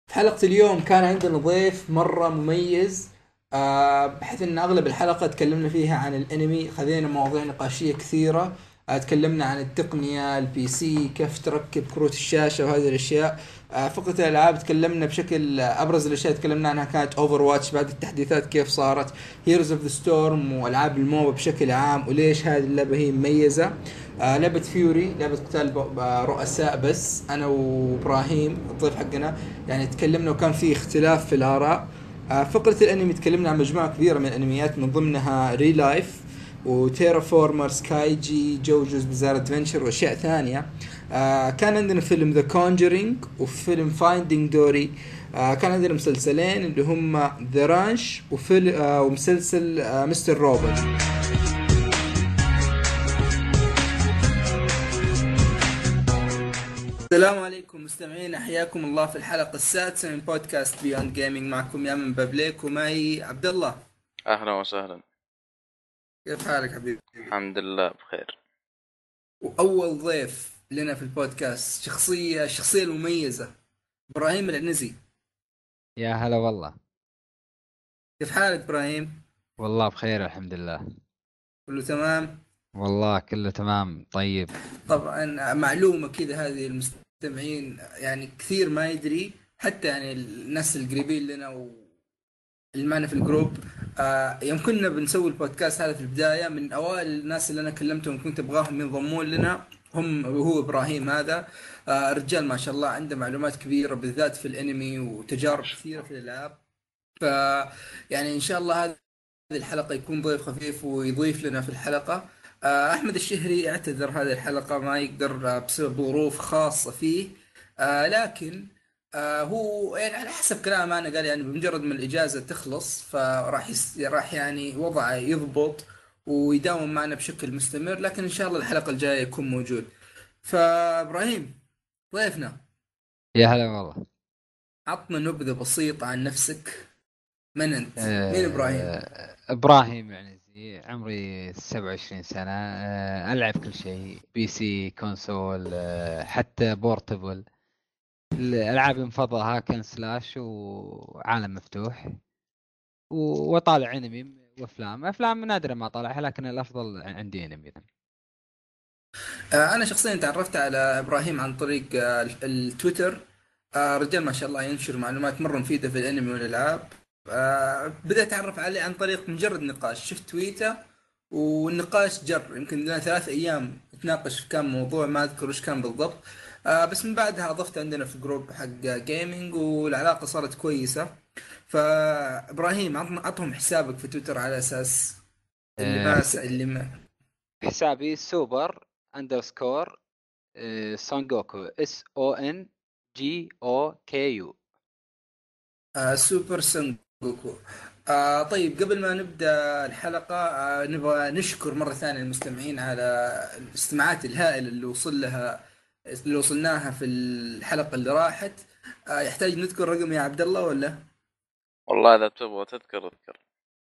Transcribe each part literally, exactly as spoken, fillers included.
في حلقة اليوم كان عندنا ضيف مرة مميز. آه، بحيث ان اغلب الحلقة تكلمنا فيها عن الانمي، خذينا مواضيع نقاشية كثيرة. آه، تكلمنا عن التقنية، البي سي، كيف تركب كروت الشاشة وهذه الاشياء. آه، فقرة الالعاب تكلمنا بشكل آه، ابرز الاشياء تكلمنا عنها كانت اوفر واتش بعد التحديثات كيف صارت، هيروز اوف ذا ستورم، والعاب الموبا بشكل عام، وليش هذه اللعبة هي مميزة. آه لعبة فيوري، لعبة قتال ب- آه، رؤساء، بس انا وابراهيم الضيف حقنا يعني تكلمنا وكان في اختلاف في الآراء. آه، فقرة الأنمي تكلمنا عن مجموعة كبيرة من الأنميات، من ضمنها ري لايف وتيرا فورمر سكايجي جوجوز بزار ادفنشر واشياء ثانيه. آه كان عندنا فيلم ذا كونجرينج وفيلم فايندينج دوري. آه كان عندنا مسلسلين اللي هم ذا رانش وفيل آه ومسلسل آه مستر روبوت. السلام عليكم مستمعين، حياكم الله في الحلقة السادسة من بودكاست بيوند جيمنج. معكم يا من بابليك ومعي عبد الله. أهلا وسهلا. كيف حالك حبيبي؟ الحمد لله بخير. وأول ضيف لنا في البودكاست شخصية الشخصية المميزة، إبراهيم العنزي. يا هلا والله. كيف حالك إبراهيم؟ والله بخير الحمد لله. كله تمام؟ والله كله تمام طيب. طبعا معلومة كذا، هذه المستمعين يعني كثير ما يدري، حتى يعني الناس القريبين لنا اللي معنا في الجروب. آه يوم كنا بنسوي البودكاست هذا في البداية، من أوائل الناس اللي أنا كلمتهم كنت أبغاهم ينضمون لنا هم وهو إبراهيم هذا. آه الرجال ما شاء الله عنده معلومات كبيرة بالذات في الأنمي ما وتجارب شاء كثيرة الله. في الألعاب. ف يعني إن شاء الله هذه الحلقة يكون ضيف خفيف ويضيف لنا في الحلقة. آه أحمد الشهري اعتذر هذه الحلقة، ما يقدر آه، بسبب ظروف خاصة فيه. آه لكن آه هو يعني على حسب كلام انا قال يعني بمجرد ما الاجازه تخلص فراح يس... راح يعني وضعه يضبط ويداوم معنا بشكل مستمر، لكن ان شاء الله الحلقه الجايه يكون موجود. فابراهيم ضيفنا، يا هلا والله. عطنا نبذه بسيطه عن نفسك. من انت؟ مين ابراهيم؟ أه... ابراهيم يعني زي عمري سبعة وعشرين سنة. أه... العب كل شيء، بي سي، كونسول، أه... حتى بورتبل. الالعاب المفضلة هاكن سلاش وعالم مفتوح و... وطالع انمي وافلام افلام نادرة ما طالعها، لكن الافضل عندي انمي. آه انا شخصيا تعرفت على ابراهيم عن طريق آه التويتر. آه رجال ما شاء الله ينشر معلومات مره مفيده في الانمي والالعاب. آه بدأت أتعرف عليه عن طريق مجرد نقاش، شفت تويته والنقاش جر، يمكن لنا ثلاث أيام نتناقش في كم موضوع ما أذكر وش كان بالضبط. آه بس من بعدها أضفت عندنا في جروب حق جيمنج والعلاقة صارت كويسة. فإبراهيم عطنا عطهم حسابك في تويتر على أساس اللي أه... ما حس... س... اللي ما حسابي سوبر اندرسكور سونجوكو، اس او ان جي او كي يو. آه سوبر سنجوكو. آه طيب قبل ما نبدأ الحلقة، آه نبغى نشكر مرة ثانية المستمعين على الاستماعات الهائلة اللي وصل لها اللي وصلناها في الحلقة اللي راحت. آه يحتاج نذكر رقم يا عبد الله ولا؟ والله إذا تبغى تذكر اذكر.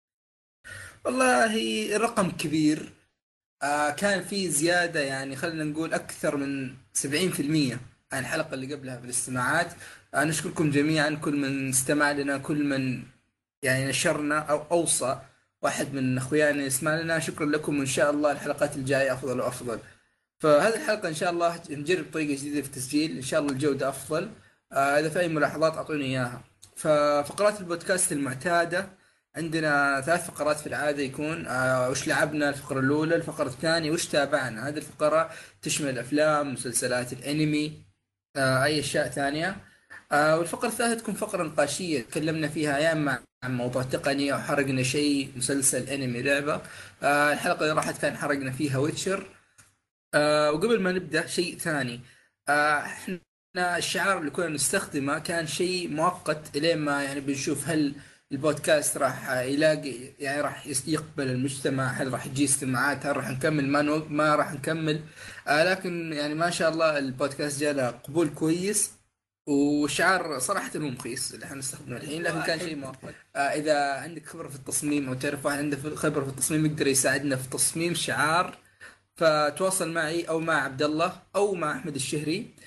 والله الرقم كبير. آه كان في زيادة، يعني خلينا نقول أكثر من سبعين في المية عن الحلقة اللي قبلها في الاستماعات. آه نشكركم جميعا، كل من استمع لنا، كل من يعني نشرنا او اوصى واحد من اخويانا يسمع لنا. شكرا لكم، وان شاء الله الحلقات الجايه افضل وافضل. فهذه الحلقه ان شاء الله نجرب طريقه جديده في التسجيل، ان شاء الله الجوده افضل. آه اذا في اي ملاحظات اعطوني اياها. ففقرات البودكاست المعتاده عندنا ثلاث فقرات في العاده، يكون آه وش لعبنا الفقره الاولى، الفقره الثانيه وش تابعنا. هذه الفقره تشمل افلام، مسلسلات الانمي، آه اي اشياء ثانيه. آه والفقرة الثالثة تكون فقرة نقاشية تكلمنا فيها يا اما عن موضوع تقني او حرقنا شيء، مسلسل، انمي، لعبة. آه الحلقة اللي راحت كان حرقنا فيها ويتشر. آه وقبل ما نبدأ شيء ثاني، آه احنا الشعار اللي كنا نستخدمه كان شيء مؤقت الين ما يعني بنشوف هل البودكاست راح يلاقي، يعني راح يس- يقبل المجتمع، هل راح يجي استماعات، هل راح نكمل ما نو... ما راح نكمل. آه لكن يعني ما شاء الله البودكاست جاء له قبول كويس، وشعار صراحة مو رخيص اللي احنا نستخدمه الحين، لكن كان شيء مؤقت. آه إذا عندك خبرة في التصميم أو تعرف واحد عنده خبرة في التصميم يقدر يساعدنا في تصميم شعار، فتواصل معي أو مع عبد الله أو مع أحمد الشهري.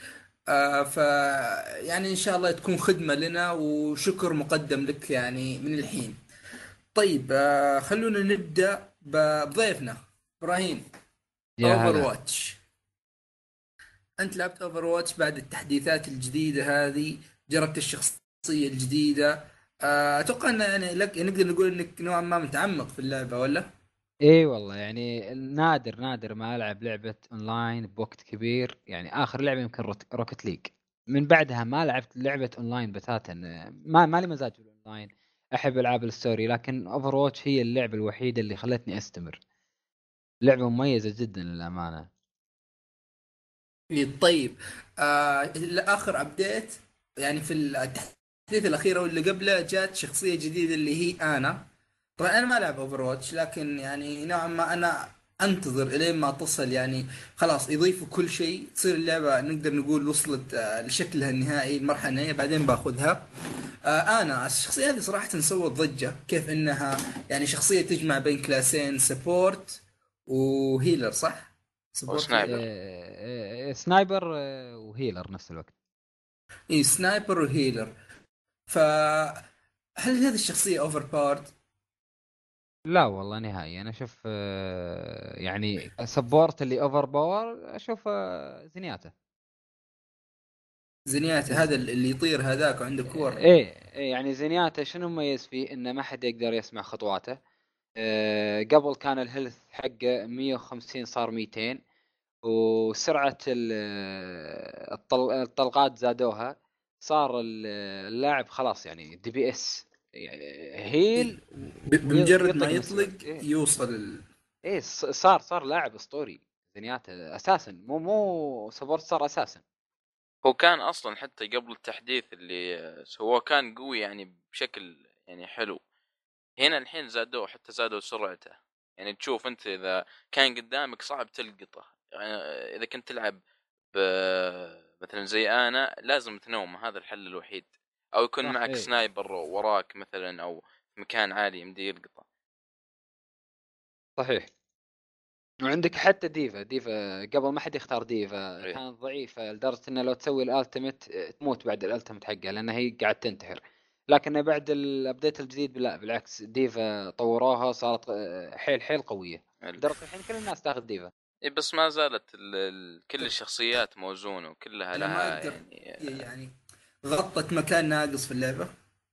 آه ف يعني ان شاء الله تكون خدمة لنا، وشكر مقدم لك يعني من الحين. طيب آه خلونا نبدأ ب- بضيفنا ابراهيم. يا اوفر هلا. واتش، انت لعبت اوفر واتش بعد التحديثات الجديدة هذه؟ جربت الشخصية الجديدة؟ آه اتوقع ان يعني لك نقدر نقول انك نوعا ما متعمق في اللعبة، ولا؟ اي والله يعني نادر نادر ما العب لعبه اونلاين بوقت كبير. يعني اخر لعبه يمكن روت- روكت ليج. من بعدها ما لعبت لعبه اونلاين بتاتا. ما مالي مزاج الاونلاين. احب العاب الستوري، لكن اوفر واتش هي اللعبه الوحيده اللي خلتني استمر. لعبه مميزه جدا للامانه. إيه، طيب. آه اخر ابديت يعني في التحديث الاخير واللي قبله جات شخصيه جديده اللي هي انا. طبعا انا ما العب اوفر واتش، لكن يعني نوعا ما انا انتظر الين ما تصل يعني خلاص يضيفوا كل شيء، تصير اللعبه نقدر نقول وصلت آه لشكلها النهائي، المرحله النهائيه، بعدين باخذها. آه انا الشخصيه هذه صراحه سوت ضجه، كيف انها يعني شخصيه تجمع بين كلاسين، سبورت وهيلر، صح؟ سبورت وسنايبر. وهيلر. آه، آه، سنايبر آه، وهيلر نفس الوقت. اي، سنايبر وهيلر. فهل هذه الشخصية اوفر بارد؟ لا والله نهائي. انا اشوف آه، يعني سبورت اللي اوفر باور اشوف آه، زنياته. زنياتي هذا اللي يطير هذاك وعنده كور. ايه إيه، يعني زينياته شنو مميز فيه؟ انه ما حد يقدر يسمع خطواته. أه قبل كان الهيلث حقه مية وخمسين صار ميتين. وسرعة ال- الطل... الطلقات زادوها. صار ال- اللاعب خلاص يعني دي بي اس. يعني هيل ب- بمجرد ويطق ما نفس يطلق الوقت. ايه يوصل ال... ايه ص- صار صار لاعب اسطوري. زينياته اساسا مو مو سبورت، صار اساسا. هو كان اصلا حتى قبل التحديث اللي سووه كان قوي يعني بشكل يعني حلو. هنا الحين زادوه، حتى زادوا سرعته. يعني تشوف انت اذا كان قدامك صعب تلقطه. يعني اذا كنت تلعب ب مثلا زي انا لازم تنوم، هذا الحل الوحيد. او يكون صح معك ايه سنايبر وراك مثلا، او في مكان عالي يمدي يلقطه. صحيح. وعندك حتى ديفا ديفا قبل ما حد يختار ديفا إيه. كانت ضعيفة لدرجة انه لو تسوي الالتيميت تموت بعد الالتيميت حقها، لان هي قاعد تنتحر. لكن بعد الابديت الجديد لا بالعكس، ديفا طوروها صارت حيل حيل قوية. ال- لدرجة الحين كل الناس تاخذ ديفا. إيه بس ما زالت ال... ال... كل الشخصيات موزونة وكلها انا ما لها اقدر يعني. يعني غطت مكان ناقص في اللعبة.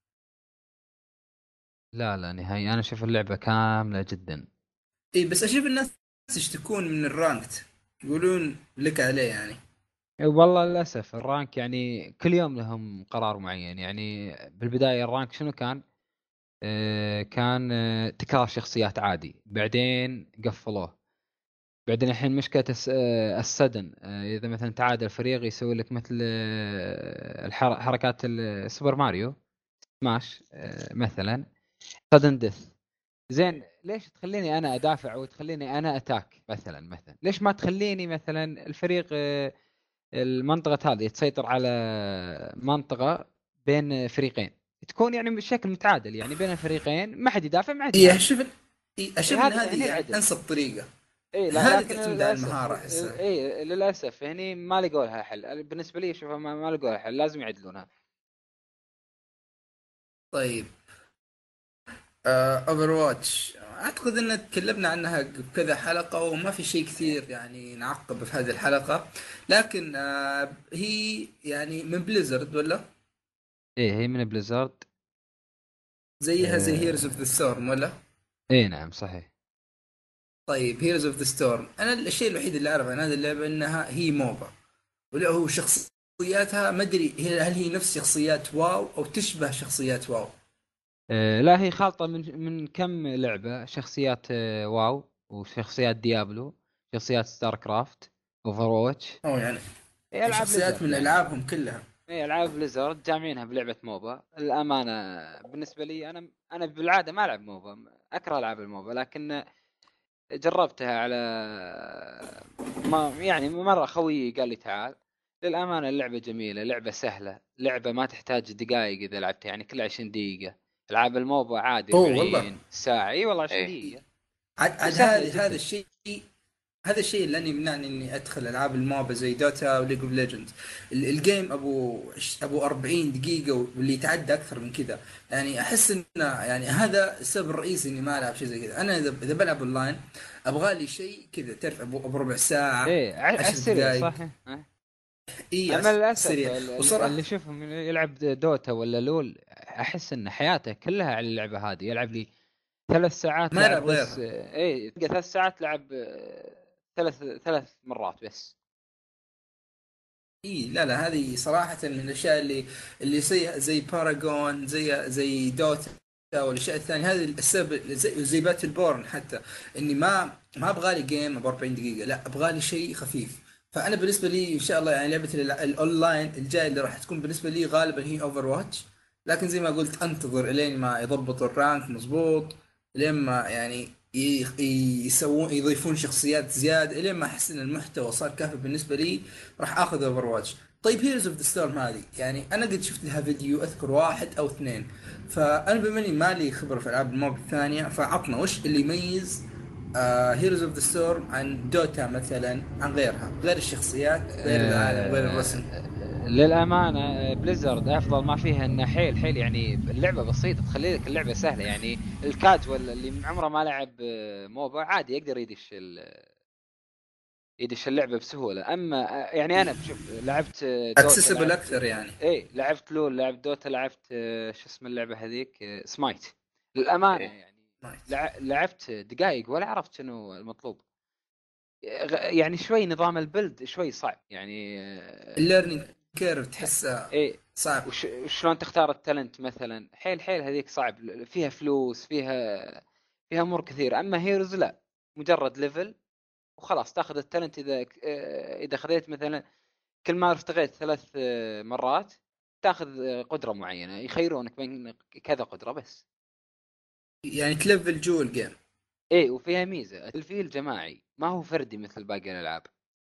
لا لا نهائي، انا اشوف اللعبة كاملة جدا. اي، بس اشوف الناس يشتكون من الرانكت، يقولون لك عليه يعني. والله للاسف الرانك يعني كل يوم لهم قرار معين. يعني بالبداية الرانك شنو كان؟ آه، كان آه، تكرار شخصيات عادي، بعدين قفلوه. بعدين الحين مشكلة الس- آه، السدن. آه، إذا مثلا تعادل فريق يسوي لك مثل آه، الحر- حركات السوبر ماريو سماش آه، مثلا سدن ديث. زين ليش تخليني أنا أدافع وتخليني أنا أتاك مثلا مثلا ليش ما تخليني مثلا الفريق آه، المنطقة هذه تسيطر على منطقة بين فريقين، تكون يعني بشكل متعادل، يعني بين الفريقين ما حد يدافع ما حد اي يهاجم. اشوف إي اشوف إيه ان هذه هني هذه يعني العدل. انسب طريقة. اي لا هذه لكن تعتمد على للاسف، المهارة احسها. اي للاسف هني ما لقوا لها حل. بالنسبه لي شوفها ما, ما لقوا لها حل، لازم يعدلونها. طيب. اوفر واتش اعتقد ان تكلمنا عنها بكذا حلقة، وما في شيء كثير يعني نعقب في هذه الحلقة. لكن آه هي يعني من بليزرد، ولا ايه هي من بليزرد. زيها زي هيرز اوف ذا آه ستورم، ولا؟ ايه نعم صحيح. طيب، هيرز اوف ذا ستورم، انا الشيء الوحيد اللي اعرفه عن هذه اللعبة انها هي موبا، ولا هو شخصياتها ما ادري هي- هل هي نفس شخصيات واو او تشبه شخصيات واو؟ آه لا هي خالطه من من كم لعبه، شخصيات آه واو وشخصيات ديابلو، شخصيات ستار كرافت، اوفر واتش. او يعني ايه العاب شخصيات بليزرد من يعني. العابهم كلها. ايه العاب بليزرد جامعينها بلعبه موبا. الامانه بالنسبه لي انا انا بالعاده ما العب موبا، اكره العاب الموبا، لكن جربتها على ما يعني مرة خويي قال لي تعال. للأمانة اللعبة جميلة، لعبة سهلة، لعبة ما تحتاج دقائق إذا لعبتها، يعني كل عشرين دقيقة. ألعاب الموبا عادي اوه والله. أربعين ساعة، اي والله عشرين ايه دقيقة. عاد عاد وسهلة هذه هذا جدا. الشيء هذا الشيء اللي أنا يمنعني اني ادخل العاب الموبا زي دوتا وليج اوف ليجندز. الجيم ابو ابو أربعين دقيقة واللي يتعدى اكثر من كذا. يعني احس انه يعني هذا السبب الرئيسي اني ما العب شيء زي كذا. انا اذا إذا بلعب اونلاين ابغى لي شيء كذا، تعرف، ابو ابو ربع ساعة، ايه ع- على عشر السريع دقائق. صح. إيه. اي اما للاسف سريع ال- ال- اللي وصراحة. شوفهم يلعب دوتا ولا لول، احس ان حياته كلها على اللعبه هذه. يلعب لي ثلاث ساعات ما لعب يلعب بس، غيرها. ايه تلقى ثلاث ساعات لعب آه، ثلاث ثلاث مرات بس. اي لا لا، هذه صراحة من الاشياء اللي اللي زي زي باراجون، زي زي دوتا والاشياء الثانية. هذه السبب زي, زي باتل بورن حتى، اني ما ما ابغى لي جيم ب أربعين دقيقة، لا ابغى لي شيء خفيف. فانا بالنسبة لي ان شاء الله يعني لعبة ال- الاونلاين الجاي اللي راح تكون بالنسبة لي غالبا هي اوفر واتش. لكن زي ما قلت انتظر الين ما يضبطوا الرانك مظبوط، لين ما يعني ي- ي- يسوون يضيفون شخصيات زيادة، الين ما احس ان المحتوى صار كافي بالنسبة لي، راح اخذ اوفر واتش. طيب هيرز اوف ذا ستورم هذه، يعني انا قد شفت لها فيديو اذكر واحد او اثنين. فانا بما اني مالي خبره في العاب الموب الثانيه، فعطنا وش اللي يميز هيروز اوف ذا ستورم عن دوتا مثلا، عن غيرها، غير الشخصيات، غير العالم، غير الرسم. آه، للأمانة بليزرد أفضل ما فيها إنه حيل حيل، يعني اللعبة بسيطة تخلي لك اللعبة سهلة. يعني الكاجوال اللي عمره ما لعب آه، موبا عادي يقدر يدش ال- يدش اللعبة بسهولة. أما آه، يعني أنا بشوف لعبت آه، دوتا، اكسسبل لعبت اكثر يعني. إيه لعبت لول، لعبت دوتا، لعبت آه، شو اسم اللعبة هذيك آه، سمايت. للأمانة إيه. يعني نايس. لع- لعبت دقائق ولا عرفت شنو المطلوب. غ- يعني شوي نظام البلد شوي صعب يعني. الليرنينج آه، كيرف تحسه ايه صعب. وش وشلون تختار التالنت مثلا، حيل حيل هذيك صعب، فيها فلوس، فيها فيها امور كثير. اما هيروز لا، مجرد ليفل وخلاص تاخذ التالنت. اذا آه، اذا خذيت مثلا كل ما ارتقيت ثلاث آه، مرات تاخذ آه، قدره معينه، يخيرونك بين كذا قدره بس. يعني تلفل جو الجيم. ايه وفيها ميزه الفيل جماعي ما هو فردي مثل باقي الالعاب.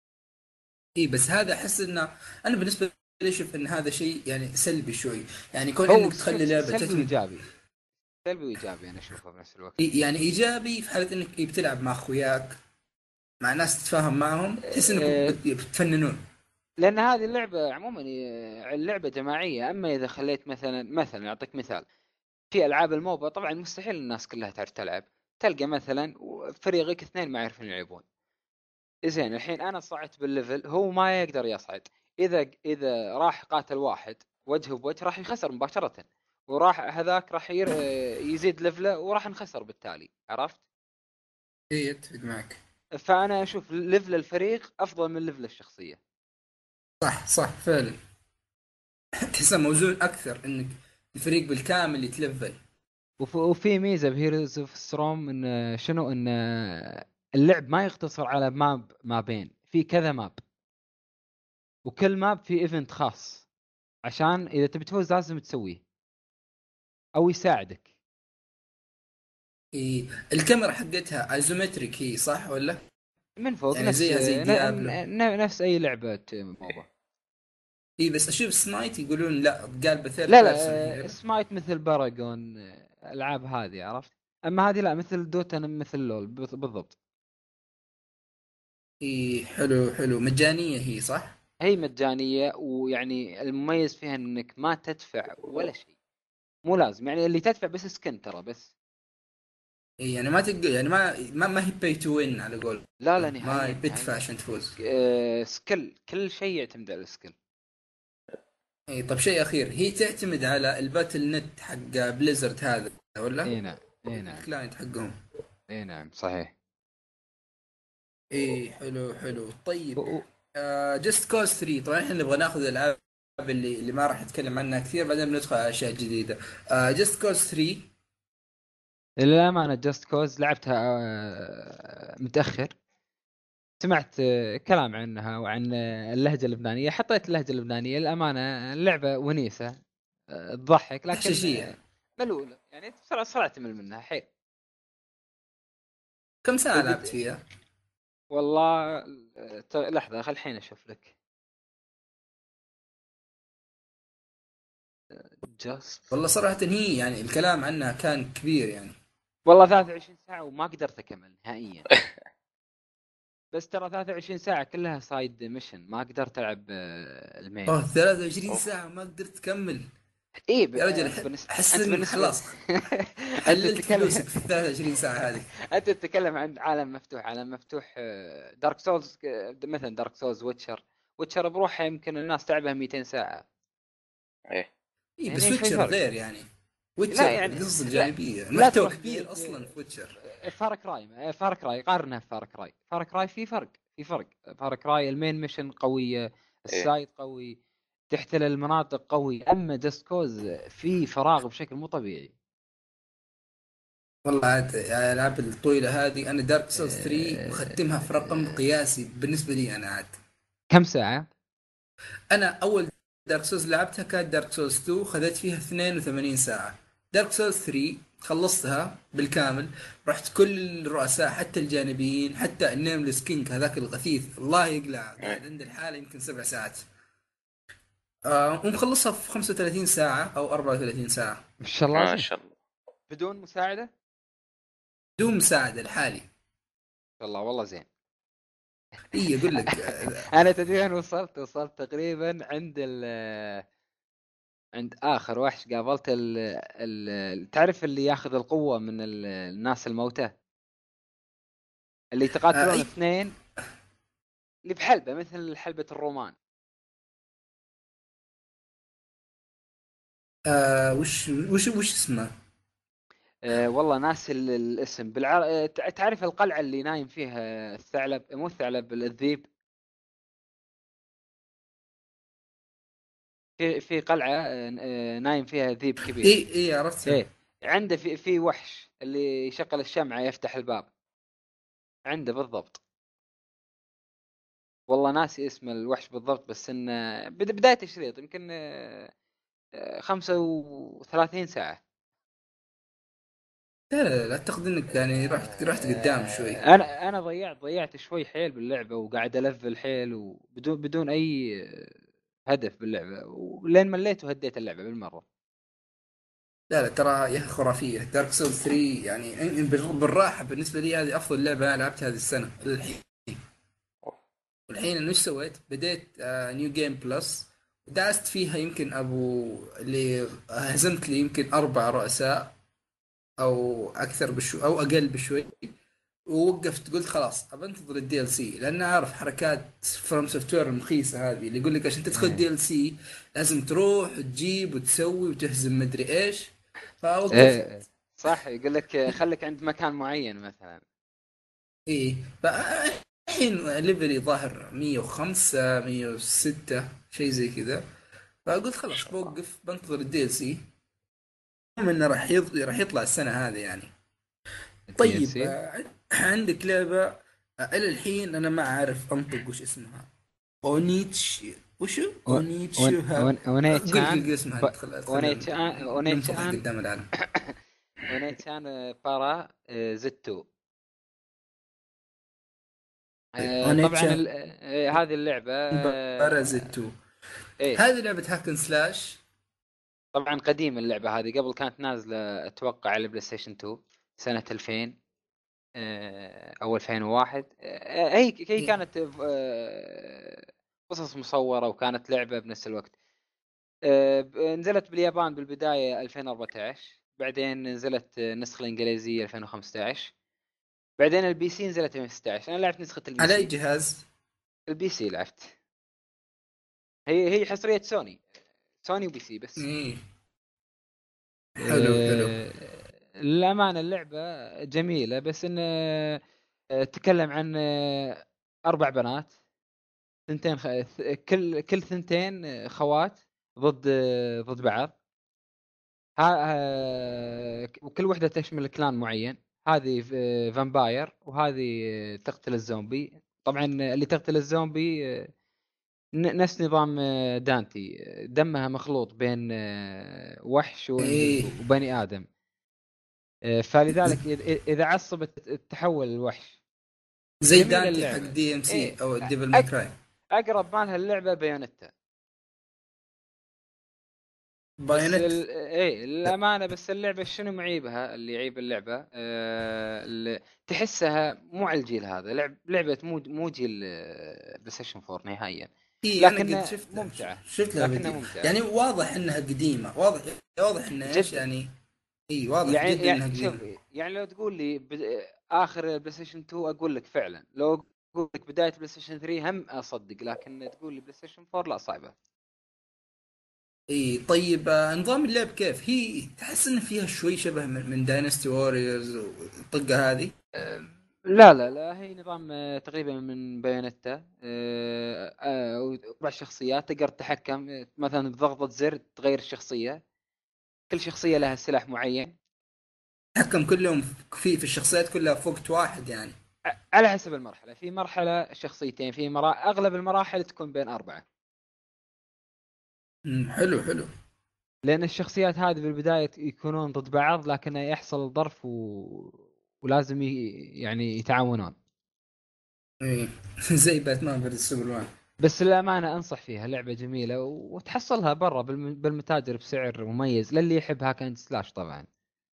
اي بس هذا احس انه، انا بالنسبه لي اشوف ان هذا شيء يعني سلبي شوي. يعني كون هو انك شوف تخلي لعبه سلبي تعتمد، وايجابي، سلبي وايجابي انا اشوفه بنفس الوقت. يعني ايجابي في حاله انك بتلعب مع اخوياك، مع ناس تتفاهم معهم، تحس انكم آه، بت- بتفننون. لان هذه اللعبه عموما آه، اللعبه جماعيه. اما اذا خليت مثلا مثلا اعطيك مثال، في العاب الموبا طبعا مستحيل الناس كلها تعرف تلعب. تلقى مثلا فريقك اثنين ما يعرفون يلعبون. زين الحين انا صعدت بالليفل، هو ما يقدر يصعد. اذا اذا راح قاتل واحد وجه بوجه راح يخسر مباشره، وراح هذاك راح ير... آه، يزيد ليفله وراح نخسر بالتالي. عرفت؟ اي اتفق معك. فانا اشوف ليفل الفريق افضل من ليفل الشخصيه. صح صح فعلا. تحسه موزون اكثر، انك الفريق بالكامل يتلفل. وف- وفي ميزه بهيروز اوف ستروم ان شنو ان اللعب ما يقتصر على ماب مابين، في كذا ماب، وكل ماب في ايفنت خاص عشان اذا تبي تفوز لازم تسويه او يساعدك. اي الكاميرا حقتها ايزومتريك هي، صح ولا؟ من فوق يعني نفس زيها زي ن- ديابلو. ن- نفس اي لعبه موبا. اي بس اشوف سمايت يقولون لا، قال بثيرد لا بيرسون لا هي. سمايت مثل باراجون العاب هذه عرفت. اما هذه لا، مثل دوتا مثل لول بض- بالضبط. اي حلو حلو، مجانية هي صح؟ هي مجانيه، ويعني المميز فيها انك ما تدفع ولا شيء. مو لازم يعني، اللي تدفع بس سكن ترى بس. اي يعني ما تقدر، يعني ما ما, ما هي باي تو وين على قول، لا لا ما نهائيا بتدفع نهائيا. عشان تفوز. آه، سكيل كل شيء يعتمد على السكيل. اي طب شيء اخير، هي تعتمد على الباتل نت حق بليزرد هذا ولا اي نعم، اي نعم، الكلاينت حقهم؟ اي نعم صحيح. اي حلو حلو. و- طيب و- جست كوز ثري، طبعا احنا نبغى ناخذ الالعاب اللي اللي ما راح نتكلم عنها كثير، بعدين بندخل على اشياء جديده. جست كوز ثري. للأمانة جاست كوز لعبتها آه، متأخر. سمعت آه، كلام عنها وعن آه، اللهجة اللبنانية، حطيت اللهجة اللبنانية. للأمانة اللعبة ونيسة، آه، تضحك لكن حشاشيه. آه، ملولة يعني. بصراحة صراحة تمل منها حيل. كم ساعه لعبت البد... فيها؟ والله آه، ت- لحظة خل الحين أشوف لك. جاست والله صراحه هي يعني الكلام عنها كان كبير يعني. والله ثلاثة وعشرين ساعة وما قدرت أكمل نهائيا. بس ترى ثلاثة وعشرين ساعة كلها سايد ميشن، ما قدرت ألعب آه، المين. اوه ثلاثة وعشرين أوف. ساعة ما قدرت تكمل. إيه ب... يا رجل أنت أح- بالنس... احس أنت ان بالنسبة خلاص أنت حللت تتكلم فلوسك في ثلاثة وعشرين ساعة هذه. أنت تتكلم عن عالم مفتوح، عالم مفتوح دارك سولز، مثلا دارك سولز، ويتشر. ويتشر بروحها يمكن الناس تلعبها مئتين ساعة. ايه اي بس يعني شوي ويتشر فرق. غير يعني. لا ويتشر يعني القصص لا، الجانبية لا محتوى تروح كبير اصلا في ويتشر. فار كراي، فار كراي قارنها في فار كراي. فار كراي في فرق، في فرق. فار كراي المين ميشن قوية، ايه السايد قوي، تحتل المناطق قوي. اما جاست كوز في فراغ بشكل مو طبيعي. والله عاد الالعاب الطويلة هذه انا دارك سولز ثلاثة مختمها في رقم أه... قياسي بالنسبة لي انا عاد. كم ساعة؟ انا اول دارك سولز لعبتها كانت دارك سولز اثنين خذيت فيها اثنين وثمانين ساعة. دارك سولز ثلاثة خلصتها بالكامل. رحت كل الرؤساء حتى الجانبيين حتى النيمليس كينج هذاك الغثيث الله يقلع قاعد ايه عند الحالة يمكن سبع ساعات. آه ومخلصها في خمسة وثلاثين ساعة او أربعة وثلاثين ساعة. ما شاء الله ما زين. شاء الله. بدون مساعدة؟ بدون مساعدة لحالي. والله والله زين. اي اقول لك آه، انا تدري وين وصلت؟ وصلت تقريبا عند ال عند اخر وحش قابلت ال... ال... تعرف اللي ياخذ القوة من ال... الناس الموتى، اللي آه يتقاتلون اي اثنين، اللي بحلبة مثل حلبة الرومان. آه وش وش وش اسمه؟ أه والله ناس ال- الاسم بالعر... أه تع- تعرف القلعة اللي نايم فيها الثعلب، مو الثعلب، الذيب. في في قلعة أه آه، نايم فيها ذيب كبير. اي اي عرفتها. ايه، عنده في في وحش اللي يشغل الشمعة يفتح الباب، عنده بالضبط. والله ناسي اسم الوحش بالضبط، بس انه بد- بداية الشريط يمكن أه آه، خمسة وثلاثين ساعة. لا لا لا اعتقد انك يعني رحت رحت قدام شوي. آه، انا انا ضيعت ضيعت شوي حيل باللعبه، وقاعد الفل حيل وبدون بدون اي هدف باللعبه، ولين مليت وهديت اللعبه بالمره. لا لا ترى يا أخي خرافية دارك سولز ثلاثة يعني إن- بال- بالراحة بالنسبة لي هذه أفضل لعبة أنا لعبتها هذه السنة الحين. أوف. والحين أنا إيش سويت؟ بديت آه نيو جيم بلس. دعست فيها يمكن أبو اللي هزمت لي يمكن أربع رؤساء أو أكثر بشوي أو أقل بشوي. ووقفت قلت خلاص أبى أنتظر الدي ال سي لأن أعرف حركات فروم سوفت وير المخيسة هذه اللي يقول لك عشان تدخل ايه الدي ال سي لازم تروح وتجيب وتسوي وتهزم مدري إيش. إيه، فوقفت. صح، يقول لك خليك عند مكان معين مثلا. ايه فالحين ليفلي ظاهر مية وخمسة مية وستة شيء زي كذا. فقلت ما خلاص شاء الله. بوقف بنتظر الدي ال سي انه راح يض... راح يطلع السنه هذه يعني. الدي ال طيب سي. آه، عندك لعبه آه، الى الحين انا ما اعرف انطق وش اسمها. اونيتش وشو اونيتش ها. قل اونيتشان قل اسمها ب... انت خل... خلينا اونيتشان ننفخ اونيتشان قدام العالم. اونيتشان بارا آه، زتو. آه، طبعا اونيتشا ال... آه، هذه اللعبه آه، بارازيتو. ايه، هذه لعبه هاكن سلاش. طبعا قديم اللعبة هذه، قبل كانت نازلة أتوقع على البلاي ستيشن تو سنة ألفين آه، أو ألفين وواحد. آه، هي هي كانت آه، قصص مصورة، وكانت لعبة بنفس الوقت. آه، ب- نزلت باليابان بالبداية ألفين وأربعة عشر، بعدين نزلت آه، النسخة الإنجليزية ألفين وخمسة عشر، بعدين البي سي نزلت ألفين وستة عشر. أنا لعبت نسخة البي على اي سي. جهاز؟ البي سي لعبت. هي هي حصرية سوني، سوني وبي سي بس. ايه حلو حلو. آه، للأمانة اللعبة جميلة، بس إن آه، تتكلم عن آه، أربع بنات، ثنتين خ... كل كل ثنتين آه، خوات ضد آه، ضد بعض. ها... ها... وكل وحدة تشمل كلان معين. هذه آه، فامباير، وهذه آه، تقتل الزومبي. طبعا اللي تقتل الزومبي آه، ن- نفس نظام آه، دانتي، آه، دمها مخلوط بين آه، وحش ايه وبني آدم. فلذلك إذ- اذا عصبت تتحول الوحش. زي جميل دانتي حق اللعبه. دي ام سي إيه، او ديفل ماي أق- كراي. اقرب مالها اللعبه بايونيتا. بس بايونيت. ال... ايه الامانه، بس اللعبه شنو معيبها؟ اللي يعيب اللعبه أه... اللي تحسها مو على الجيل هذا، لعب لعبه مو مو جيل بلاي ستيشن فور نهائيا. اي انا قد لكنها شفتها، ممتعه، شفت لها لكنها فيديو. ممتعه يعني واضح انها قديمه، واضح واضح انها ايش جدا. يعني. اي واضح يعني جدا انها يعني شوف، قديمه. يعني لو تقول لي بد... اخر بلاي ستيشن تو اقول لك فعلا، لو اقول لك بدايه بلاي ستيشن ثري هم اصدق، لكن تقول لي بلاي ستيشن فور لا، صعبه. اي طيب، آه، نظام اللعب كيف؟ هي تحس ان فيها شوي شبه من, من داينستي ووريرز والطقه هذه؟ لا لا لا، هي نظام آه، تقريبا من بايونيتا. آه، آه، أربع شخصيات تقدر تتحكم، آه، مثلا بضغطة زر تغير الشخصية. كل شخصية لها سلاح معين. تحكم كلهم في في الشخصيات كلها في وقت واحد يعني؟ ع- على حسب المرحلة، في مرحلة شخصيتين، في مرا... أغلب المراحل تكون بين أربعة. مم، حلو حلو. لأن الشخصيات هذه بالبداية يكونون ضد بعض، لكن يحصل ظرف و... ولازم ي... يعني يتعاونون. اي زي باتمان في سوبرمان. بس للأمانة أنصح فيها، لعبة جميلة وتحصلها برا بالم... بالمتاجر بسعر مميز للي يحب هاك أند سلاش طبعا.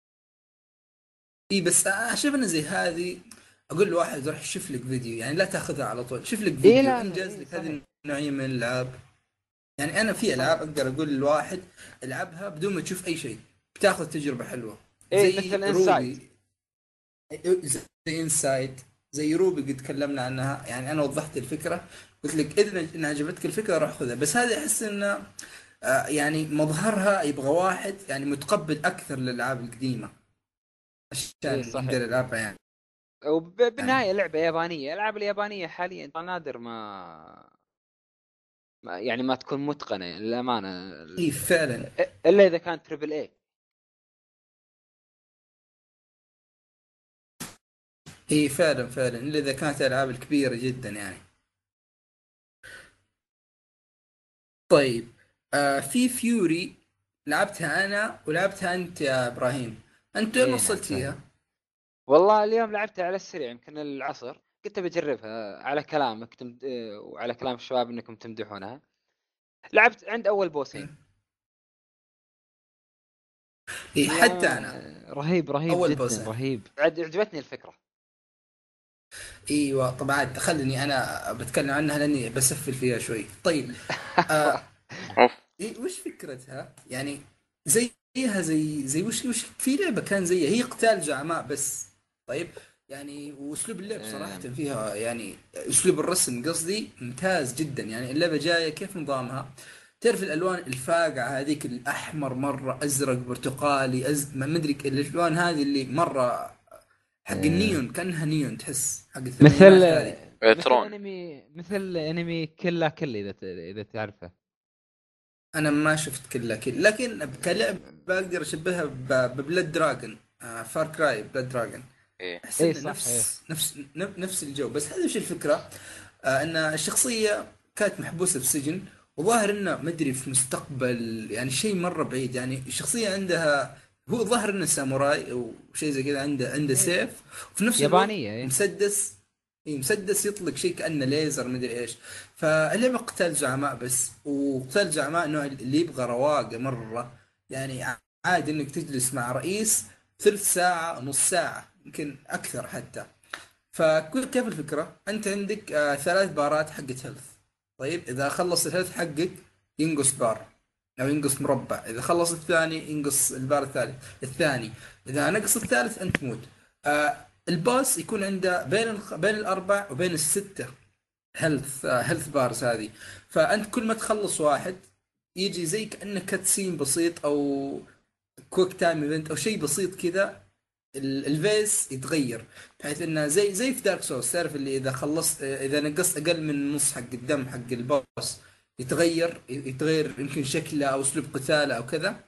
اي بس اشوف انه زي هذه، اقول لواحد روح شوف لك فيديو، يعني لا تاخذها على طول، شوف لك إيه فيديو لا لا انجز إيه لك هذه صحيح. النوعيه من الالعاب. يعني انا في العاب صحيح. اقدر اقول للواحد العبها بدون ما تشوف اي شيء، بتاخذ تجربه حلوه. إيه زي مثل إنسايد. روبي، زي انسايد، زي روبي قد تكلمنا عنها، يعني انا وضحت الفكره، قلت لك اذا ان عجبتك الفكره روح خذها. بس هذه احس انه آه، يعني مظهرها يبغى واحد يعني متقبل اكثر للالعاب القديمه إيه عشان صحيح. يقدر يلعبها يعني. يعني وبالنهاية لعبة يابانية، الألعاب اليابانية حاليا نادر ما ما- يعني ما تكون متقنة للأمانة. اي فعلا. إلا إذا كانت تريبل إيه. اي فعلا فعلا، الا اذا كانت الالعاب الكبيره جدا يعني. طيب، آه في فيوري لعبتها انا ولعبتها انت يا ابراهيم، انت وين إيه نعم وصلت صحيح. فيها؟ والله اليوم لعبتها على السريع، يمكن العصر قلت بجربها على كلامك تمد... إيه، وعلى كلام الشباب انكم تمدحونها. لعبت عند اول بوسين. اي حتى انا يا رهيب، رهيب اول جدا بوسه. رهيب، عد- عجبتني الفكرة. ايوه طبعا، خلني انا بتكلم عنها لاني بسفل فيها شوي. طيب، آه اوف. إيه وش فكرتها يعني؟ زيها زي زي وش وش في لعبه كان زيها، هي قتال زعماء بس. طيب، يعني واسلوب اللعب صراحه آم، فيها، يعني اسلوب الرسم قصدي ممتاز جدا. يعني اللعبه جايه كيف نظامها؟ تعرف الالوان الفاقعه هذيك، الاحمر مره، ازرق، برتقالي، أز... ما مدري ك- الالوان هذه اللي مره حق آه، النيون، كانها نيون تحس حق مثل الثمانينات هذه. مثل باترون. انمي مثل انمي كلا كل، اذا ت- اذا تعرفه. انا ما شفت كلها كل، لكن كلعب اقدر اشبهها ب- ببلاد دراجون، آه فار كراي بلاد دراجون. ايه. احس اي انه صح ايه. نفس نفس نف- نفس الجو. بس هذا وش الفكره؟ آه ان الشخصيه كانت محبوسه في سجن، وظاهر انه مدري في مستقبل، يعني شيء مره بعيد. يعني الشخصيه عندها، هو ظاهر انه ساموراي او شيء زي كذا، عنده عنده ايه سيف، وفي نفس الوقت يابانية ايه. مسدس. اي مسدس يطلق شيء كانه ليزر مدري ايش. فاللعبه قتال زعماء بس، وقتال زعماء نوع اللي يبغى رواقه مره. يعني عادي انك تجلس مع رئيس ثلث ساعه، نص ساعه، يمكن اكثر حتى. فكيف الفكره؟ انت عندك آه ثلاث بارات حقت هيلث. طيب اذا خلص الهيلث حقك ينقص بار او ينقص مربع، اذا خلص الثاني ينقص البار الثالث الثاني، اذا نقص الثالث انت تموت. آه الباص يكون عنده بين الخ... بين الاربع وبين السته هيلث آه هيلث بارز هذه. فانت كل ما تخلص واحد يجي زي كانه كاتسين بسيط او كويك تايم ايفنت او شيء بسيط كذا. ال- الفيس يتغير، بحيث انه زي زي في دارك سولز، تعرف اللي اذا خلصت اذا نقصت اقل من نص حق الدم حق البوس يتغير يتغير يمكن شكله او اسلوب قتاله او كذا.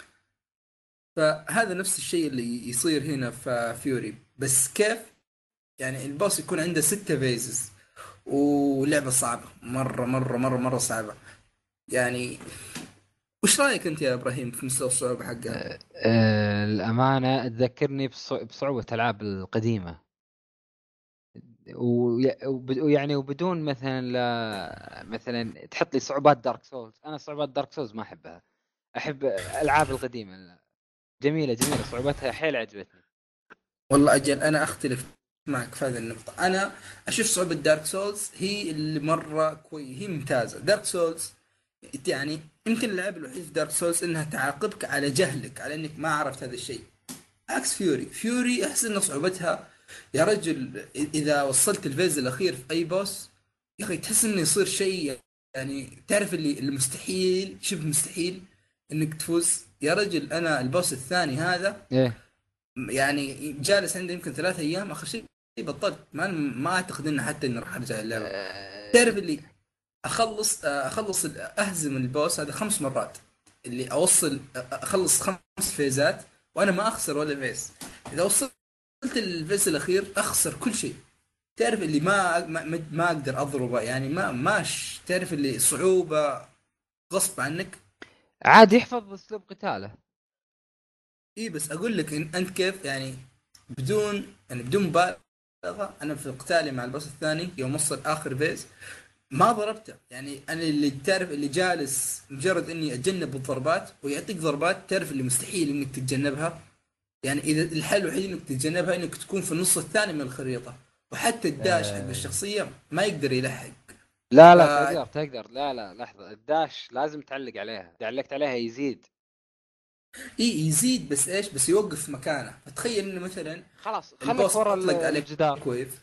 فهذا نفس الشيء اللي يصير هنا في فيوري، بس كيف؟ يعني البوس يكون عنده ستة فيزز، ولعبة صعبة مرة مرة مرة مرة صعبة يعني. وش رأيك انت يا ابراهيم في مستوى الصعوبة حقها؟ آه، آه، الأمانة تذكرني بصع- بصعوبة الألعاب القديمة. وي- وب- ويعني وبدون مثلا لا مثلا تحط لي صعوبات دارك سولز، أنا صعوبات دارك سولز ما أحبها. احب العاب القديمه، جميله جميله، صعوبتها حيل عجبتني. والله أجل أنا أختلف معك في هذه النقطة. أنا أشوف صعوبة دارك سولز هي اللي مرة كويس، هي ممتازة. دارك سولز يعني يمكن اللعب الوحيد في دارك سولز إنها تعاقبك على جهلك، على إنك ما عرفت هذا الشيء. عكس فيوري، فيوري أحس إن صعوبتها يا رجل إذا وصلت الفيز الأخير في أي بوس، يا أخي تحس إنه يصير شيء، يعني تعرف اللي المستحيل، شبه مستحيل إنك تفوز. يا رجل أنا البوس الثاني هذا ايه يعني جالس عندي يمكن ثلاث ايام، اخر شيء بطلت، ما ما اعتقد انه حتى اني راح ارجع اللعبه. تعرف آه، اللي اخلص اخلص اهزم البوس هذا خمس مرات، اللي اوصل اخلص خمس فيزات وانا ما اخسر ولا فيز. اذا وصلت الفيز الاخير اخسر كل شيء. تعرف اللي ما ما, ما ما اقدر اضربه، يعني ما ماش، تعرف اللي صعوبه غصب عنك. عاد يحفظ اسلوب قتاله. اي بس اقول لك إن انت كيف يعني، بدون يعني بدون مبالغه، انا في قتالي مع البوس الثاني يوم وصل اخر فيز ما ضربته. يعني انا اللي تعرف اللي جالس مجرد اني اتجنب الضربات ويعطيك ضربات، تعرف اللي مستحيل انك تتجنبها. يعني اذا الحل الوحيد انك تتجنبها انك تكون في النص الثاني من الخريطه، وحتى الداش حق آه، الشخصيه ما يقدر يلحق. لا ف لا تقدر تقدر، لا لا لحظه، الداش لازم تعلق عليها، اذا علقت عليها يزيد. اي يزيد، بس ايش، بس يوقف في مكانه. فتخيل انه مثلا خلاص خليك البوس ورا ال- اطلق عليك الجدار. ويف،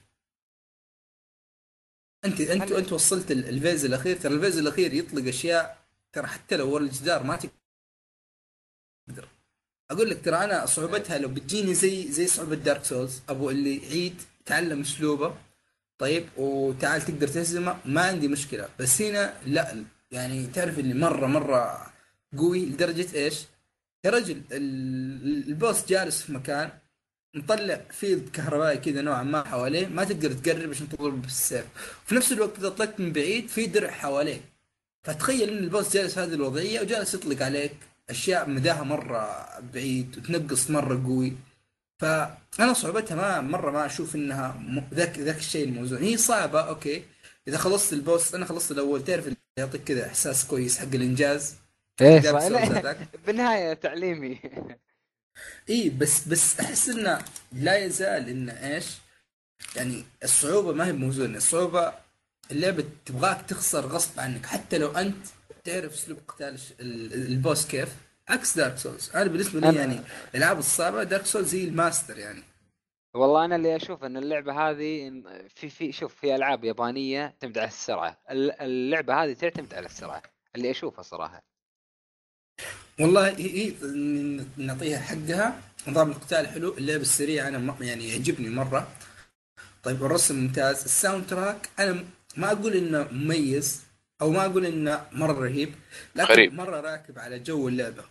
انت انت خلي انت وصلت ال- الفيز الاخير، ترى الفيز الاخير يطلق اشياء، ترى حتى لو ورا الجدار ما تقدر. اقول لك ترى انا صعوبتها لو بتجيني زي زي صعوبة دارك سولز، ابو اللي يعيد تعلم اسلوبه طيب وتعال تقدر تهزمه، ما عندي مشكلة. بس هنا لا، يعني تعرف اللي مرة مرة قوي لدرجة ايش، يا رجل ال- البوس جالس في مكان مطلع فيلد كهربائي كذا نوعا ما حواليه، ما تقدر تقرب عشان تضرب بالسيف. في نفس الوقت اذا طلقت من بعيد في درع حواليه. فتخيل ان البوس جالس في هذه الوضعيه وجالس يطلق عليك اشياء مداها مره بعيد وتنقص مره قوي. فانا صعوبتها ما مره ما اشوف انها م- ذاك ذاك الشيء الموزون. هي صعبه اوكي، اذا خلصت البوس، انا خلصت الاول، تعرف اللي يعطيك كذا احساس كويس حق الانجاز حق ايه دارك صح سولز لا هذاك. بالنهايه تعليمي. اي بس بس احس انه لا يزال انه ايش، يعني الصعوبة ما هي موزونة. الصعوبة اللعبة تبغاك تخسر غصب عنك حتى لو أنت تعرف أسلوب قتال الش- ال- البوس كيف. عكس دارك سولز، أنا بالنسبة لي يعني انا الألعاب الصعبة دارك سولز هي الماستر يعني. والله انا اللي اشوف ان اللعبه هذه إن- في في شوف، في العاب يابانيه تعتمد على السرعه، الل- اللعبه هذه تعتمد على السرعه، اللي اشوفها صراحه. والله هي هي ن- نعطيها حقها. نظام القتال حلو، اللعب السريع أنا م- يعني يعجبني مرة. طيب الرسم ممتاز، الساوند تراك أنا ما أقول إنه مميز أو ما أقول إنه مرة رهيب، غريب. لكن مرة راكب على جو اللعبة.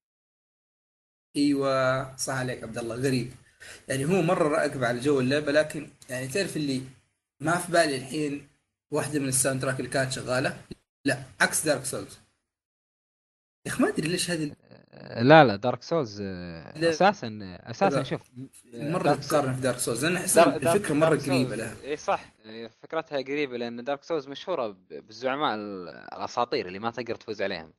ايوه صح عليك عبد الله، غريب. يعني هو مره راكب على جو اللعبه، لكن يعني تعرف اللي ما في بالي الحين واحده من الساوند تراك اللي كانت شغاله، لا عكس دارك سولز. يا اخي ما ادري ليش هذه أه، لا لا دارك سولز اللعبه اساسا اساسا شوف. مره دارك تقارن في دارك سولز، انا احس ان دار دارك الفكره مره دارك قريبه سولز لها. اي صح، إيه، فكرتها قريبه، لان دارك سولز مشهوره ب- بالزعماء ال- الاساطير اللي ما تقدر تفوز عليهم.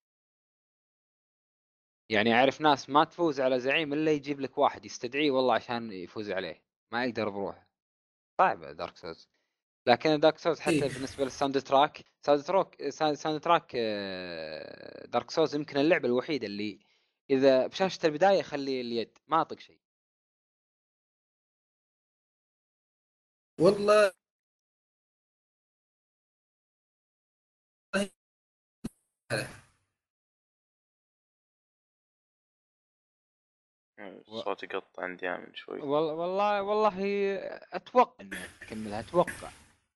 يعني اعرف ناس ما تفوز على زعيم الا يجيب لك واحد يستدعيه والله عشان يفوز عليه، ما يقدر بروحه. صعبه دارك سولز. لكن دارك سولز ايه حتى بالنسبه للساوند تراك، ساوند تراك ساوند تراك آه، دارك سولز يمكن اللعبه الوحيده اللي اذا بشاشه البدايه خلي اليد ما اطق شيء. والله الصوت يقطع عندي من شوي. والله والله والله اتوقع انها تكملها، اتوقع.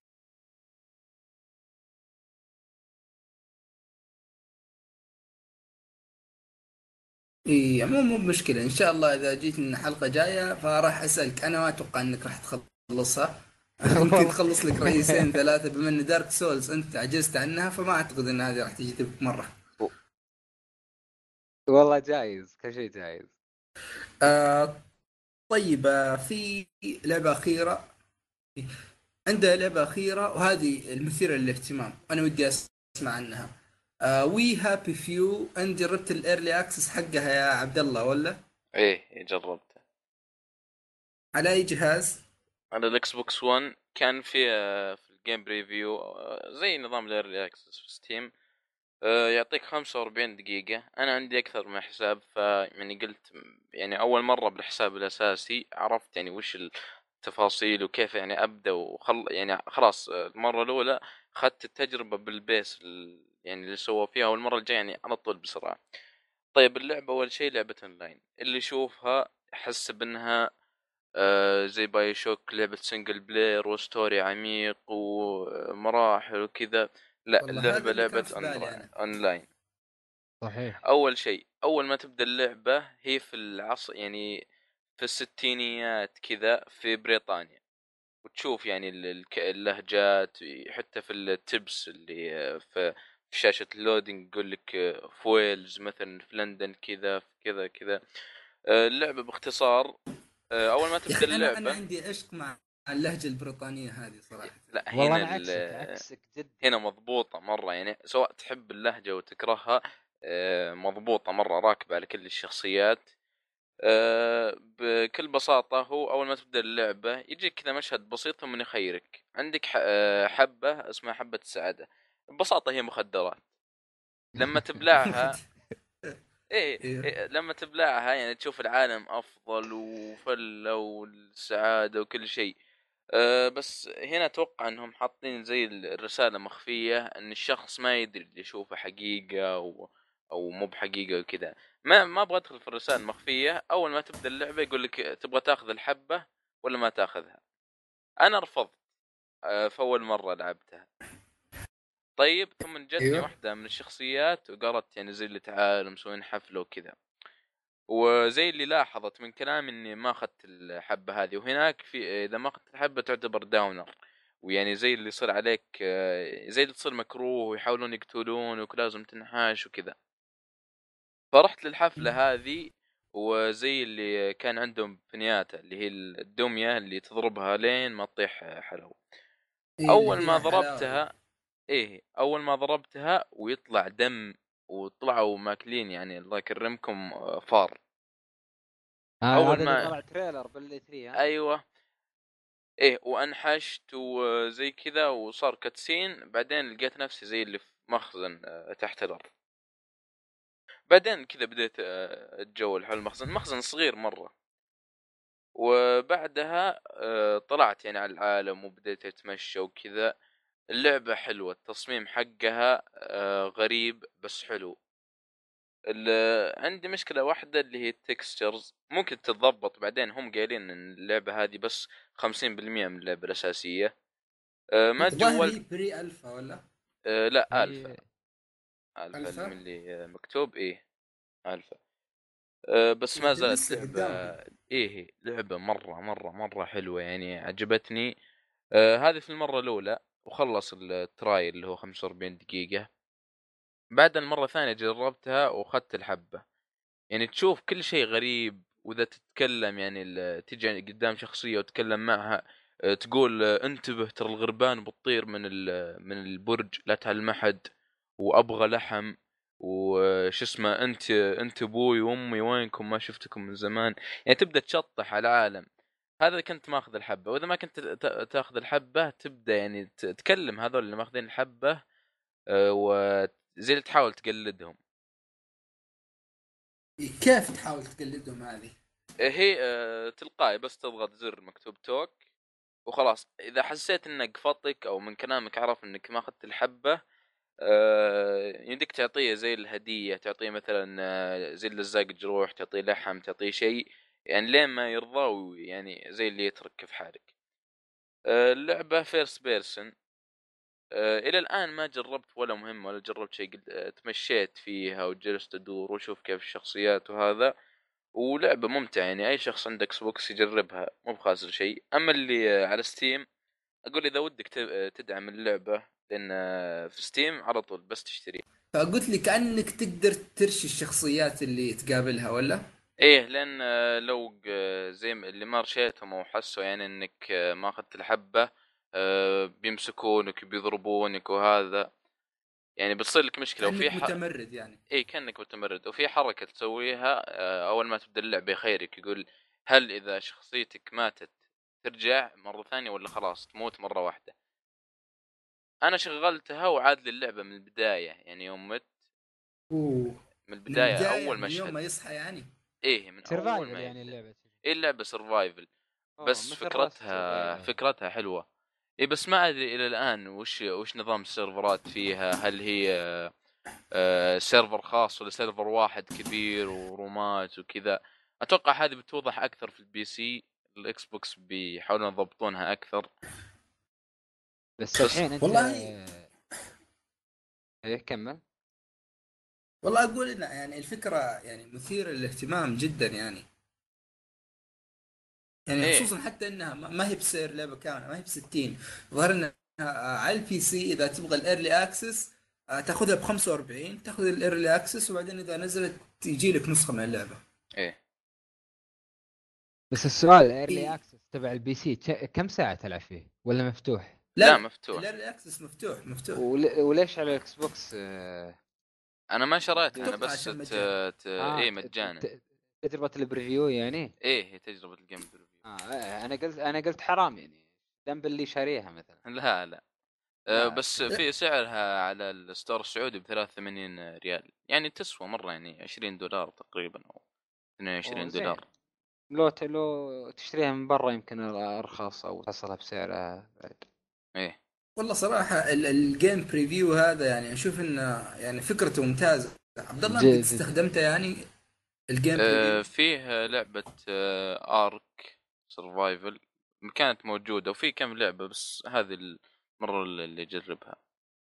ايه مو مو مشكله، ان شاء الله اذا جيت من حلقه جايه فراح اسالك. انا ما اتوقع انك راح تخلصها. يمكن والله تخلص لك رئيسين ثلاثة، بما ان دارك سولز انت عجزت عنها، فما اعتقد ان هذه راح تجي تبك مرة. والله جايز، كل شيء جايز. آه طيب، آه في لعبة أخيرة، عندها لعبة أخيرة وهذه المثيرة للاهتمام، أنا ودي أسمع عنها. وي هابي فيو، انت جربت الايرلي اكسس حقها يا عبد الله ولا؟ ايه جربته. على اي جهاز؟ على الاكس بوكس ون. كان في آه، في الجيم بريفيو آه، زي نظام الايرلي اكسس في ستيم. آه، يعطيك خمسة وأربعين دقيقة. أنا عندي أكثر من حساب، فيعني قلت يعني أول مرة بالحساب الأساسي عرفت يعني وش التفاصيل وكيف يعني أبدأ وخل يعني خلاص. آه، المرة الأولى أخذت التجربة بالبيس ال- يعني اللي سووا فيها، والمرة الجاية يعني على طول بسرعة. طيب اللعبة أول شيء لعبة أونلاين، اللي يشوفها يحس بأنها آه، زي باي شوك، لعبة سنجل بلاير وستوري عميق ومراحل وكذا. لا، والله هذا اللعبة اللي لعبة كان في بالي أونرا- انا. أونلاين. صحيح. اول شيء اول ما تبدا اللعبه هي في العصر يعني في الستينيات كذا في بريطانيا. وتشوف يعني ال- الك- اللهجات، حتى في التبس اللي في في شاشة اللودينج يقول لك في ويلز مثلا، في لندن كذا، في كذا كذا. آه، اللعبة باختصار، آه، أول ما يا تبدأ اخي انا انا اللعبة. عندي عشق مع اللهجه البريطانيه هذه صراحه. لا، والله هنا انا عكسك ال- عكسك جدا. هنا مضبوطة مرة، يعني سواء تحب اللهجة وتكرهها، آه، مضبوطة مرة، راكبة على كل الشخصيات. أه بكل بساطة، هو أول ما تبدأ اللعبة يجيك كذا مشهد بسيط ثم يخيرك عندك ح- آه، حبة اسمها حبة السعادة. ببساطة هي مخدرات. لما تبلعها، إيه, ايوه. إيه لما تبلعها يعني تشوف العالم أفضل وفلة والسعادة وكل شيء. أه بس هنا أتوقع أنهم حاطين زي الرسالة مخفية، أن الشخص ما يدري اللي يشوفه حقيقة أو أو مو بحقيقة وكذا. ما ما أبغى أدخل في الرسالة المخفية. أول ما تبدأ اللعبة يقول لك تبغى تاخذ الحبة ولا ما تاخذها. أنا رفضت أه في أول مرة لعبتها. طيب ثم جتني ايوه. واحدة من الشخصيات وقالت يعني زي اللي تعال مسوين حفلة وكذا. وزي اللي لاحظت من كلام اني ما اخذت الحبة هذه، وهناك في اذا ما اخذت الحبة تعتبر داونر. ويعني زي اللي يصير عليك آه، زي اللي تصير مكروه ويحاولون يقتلونك ولازم تنحاش وكذا. فرحت للحفلة هذه، وزي اللي كان عندهم بنياتة اللي هي الدمية اللي تضربها لين ما تطيح حلو. اي اللي اول ما فيها حلاوه دي. ضربتها، ايه اول ما ضربتها ويطلع دم، وطلعوا ماكلين يعني الله يكرمكم آه، فار. آه اول هذا اللي ما، طلع تريلر باللي ثري ها. ايوه، ايه وانحشت وزي كذا وصار كاتسين. بعدين لقيت نفسي زي اللي في مخزن آه، تحت الارض. بعدين كذا بديت آه، اتجول حول المخزن، مخزن صغير مرة. وبعدها آه، طلعت يعني على العالم وبديت اتمشى وكذا. اللعبة حلوة، التصميم حقها آه، غريب بس حلو. ال- عندي مشكلة واحدة اللي هي التكستشرز، ممكن تتضبط بعدين. هم قايلين ان اللعبة هذه بس خمسين بالمية من اللعبة الأساسية. أه ما الظاهر تجولت. هي بري الفا ولا؟ أه لا، ألفا. هي ألفا الفا. من اللي مكتوب، إيه، ألفا. أه بس ما اذا زالت لسه لعبة. قدامها. إيه لعبة مرة مرة مرة حلوة يعني عجبتني. أه هذه في المرة الأولى وخلص الترايل اللي هو خمسة وأربعين دقيقة. بعد المرة الثانية جربتها وأخذت الحبة. يعني تشوف كل شيء غريب، وإذا تتكلم يعني ال- تجي قدام شخصية وتتكلم معها، أه، تقول أه، انتبه ترى الغربان بتطير من ال- من البرج، لا تعلم أحد، وأبغى لحم، وش اسمه، انت انت ابوي وامي وينكم ما شفتكم من زمان. يعني تبدا تشطح على العالم. هذا كنت ماخذ الحبه، واذا ما كنت ت- تاخذ الحبه تبدا يعني ت- تكلم هذول اللي ماخذين الحبه، أه، وزي اللي تحاول تقلدهم. كيف تحاول تقلدهم هذه؟ هي أه، تلقائي، بس تضغط زر مكتوب توك وخلاص. اذا حسيت انه قفطك او من كلامك عرف انك ما اخذت الحبه، آه، يمديك تعطيه زي الهديه، تعطيه مثلا آه، زي اللزاق جروح، تعطيه لحم، تعطيه شيء يعني لين ما يرضى، ويعني زي اللي يترك في حالك. آه، اللعبه فيرست بيرسون. الى الان ما جربت ولا مهمه ولا جربت شيء. قد آه، تمشيت فيها وجلست ادور واشوف كيف الشخصيات وهذا. ولعبه ممتعه يعني اي شخص عنده اكس بوكس يجربها، مو بخاسر شيء. اما اللي آه، على ستيم، اقول اذا ودك ت- آه، تدعم اللعبه، لان آه، في ستيم على طول بس تشتري. فقلت لي كأنك تقدر ترشي الشخصيات اللي تقابلها ولا؟ ايه لان آه، لو ق- زي ما- اللي ما رشيتهم او حسوا يعني انك آه، ما اخذت الحبة، آه، بيمسكونك بيضربونك وهذا. يعني بتصير لك مشكله وفي كأنك ح... متمرد يعني. اي كانك متمرد، وفي حركه تسويها آه، اول ما تبدا اللعبه يخيرك يقول هل اذا شخصيتك ماتت ترجع مره ثانيه ولا خلاص تموت مره واحده. انا شغلتها وعاد لي اللعبه من البدايه، يعني يوم مت اوه، من من البدايه البداية اول من يوم مشهد. ما يصحى يعني. ايه من اول سرفايفل ما يعني يبدا. اللعبه. ايه اللعبه سرفايفل، اوه بس مثل راست فكرتها ايوه. فكرتها حلوه. ايه بس ما ادري الى الان وش وش نظام السيرفرات فيها، هل هي آه، سيرفر خاص ولا سيرفر واحد كبير ورومات وكذا. اتوقع هذه بتوضح اكثر في البي سي. الاكس بوكس بيحاولون يضبطونها اكثر. بس بس الحين انت والله ايه كمل. والله اقول ان يعني الفكرة يعني مثيرة للاهتمام جدا يعني. يعني ايه خصوصا حتى انها ما ما هي بسعر لعبة كاملة، ما هي ب ستين. ظهر انها آه، على البي سي اذا تبغى الايرلي اكسس تاخذها ب خمسة وأربعين، تاخذ الايرلي اكسس وبعدين اذا نزلت تجي لك نسخة من اللعبة. ايه بس السؤال ايرلي إيه. اكسس تبع البي سي ك- كم ساعه تلعب فيه ولا مفتوح؟ لا لا لا، مفتوح. الايرلي اكسس مفتوح مفتوح. ول... وليش على الاكس بوكس آه، انا ما شريتها، انا محدود؟ اتوقع بس عشان ت... مجاني. ت... اه ايه ت... ت... مجانا. ت... تجربه البريفيو يعني. ايه هي تجربة الجيم بريفيو. آه آه، انا قلت انا قلت حرام يعني ذنب اللي شاريها مثلا. لا لا أه لا بس اوكي. لا في سعرها على الستور السعودي ب ثلاثة وثمانين ريال، يعني تسوى مرة، يعني عشرين دولار تقريبا او اثنين اوه وعشرين زين. دولار. لو ت... لو تشتريها من برا يمكن ارخص او تصلها بسعرها بعد. ايه والله صراحة ال- الجيم بريفيو هذا يعني اشوف انه يعني فكرته ممتازة. عبد الله انت ج... ج... استخدمته يعني الجيم بريفيو؟ أه فيه لعبة أه ارك سرفايفل كانت موجودة، وفي كم لعبة بس هذه المرة اللي اجربها.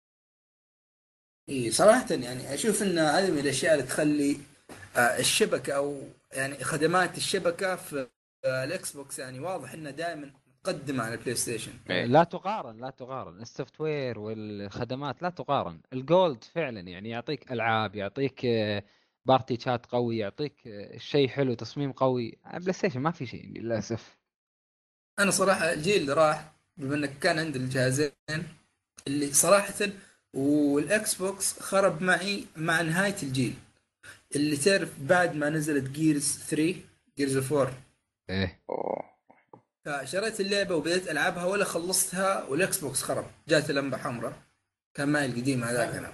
اي صراحة يعني اشوف ان هذه من الاشياء اللي تخلي آه، الشبكة او يعني خدمات الشبكة في آه، الاكس بوكس يعني واضح انها دائما متقدمة على البلاي ستيشن. ايه لا تقارن لا تقارن السوفت وير والخدمات لا تقارن. الجولد فعلا يعني يعطيك العاب، يعطيك آه، بارتي شات قوي، يعطيك آه، شيء حلو، تصميم قوي. بلاي ستيشن ما في شيء للاسف. انا صراحة الجيل اللي راح بما انك كان عندي الجهازين اللي صراحة، والاكس بوكس خرب معي مع نهاية الجيل. اللي تعرف بعد ما نزلت جيرز ثري، جيرز فور، ايه أوه. فشريت اللعبة وبدأت ألعبها ولا خلصتها والإكس بوكس خرب، جات لمبة حمراء. كان معي القديم هذاك أنا.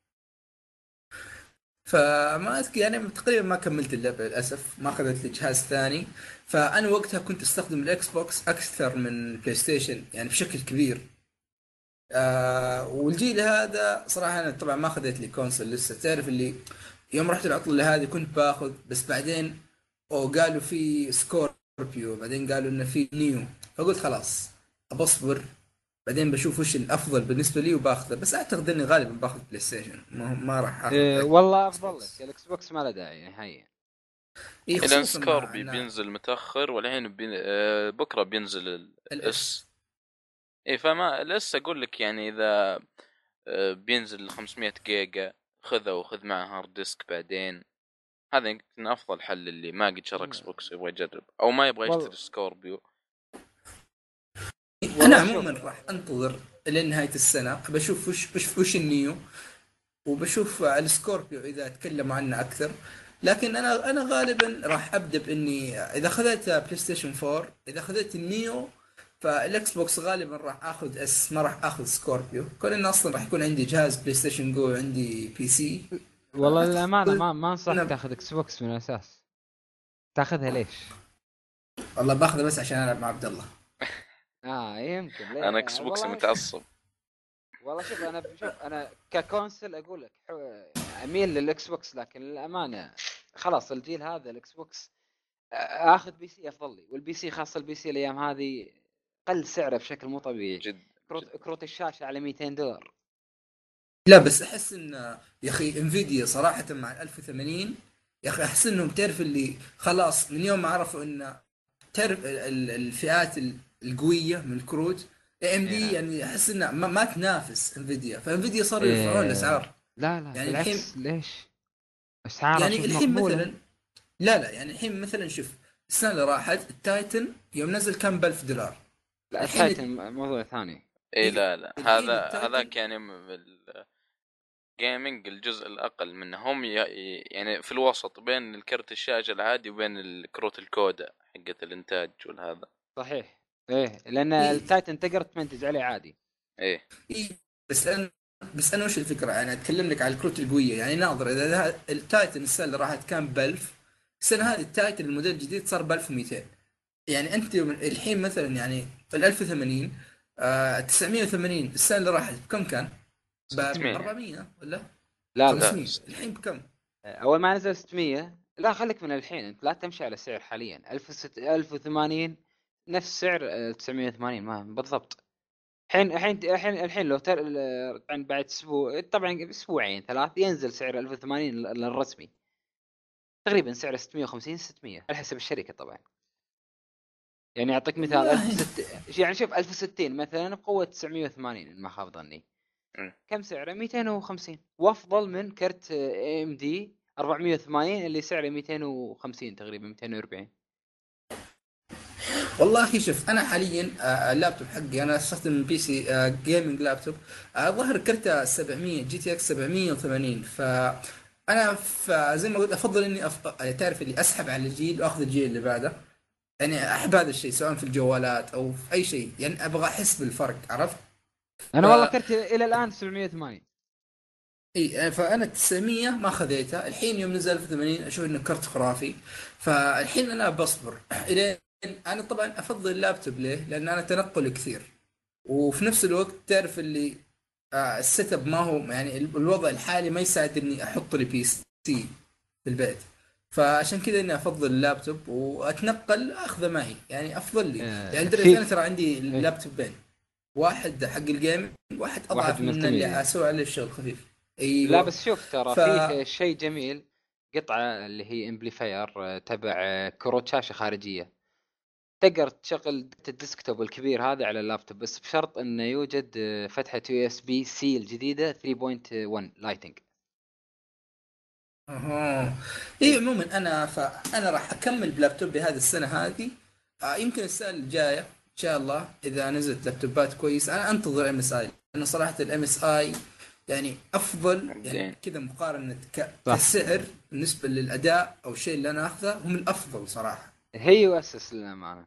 فما أذكر يعني تقريبا ما كملت اللعبة للأسف، ما أخذت لي جهاز ثاني. فأنا وقتها كنت أستخدم الإكس بوكس أكثر من بلاي ستيشن يعني بشكل كبير. آه والجيل هذا صراحة أنا طبعا ما أخذت لي كونسول لسه، تعرف اللي يوم رحت العطلة هذه كنت باخذ بس بعدين أو قالوا في سكوربيو، بعدين قالوا إنه في نيو، فقلت خلاص أبصبر، بعدين بشوف وش الافضل بالنسبه لي وباخذه. بس اعتقد اني غالبا باخذ بلاي ستيشن، ما, ما راح اخذ إيه، والله اكس افضل لك بوكس. الاكس بوكس، ما له داعي نهائيا. اي الان خصوصا مع سكوربي ان بينزل متاخر، والحين بين... آه، بكره بينزل الاس. الاس. اي فما لسه اقول لك يعني اذا آه، بينزل خمسمية جيجا خذه وخذ معه هارد ديسك بعدين. هذا يمكن افضل حل اللي ما قد شرى اكس بوكس يبغى يجرب او ما يبغى والله يشتري سكوربيو. انا والله شوف. عموما راح انتظر لين نهايه السنه بشوف وش وش, وش النيو، وبشوف السكوربيو اذا اتكلموا عنه اكثر. لكن انا انا غالبا راح ابدا باني اذا اخذت بلاي ستيشن فور، اذا اخذت النيو فالاكس بوكس غالبا راح اخذ اس، ما راح اخذ سكوربيو، كون انه اصلا راح يكون عندي جهاز بلاي ستيشن جو وعندي بي سي. والله للامانه اعتقد ما ما انصحك انه تاخذ اكس بوكس من الاساس. تاخذها ليش؟ والله باخذه بس عشان العب مع عبد الله. اه يمكن انا اكس ليه بوكس والله شوف. متعصب. والله شوف انا بشوف انا ككونسل اقول لك حو- اميل للاكس بوكس، لكن للامانه خلاص الجيل هذا الاكس بوكس اخذ بي سي افضل لي. والبي سي خاصه البي سي الايام هذه قل سعره بشكل مو طبيعي. جد كروت جد. كروت الشاشه على مئتين دولار. لا بس احس ان يا اخي انفيديا صراحه مع ال ألف وثمانين، يا اخي احس انهم تعرف اللي خلاص من يوم ما عرفوا ان تعرف ال- ال- الفئات ال- القويه من الكروت، اي ام دي إيه. يعني احس انها ما, ما تنافس انفيديا، فانفيديا صاروا يرفعون إيه. الاسعار. لا لا يعني الحين بالعكس ليش؟ اسعارها يعني شوف الحين مقبوله. مثلا لا لا يعني الحين مثلا شوف، السنه اللي راحت التايتن يوم نزل كان ب ألف دولار. لا الحين التايتن موضوع ثاني. اي إيه، لا لا الحين هذا التايتن هذاك يعني م- ال- جيمنج الجزء الاقل منهم ي... يعني في الوسط بين الكرت الشاشه العادي وبين الكروت الكودا حقت الانتاج والهذا. صحيح. ايه لان اي التايتن تقدر تمنتج عليه عادي. ايه اي بس انا بس انا وش الفكره؟ انا اتكلم لك على الكروت القويه. يعني ناظر اذا ده- التايتن السنه اللي راحت كان ب ألف، السنه هذه التايتن الموديل الجديد صار ب ألف ومئتين. يعني انت الحين مثلا يعني ال ألف وثمانين، آه تسعمئة وثمانين السنه اللي راحت بكم كان؟ ب ستمية. أربعمئة ولا لا لا، لا خمسمئة؟ ستمية. الحين بكم؟ اول ما نزل ستمية. لا خليك من الحين، انت لا تمشي على سعر حاليا. ألف وستمية ألف وثمانين نفس سعر آه، تسعمية وثمانين ما بالضبط. الحين الحين الحين الحين لو تر... طبعا بعد اسبوع، طبعا اسبوعين ثلاث ينزل سعر ألف وثمانين للرسمي، تقريبا سعر ستمية وخمسين ستمية على حسب الشركه طبعا. يعني اعطيك مثال والله ألف وستين، يعني شوف ألف وستين مثلا بقوه تسعمية وثمانين إن ما خاب ظني، مم. كم سعره؟ مئتين وخمسين، وافضل من كرت اي ام دي أربعمية وثمانين اللي سعره مئتين وخمسين تقريبا مئتين وأربعين. والله شوف انا حاليا آه، اللابتوب حقي انا استخدم بي سي آه، جيمنج لابتوب. آه، ظهر كرته سبعمئة جي تي اكس سبعمئة وثمانين. ف انا ف- زي ما قلت افضل اني أف... تعرف اللي اسحب على الجيل واخذ الجيل اللي بعده. يعني احب هذا الشيء سواء في الجوالات او في اي شيء، يعني ابغى احس بالفرق، عرفت؟ ف انا والله كرتي الى الان سبعمية وثمانين. اي فانا تسعمئة ما خذيتها. الحين يوم نزل ألف وثمانين اشوف انه كرت خرافي. فالحين انا بصبر الين. انا طبعا افضل اللابتوب ليه؟ لان انا تنقل كثير، وفي نفس الوقت تعرف اللي آه السيت اب ما هو يعني ال- الوضع الحالي ما يساعد اني احط لي بي سي في البيت. فعشان كذا اني افضل اللابتوب واتنقل اخذه معي، يعني افضل لي. يعني آه لدرجه انا في ترى عندي إيه؟ لابتوبين، واحد حق الجيم، واحد واحد اضعف من اللي ملتميديا. اسوي عليه الشغل خفيف. لا ايوه. بس شوف ترى ف فيه شيء جميل، قطعة اللي هي امبليفاير تبع آه، كروت شاشة خارجية، تقدر تشغل الديسكتوب الكبير هذا على اللابتوب، بس بشرط انه يوجد آه، فتحة يو اس بي سي الجديدة ثلاثة نقطة واحد لايتنج. اها. اي عموما انا فانا راح اكمل بلابتوبي هذه السنه هذه. آه يمكن السنه الجايه ان شاء الله اذا نزلت لابتوبات كويس انا انتظر ام اس اي. لانه صراحه الام اس اي يعني افضل، يعني بعدين كذا مقارنه ك... صح. كسعر بالنسبه للاداء او الشيء اللي انا اخذه هم الافضل صراحه. هي يؤسس للأمانة.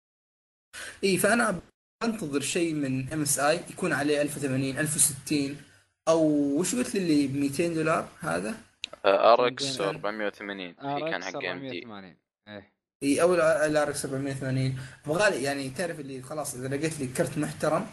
اي فانا بنتظر شيء من ام اس اي يكون عليه ألف وثمانين ألف وستين، او وش قلت لي اللي ب مئتين دولار هذا؟ ار من اكس بين أربعمية وثمانين ار في كان اكس حق ام دي. أربعمية وثمانين. ايه. اي او الار اكس سبعمئة وثمانين. ابغى يعني تعرف اللي خلاص اذا لقيت لي كرت محترم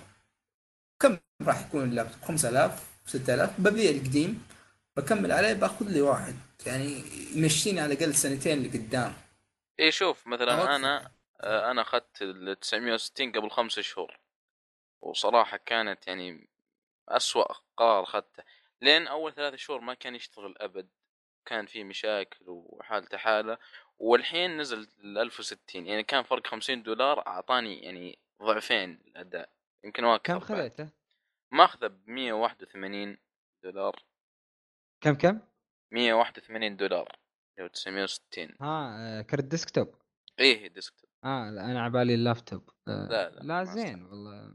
كم راح يكون اللابتوب؟ خمسة آلاف ستة آلاف ببيع القديم بكمل عليه باخذ لي واحد يعني يمشيني على الاقل سنتين لقدام ايه شوف او مثلا اكثر. انا آه، انا اخذت ال تسعمية وستين قبل خمس شهور، وصراحة كانت يعني أسوأ قرار اخذته، لين اول ثلاث شهور ما كان يشتغل ابد، كان في مشاكل وحالته حالة. والحين نزل ال ألف وستين، يعني كان فرق خمسين دولار، اعطاني يعني ضعفين الاداء، يمكن كم واكثر بعد. خذيته؟ ماخذه ب مية وواحد وثمانين دولار. كم كم؟ مية وواحد وثمانين دولار لو تسعمية وستين. ها آه، كرت ديسكتوب. ايه ديسكتوب. اه لا، انا عبالي اللابتوب. آه لا لا لا ما زين استاهل. والله.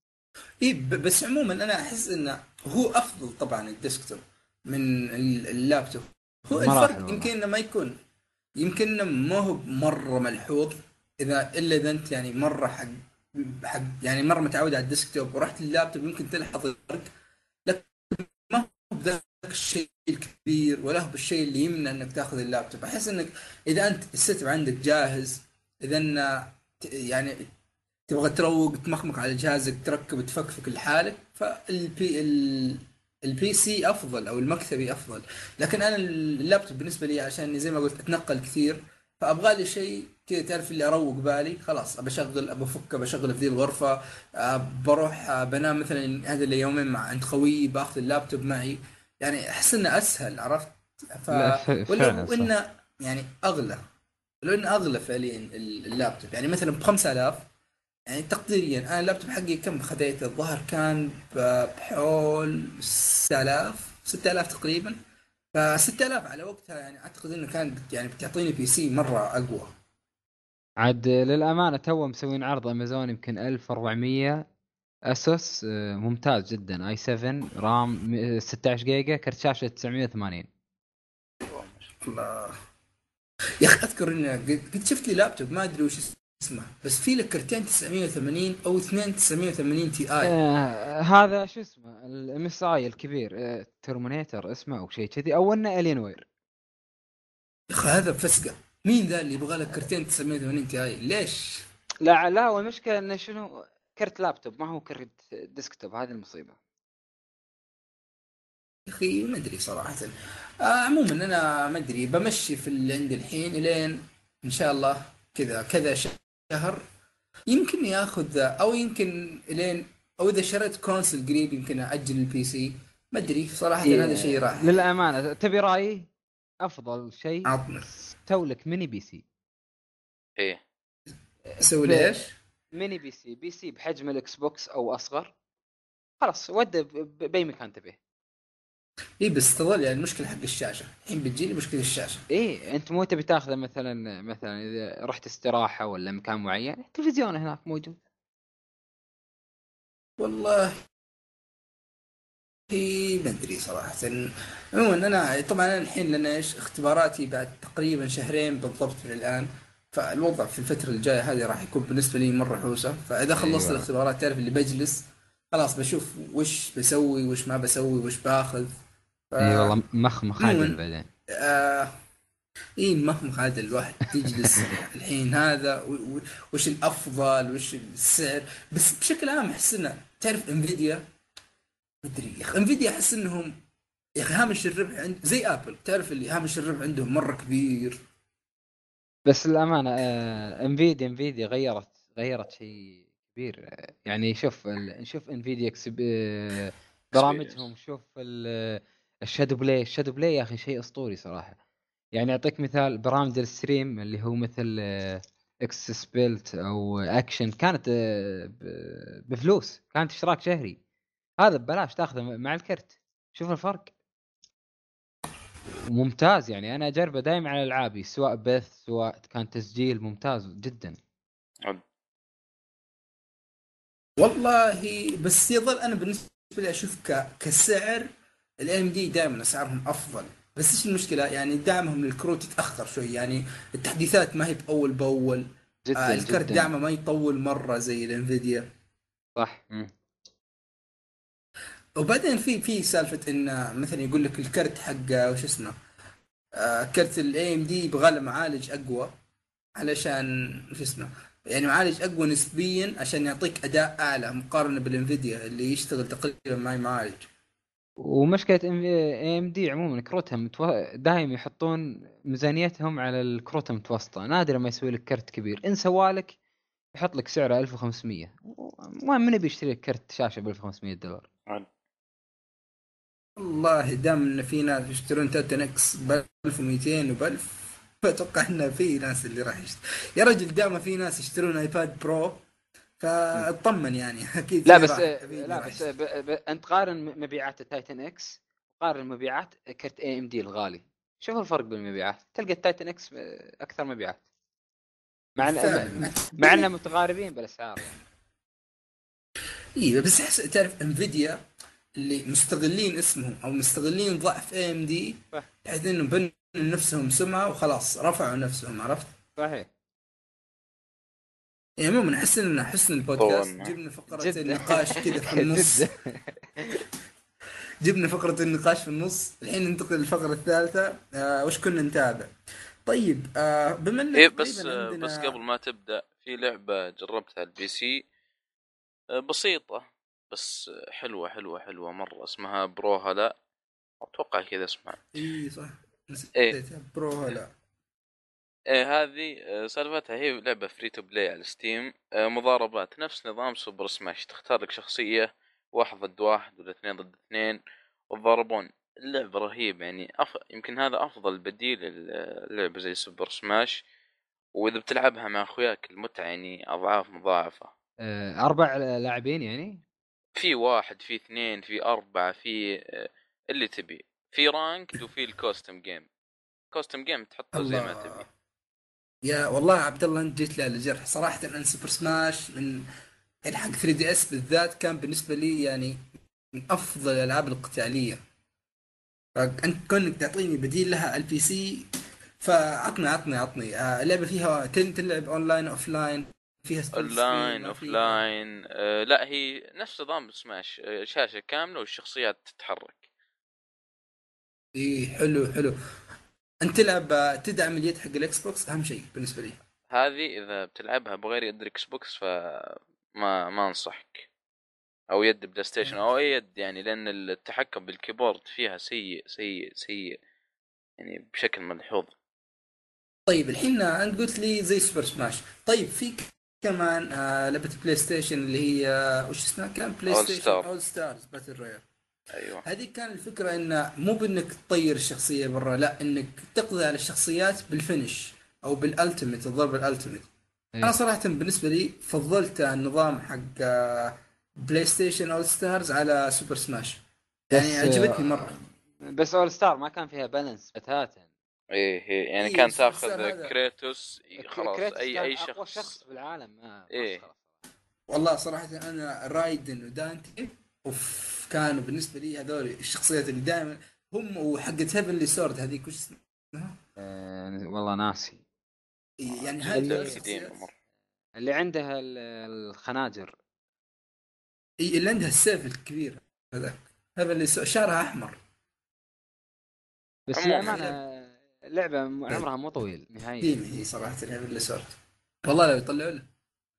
اي ب- بس عموما انا احس انه هو افضل طبعا الديسكتوب من ال- اللابتوب. هو بمراحل الفرق والله. يمكن انه ما يكون، يمكن إنه ما هو مره ملحوظ، اذا الا اذا انت يعني مره حق حق يعني مره متعود على الديسكتوب ورحت لللابتوب يمكن تلحظ الفرق. لكن ما هو بذاك الشيء الكبير ولا هو بالشيء اللي يمنع انك تاخذ اللابتوب. احس انك اذا انت السيت عندك جاهز، اذا إنه ت- يعني تبغى تروق تمخمك على جهازك تركب تفكفك لحالك فالبي ال البي سي افضل او المكتبي افضل. لكن انا اللابتوب بالنسبه لي عشان زي ما قلت اتنقل كثير، فابغى لي شيء كذا تعرف اللي اروق بالي. خلاص ابى اشغل ابى افك بشغله في ذي الغرفه. آه، بروح آه، بنام مثلا هذا اليومين مع عند خويي باخذ اللابتوب معي. يعني احس انه اسهل، عرفت؟ ف لا ف- فعلا ولو صح. انه يعني اغلى، لو انه اغلى فعليا اللابتوب يعني مثلا ب خمسة آلاف. يعني تقديريا انا اللابتوب حقي كم خذيته؟ الظهر كان ب- بحول ستة آلاف ستة آلاف تقريبا. ف ستة آلاف على وقتها يعني اعتقد انه كان يعني بتعطيني بي سي مره اقوى. عاد للأمانة تو مسوين عرض أمازون يمكن ألف وأربعمية اسوس آه، ممتاز جدا. اي سبعة رام م- ستة عشر جيجا، كرت شاشه تسعمية وثمانين. الله. يا اخي اذكر اني قد قد شفت لي لابتوب ما ادري وش اسمه، بس في لك كرتين تسعمية وثمانين او اثنين تسعمية وثمانين تي اي. آه هذا شو اسمه الام اس اي الكبير، آه ترمينيتر اسمه او شيء كذي، او انه الين وير. يا اخي هذا بفسقه. مين ذا اللي يبغى لك كرتين تسعمية وثمانين تي اي ليش؟ لا لا، والمشكله انه شنو، كرت لابتوب ما هو كرت ديسكتوب، هذه المصيبه. يا اخي ما ادري صراحه. آه عموما انا ما ادري بمشي في اللي عندي الحين الين ان شاء الله كذا كذا شهر. يمكن ياخذ او يمكن الين، او اذا شريت كونسل قريب يمكن اجل البي سي. ما ادري صراحه، هذا شيء إيه، راح. للامانه تبي رايي، افضل شيء عطنا. تولك ميني بي سي. ايه اسوي لي ايش؟ ميني بي سي، بي سي بحجم الاكس بوكس او اصغر، خلاص ود باي مكان تبيه. اي بس تظل يعني المشكله حق الشاشه الحين بتجيني مشكله الشاشه. ايه انت مو تبي تاخذه مثلا، مثلا اذا رحت استراحه ولا مكان معين، تلفزيون هناك موجود. والله ما ادري صراحه. عموما انا طبعا انا الحين لان ايش اختباراتي بعد تقريبا شهرين بالضبط من الان. فالوضع في الفتره الجايه هذه راح يكون بالنسبه لي مره حوسه. فاذا خلصت ايوه الاختبارات تعرف اللي بجلس خلاص بشوف وش بسوي وش ما بسوي وش باخذ. ف اي والله مخمخ عدل عموما بعدين. آه ايه مهما هذا الواحد تجلس الحين هذا و- و- وش الافضل وش السعر. بس بشكل عام احس انه تعرف انفيديا. مدري يا اخي انفيديا احس انهم يا اخي هامش الربح عند زي ابل، تعرف اللي هامش الربح عندهم مره كبير. بس الامانه آه انفيديا انفيديا غيرت غيرت شيء كبير. آه، يعني شوف ال... نشوف انفيديا اكس آه، برامجهم. اكسبيرينس. شوف ال... الشادو بلاي، الشادو بلاي يا اخي شيء اسطوري صراحه. يعني اعطيك مثال، برامج الستريم اللي هو مثل آه، اكس سبيلت او اكشن، كانت آه، ب- بفلوس، كانت اشتراك شهري. هذا ببلاش تاخذه مع الكرت. شوف الفرق، وممتاز. يعني انا اجربه دائما على العابي، سواء بث سواء كان تسجيل، ممتاز جدا. والله بس يظل انا بالنسبه لي اشوف ك... كسعر الام دي دائما اسعارهم افضل. بس ايش المشكله يعني دعمهم للكروت يتاخر شوي يعني. التحديثات ما هي باول باول. آه جدا الكرت جدا دعمه ما يطول مره زي الانفيديا. صح. مم. وبعدين في في سالفه ان مثلا يقول لك الكرت حق وش اسمه آه كرت الاي ام دي يبغى له معالج اقوى علشان وش اسمه يعني معالج اقوى نسبيا عشان يعطيك اداء اعلى مقارنه بالانفيديا اللي يشتغل تقريبا معي معالج. ومشكله اي ام دي عموما كروتها متو... دائما يحطون ميزانيتهم على الكروت المتوسطه، نادر ما يسوي لك كرت كبير. ان سوالك يحط لك سعره ألف وخمسمية. المهم من بيشتري لك كرت شاشه ب ألف وخمسمية دولار؟ عاد. والله دام ان في ناس يشترون تاتن اكس ب ألف ومئتين وب ألف فاتوقع ان في ناس اللي راح يشتري. يا رجل دام في ناس يشترون ايباد برو مم. فاطمن يعني اكيد لا في بس راح في اللي لا راح بس يشتري. ب... ب... انت قارن مبيعات التايتن اكس، قارن مبيعات كرت اي ام دي الغالي. شوف الفرق بالمبيعات، تلقى التايتن اكس اكثر مبيعات، مع فعلا. ان مع اننا متقاربين بالاسعار يعني. ايوه بس احس تعرف انفيديا اللي مستغلين اسمهم او مستغلين ضعف اي ام دي صح بحيث انهم بنوا لنفسهم سمعه وخلاص رفعوا نفسهم عرفت. صحيح يعني عموما احس ان حسن البودكاست طولنا. جبنا فقره جدا النقاش كذا في النص. جدا. جبنا فقرة النقاش في النص الحين ننتقل للفقرة الثالثة. آه وش كنا نتابع؟ طيب آه بما ان ايه بس تقريبا بس عندنا. قبل ما تبدأ، في لعبة جربتها على البي سي، بسيطة بس حلوة حلوة حلوة مرة، اسمها برو هلا، اتوقع كذا اسمها. اي صح ايه نسيتها برو هلا. ايه هذه آه، سالفتها هي لعبة فري تو بلاي على ستيم، آه، مضاربات نفس نظام سوبر سماش، تختار لك شخصية واحد ضد واحد ولا اثنين ضد اثنين وتضاربون. اللعبة رهيب يعني، أف... يمكن هذا افضل بديل اللعبة زي سوبر سماش، واذا بتلعبها مع اخوياك المتعة يعني اضعاف مضاعفة. آه، اربع لاعبين يعني. في واحد، في اثنين، في اربعة، في آه، اللي تبي، في رانكد وفي الكوستم جيم. كوستم جيم تحطه زي ما الله. تبي. يا والله عبد الله انت جيت لي على الجرح صراحة. ان سوبر سماش من يعني حق ثري دي اس بالذات كان بالنسبه لي يعني من افضل الالعاب القتاليه. فانت كونك تعطيني بديل لها على البي سي، فعطني عطني عطني آه، اللعبه فيها تن- تلعب اونلاين اوف لاين، فيها سبليت سكرين اونلاين ما اوف فيها؟ لاين. أه لا، هي نفس نظام سماش، أه شاشة كاملة والشخصيات تتحرك. اي حلو حلو. انت تلعب آه، تدعم اليد حق الاكس بوكس، اهم شيء بالنسبه لي. هذه اذا بتلعبها بغير يد اكس بوكس فما ما انصحك، او يد بلاي ستيشن او اي يد يعني، لان التحكم بالكيبورد فيها سيء سيء سيء يعني بشكل ملحوظ. طيب الحين انت قلت لي زي سوبر سماش، طيب في كمان آه لعبة بلاي ستيشن اللي هي آه، وش اسمها، كان بلاي اول ستيشن ستار. اول ستارز باتل رويال. ايوه. هذه كان الفكرة انه مو بانك تطير الشخصية برا، لا انك تقضي على الشخصيات بالفينش او بالالتيميت، الضرب الالتيميت. انا ايه صراحة بالنسبة لي فضلت النظام حق آه، بلاي ستيشن اول ستارز على سوبر سماش، يعني بس عجبتني مرة. آه، بس اول ستار ما كان فيها بالانس بتاتا. ايه هي يعني اي كان سوبر ستار تاخذ هذا، كريتوس، ك- خلاص كريتوس اي كان اي اقوى شخص. شخص في العالم، ما ايه. مسخره. والله صراحة أنا رايدن ودانتي أوف كانوا بالنسبة لي هذول الشخصيات اللي دائما هم، وحقت هيفنلي سورد هذيك وش اسمها؟ آه والله ناسي. يعني هذه جدا اللي قديمة الشخصيات. مرة. اللي عندها ال- الخناجر. هي اللي عندها السيف الكبير هذاك، هيفنلي سورد شعرها أحمر. بس عموما للأمانة اللعبة لعبة عمرها مو طويل نهائيا. قديمة هي صراحة، هيفنلي سورد والله لو يطلعوا له.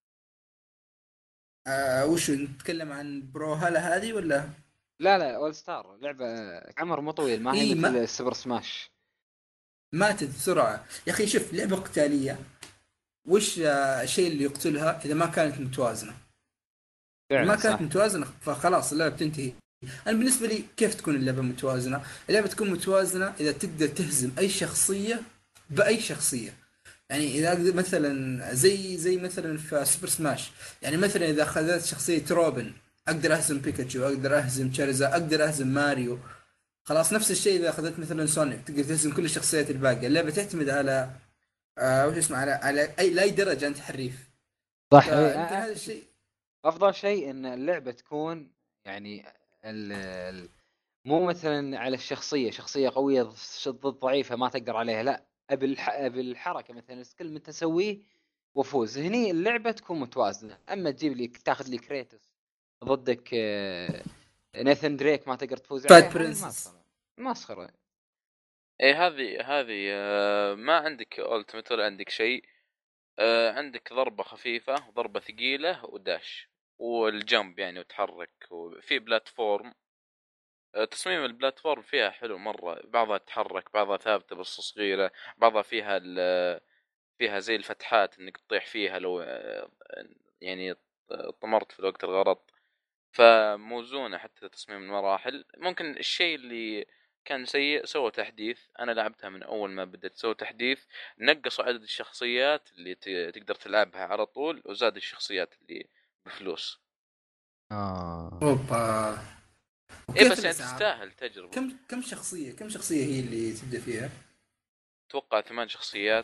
آه وش نتكلم عن برو هلا هذه ولا؟ لا لا، اول ستار لعبة عمر مو طويل، ما هي اي مثل ما السوبر سماش. ماتت بسرعة يا أخي. شوف لعبة قتالية، وش آه، الشيء اللي يقتلها إذا ما كانت متوازنة؟ ما فعلا كانت صح. متوازنة فخلاص اللعبة بتنتهي. أنا بالنسبة لي كيف تكون اللعبة متوازنة؟ اللعبة تكون متوازنة إذا تقدر تهزم أي شخصية بأي شخصية. يعني إذا أقدر مثلا زي زي مثلا في سوبر سماش، يعني مثلا إذا أخذت شخصية روبن أقدر أهزم بيكاتشو، أقدر أهزم تشارزا، أقدر أهزم ماريو. خلاص نفس الشيء إذا أخذت مثلا سونيك تقدر تهزم كل الشخصيات الباقية. اللعبة تعتمد على آه وش اسمه، على على أي لاي درجة أنت حريف. صح اي فيمكن هذا أ- الشيء. افضل شيء ان اللعبة تكون يعني ال ال مو مثلا على الشخصية، شخصية قوية ضد ضعيفة ما تقدر عليها، لا ابي الح... ابي الحركة مثلا سكيل من تسويه وافوز. هني اللعبة تكون متوازنة. اما تجيب لي تاخذ لي كريتوس ضدك آه، ناثن دريك ما تقدر تفوز فات عليه، هذه برنسس. مسخرة مسخرة. ايه هذه هذه آه، ما عندك التيمت ولا عندك شيء. آه، عندك ضربة خفيفة وضربة ثقيلة وداش والجمب يعني وتحرك وفي بلاتفورم. آه، تصميم البلاتفورم فيها حلو مرة، بعضها تتحرك بعضها ثابتة بس صغيرة، بعضها فيها ال- فيها زي الفتحات انك تطيح فيها لو آه، يعني طمرت في وقت الغلط. فموزونة حتى تصميم المراحل. ممكن الشيء اللي كان سيء سوى تحديث، انا لعبتها من اول ما بدأت، سوى تحديث نقصوا عدد الشخصيات اللي ت- تقدر تلعبها على طول، وزاد الشخصيات اللي بفلوس. اه اوبا. ايه وكيف بس يعني الاسعار؟ تستاهل تجربة. كم كم شخصية كم شخصية هي اللي تبدأ فيها؟ اتوقع ثمان شخصيات.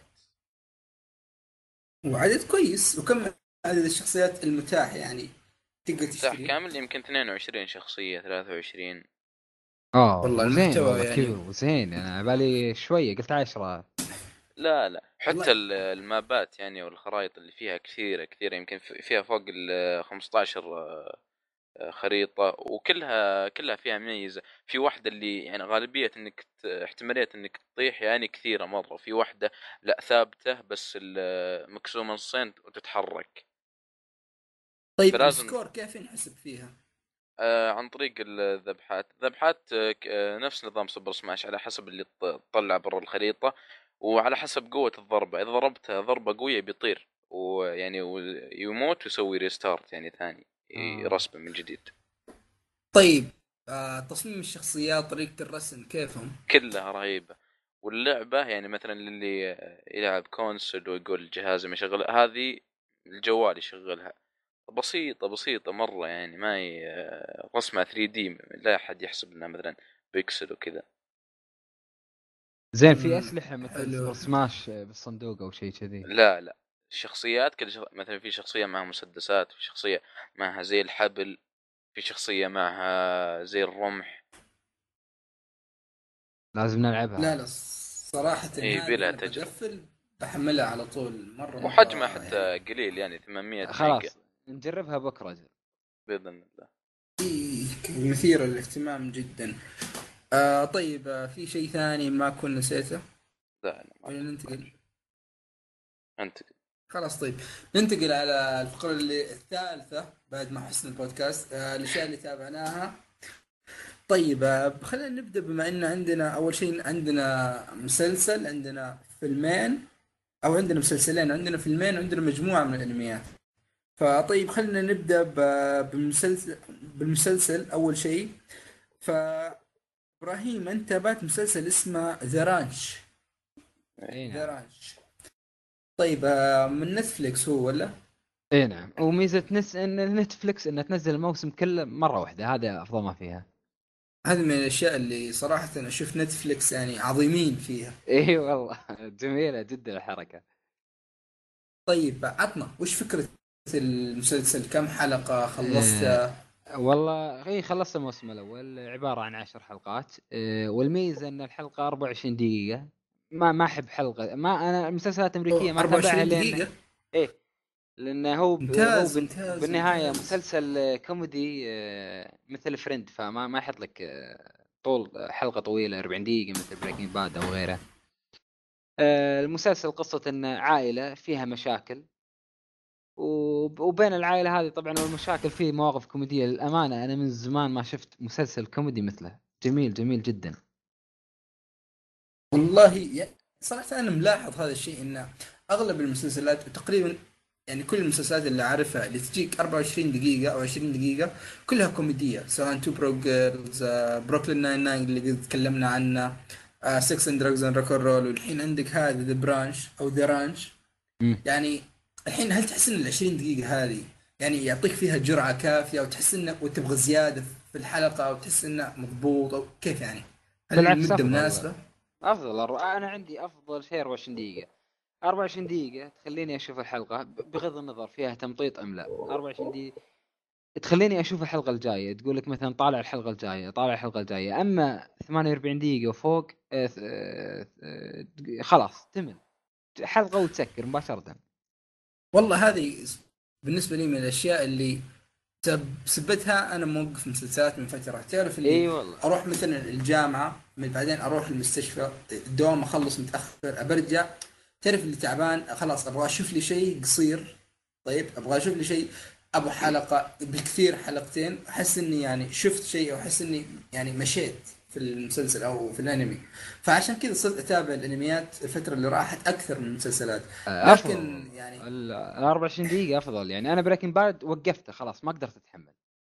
وعدد كويس. وكم عدد الشخصيات المتاح يعني تقدر المتاح تشتري؟ كامل يمكن اثنين وعشرين شخصية، ثلاثة وعشرين. اه والله وزين المحتوى والله يعني. كبير وزين. انا على بالي شوية قلت عشرة. لا لا، حتى والله ال- المابات يعني والخرائط اللي فيها كثيرة كثيرة، يمكن في- فيها فوق ال خمسة عشر خريطة، وكلها كلها فيها ميزة. في واحدة اللي يعني غالبية انك ت- احتمالية انك تطيح يعني كثيرة مرة، وفي واحدة لا ثابتة بس ال- مقسومة نصين وتتحرك. طيب فلازم السكور كيف ينحسب فيها؟ آه عن طريق الذبحات. الذبحات آه ك- آه، نفس نظام سوبر سماش، على حسب اللي ط- تطلع برا الخريطة، وعلى حسب قوة الضربة. إذا ضربتها ضربة قوية بيطير ويعني ويموت ويسوي ريستارت يعني ثاني، اه يرسبه من جديد. طيب آه تصميم الشخصيات، طريقة الرسم كيفهم؟ كلها رهيبة. واللعبة يعني مثلا للي يلعب كونسول ويقول الجهاز ما يشغل، هذه الجوال يشغلها. بسيطة بسيطة مرة يعني، ما هي رسمة ثري دي لا أحد يحسب انها مثلا بيكسل وكذا. زين. في امم اسلحة مثل حلو. سوبر سماش بالصندوق او شيء كذي؟ لا لا، الشخصيات كل شخ... مثلا في شخصية معها مسدسات، في شخصية معها زي الحبل، في شخصية معها زي الرمح. لازم نلعبها لا هذه. لا صراحة اي هذه بلا أنا تجربة. بقفل بحملها على طول، مرة وحجمها مرة يعني. حتى قليل يعني ثمانمية ميجا. خلاص نجربها بكره جل. بإذن الله. إيه، مثير للاهتمام جدا. آه طيب، آه في شيء ثاني ما كنا نسيته لا أنا ما ولا أتوقع. ننتقل؟ أنت. خلاص طيب، ننتقل على الفقرة اللي الثالثة بعد ما حسن البودكاست، آه الأشياء اللي تابعناها. طيب آه خلينا نبدأ، بما إن عندنا أول شيء عندنا مسلسل، عندنا فيلمين، أو عندنا مسلسلين، عندنا فيلمين، وعندنا مجموعة من الأنميات. فطيب خلينا نبدأ ب- بالمسلسل بالمسلسل أول شيء. فإبراهيم، أنت تابعت مسلسل اسمه ذا رانش؟ اي ذا نعم. رانش. طيب آه من نتفليكس هو ولا؟ اي نعم، وميزه نس ان نتفلكس انها تنزل الموسم كله مره واحده، هذا افضل ما فيها. هذه من الأشياء اللي صراحة أنا أشوف نتفليكس يعني عظيمين فيها. اي والله جميله جدا الحركه. طيب عطنا وش فكرة المسلسل، كم حلقة أه خلصت؟ والله اي خلصت الموسم الاول، عباره عن عشر حلقات. أه والميزه ان الحلقه أربعة وعشرين دقيقه. ما ما احب حلقه، ما انا المسلسلات الامريكيه ما اتابعها أربعة وعشرين لان دقيقة؟ ايه، لانه هو ب... هو ممتاز بال... ممتاز بالنهايه ممتاز. مسلسل آه، كوميدي، آه، مثل فريند، فما ما يحط لك آه، طول حلقه طويله أربعين دقيقه مثل بريكنج باد او غيره. آه، المسلسل قصه ان عائله فيها مشاكل، وب- وبين العائله هذه طبعا والمشاكل فيه مواقف كوميديه. للامانه انا من زمان ما شفت مسلسل كوميدي مثله، جميل جميل جدا. والله يا- صراحة أنا ملاحظ هذا الشيء، إن أغلب المسلسلات تقريبا، يعني كل المسلسلات اللي أعرفها اللي تجيك أربعة وعشرين دقيقة أو عشرين دقيقة كلها كوميدية، سواء تو برو جيرلز، بروكلين ناين ناين اللي قد تكلمنا عنه، سكس اند دراجز اند روك رول، والحين عندك هذا ذا برانش أو ذا رانش. مم. يعني الحين هل تحس إن العشرين دقيقة هذه يعني يعطيك فيها جرعة كافية، أو تحس إنك وتبغى زيادة في الحلقة، أو تحس إنه مضبوط، أو كيف يعني؟ هل بالعكس المدة افضل. مناسبة؟ افضل أر- انا عندي افضل شيء أربعة وعشرين دقيقه. أربعة وعشرين دقيقة تخليني أشوف الحلقة ب- بغض النظر فيها تمطيط أم لا. أربعة وعشرين دقيقة تخليني أشوف الحلقة الجاية، تقول لك مثلا طالع الحلقة الجاية، طالع الحلقة الجاية. أما ثمانية وأربعين دقيقة وفوق آه، ث- آه، آه، خلاص تمل حلقة وتسكر مباشرة. والله هذه بالنسبة لي من الأشياء اللي سب- سبتها أنا موقف مسلسلات من فترة، تعرف اللي اي والله. أروح مثلا الجامعة، من بعدين أروح المستشفى، الدوام أخلص متأخر أبرجع، تعرف اللي تعبان خلاص أبغى أشوف لي شيء قصير. طيب أبغى أشوف لي شيء أبو حلقة بالكثير حلقتين، أحس إني يعني شفت شيء، أو أحس إني يعني مشيت في المسلسل أو في الأنمي. فعشان كذا صرت أتابع الأنميات الفترة اللي راحت أكثر من المسلسلات. آه، لكن أفضل. يعني ال أربعة وعشرين دقيقة أفضل. يعني أنا بريكنج باد وقفته خلاص ما قدرت أتحمل.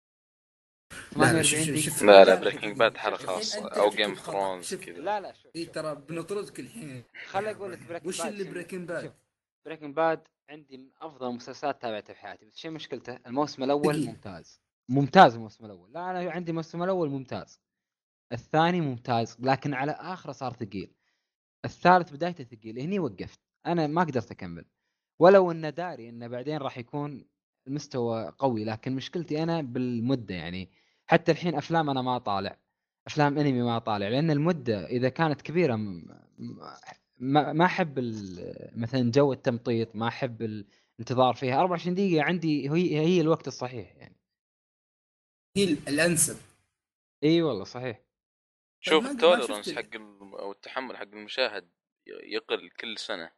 لا لا شوف ثمانية وأربعين شوف دقيقة. شوف لا لا، لا لا بريكنج دقيقة باد دقيقة، حلقة الحين خاصة أنت أو جيم فكر اوف خطأ، ثرونز شوف. كذا. لا لا شوف اي شوف. ترى بنطردك الحين خليني يا اقول لك ابراهيم، بريكنج وش باد اللي شم... بريكنج شوف. باد؟ بريكنج باد عندي من افضل المسلسلات تابعتها في حياتي، بس شو مشكلته؟ الموسم الاول ثقيل. ممتاز. ممتاز الموسم الاول. لا انا عندي الموسم الاول ممتاز، الثاني ممتاز، لكن على اخره صار ثقيل. الثالث بدايته ثقيل، هني وقفت. انا ما قدرت اكمل، ولو ان داري انه بعدين راح يكون المستوى قوي، لكن مشكلتي انا بالمده. يعني حتى الحين افلام انا ما طالع، افلام انمي ما طالع، لان المده اذا كانت كبيره م- م- ما ما احب ال- مثلا جو التمطيط، ما احب الانتظار فيها. أربعة وعشرين دقيقه عندي هي هي الوقت الصحيح يعني. هي الانسب. اي والله صحيح. طيب شوف ما ما شفت التوليرنس حق ال... ال... أو التحمل حق المشاهد يقل كل سنة.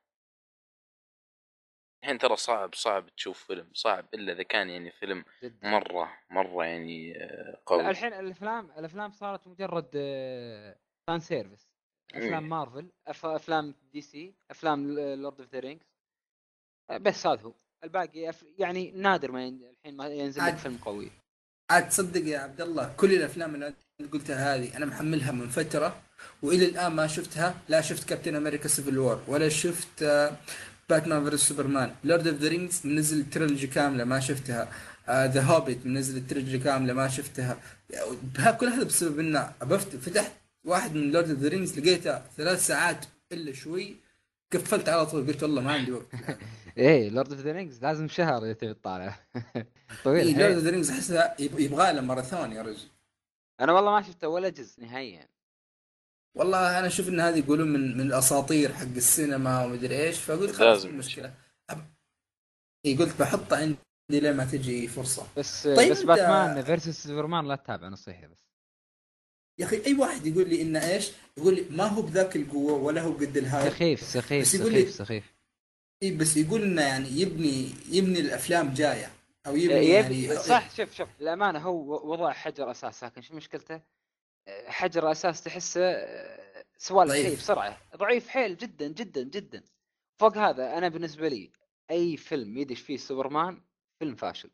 الحين ترى صعب صعب تشوف فيلم، صعب إلا إذا كان يعني فيلم جدا. مرة مرة يعني آه، لا قوي. الحين الافلام الافلام صارت مجرد فان سيرفيس. افلام إيه. مارفل، أف- افلام دي سي، افلام لورد اوف ذا رينجز، بس هذا هو. الباقي أف... يعني نادر ما ين... الحين ما ينزل لك عاد فيلم قوي. عاد تصدق يا عبد الله، كل الافلام اللي انت قلتها هذه انا محملها من فتره، والى الان ما شفتها. لا شفت كابتن امريكا سيفل وور، ولا شفت آه، باتمان فيرس سوبرمان. لورد اوف ذا رينجز منزل تريلوجي كامله ما شفتها. ذا هوبيت منزل التريلوجي كامله ما شفتها. بها- كل هذا بسبب ان بفت فتحت واحد من لورد اوف ذا رينجز، لقيته ثلاث ساعات الا شوي، قفلت على طول، قلت والله ما عندي وقت الان. ايه لورد اوف ذا رينجز لازم شهر اذا تبي تطالع. طويل اي لورد اوف حيل. ذا رينجز احسها يب- يبغى له ماراثون يا رجل. انا والله ما شفته ولا جزء نهائيا. والله انا اشوف ان هذه يقولون من من الاساطير حق السينما ومدري ايش، فقلت خلاص مو لازم تشوف. مشكله. أب... اي قلت بحطه عندي لما تجي فرصه. بس طيب بس انت باتمان فيرسس سوبرمان لا تتابع نصيحة بس. يا اخي اي واحد يقول لي انه ايش، يقول لي ما هو بذاك القوه ولا هو قد الهايب، سخيف سخيف بس يقول سخيف لي سخيف. اي بس يقول انه يعني يبني يبني الافلام جايه، او يبني يعني. يبي صح. شوف شوف الأمانة هو وضع حجر أساس، لكن شو مشكلته؟ حجر أساس تحسه آه، سوالف فيه ضعيف. بسرعة، ضعيف حيل جدا جدا جدا. فوق هذا أنا بالنسبة لي أي فيلم يدش فيه سوبرمان فيلم فاشل.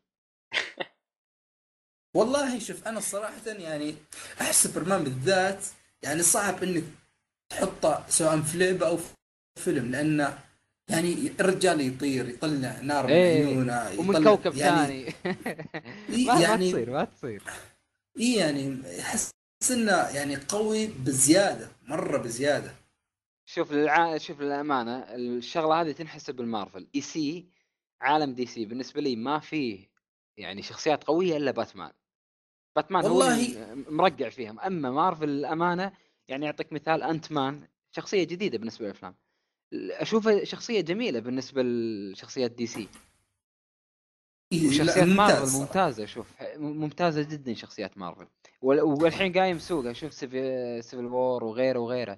والله شوف انا الصراحه يعني احس سوبرمان بالذات يعني صعب انك تحطه سواء في لعبه او في فيلم، لانه يعني الرجال يطير يطلع نار من ايه عيونه ومن يطلع كوكب يعني. ثاني. إيه ما ما يعني تصير ما تصير. إيه يعني احس انه يعني قوي بزياده مره بزياده. شوف للع... شوف للأمانة الشغلة هذه تنحسب بالمارفل دي سي. عالم دي سي بالنسبة لي ما فيه يعني شخصيات قوية إلا باتمان. باتمان هو والله اللي مرقع فيهم. أما مارفل للأمانة يعني أعطيك مثال أنت مان شخصية جديدة بالنسبة للأفلام، أشوفها شخصية جميلة بالنسبة لشخصيات دي سي. إيه لا وشخصيات ممتاز مارفل صراحه. ممتازة. شوف ممتازة جدا شخصيات مارفل. وال- والحين قايم سوقها. شوف سيفي... سيفل وور وغيره وغيره.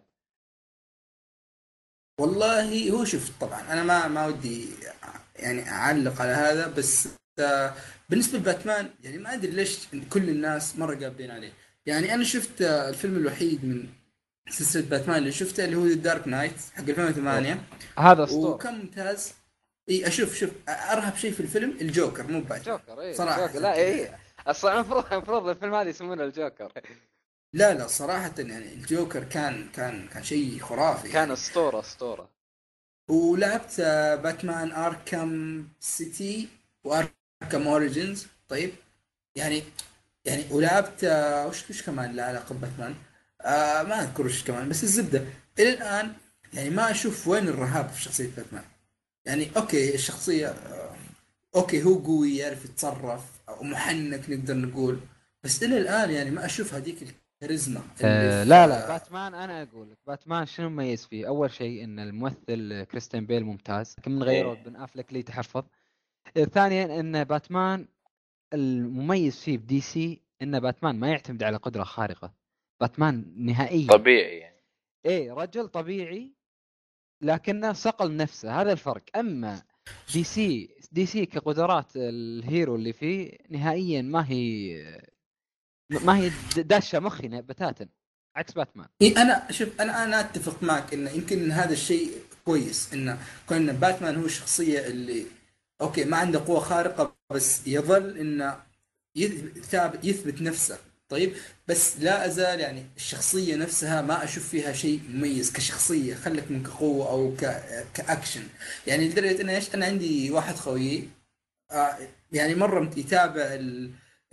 والله هو شوف طبعا انا ما ما ودي يعني اعلق على هذا، بس آه، بالنسبه لباتمان يعني ما ادري ليش كل الناس مره قابلين عليه. يعني انا شفت آه، الفيلم الوحيد من سلسله باتمان اللي شفته اللي هو دارك نايت حق ألفين وثمانية، هذا أسطورة. وكان ممتاز. اي اشوف شوف ارهب شيء في الفيلم الجوكر مو باتمان جوكر ايه صراحه جوكر لا كذا ايه. يعني. اصلا المفروض المفروض الفيلم هذا يسمونه الجوكر. لا لا صراحه يعني الجوكر كان كان كان شيء خرافي كان يعني. اسطوره اسطوره. ولعبت آه، باتمان اركام سيتي واركام اوريجينز. طيب يعني يعني ولعبت آه، وش وش كمان له علاقه بباتمان، آه ما اذكر وش كمان، بس الزبده الى الان يعني ما اشوف وين الرهاب في شخصيه باتمان. يعني اوكي الشخصيه آه اوكي هو قوي يعرف يتصرف او محنك نقدر نقول، بس الى الان يعني ما اشوف هذيك الكاريزما اللي أه في لا لا آه باتمان انا اقول لك باتمان شنو مميز فيه. اول شيء ان الممثل كريستيان بيل ممتاز، لكن من غيره ايه بن افلك لي تحفظ. آه، ثانيا ان باتمان المميز فيه بدي سي ان باتمان ما يعتمد على قدره خارقه. باتمان نهائيا طبيعي يعني. ايه رجل طبيعي لكنه صقل نفسه. هذا الفرق. اما دي سي دي سي كقدرات الهيرو اللي فيه نهائيا ما هي ما هي داشه مخي بتاتا عكس باتمان. إيه انا شوف انا انا اتفق معك انه يمكن هذا الشيء كويس، انه كون باتمان هو الشخصيه اللي اوكي ما عنده قوه خارقه بس يظل انه يثبت يثبت نفسه. طيب بس لا ازال يعني الشخصيه نفسها ما اشوف فيها شيء مميز كشخصيه، خلك من كقوه او ك كاكشن. يعني لدرجه ان ايش انا عندي واحد خويي آه يعني مرة مت- يتابع ال...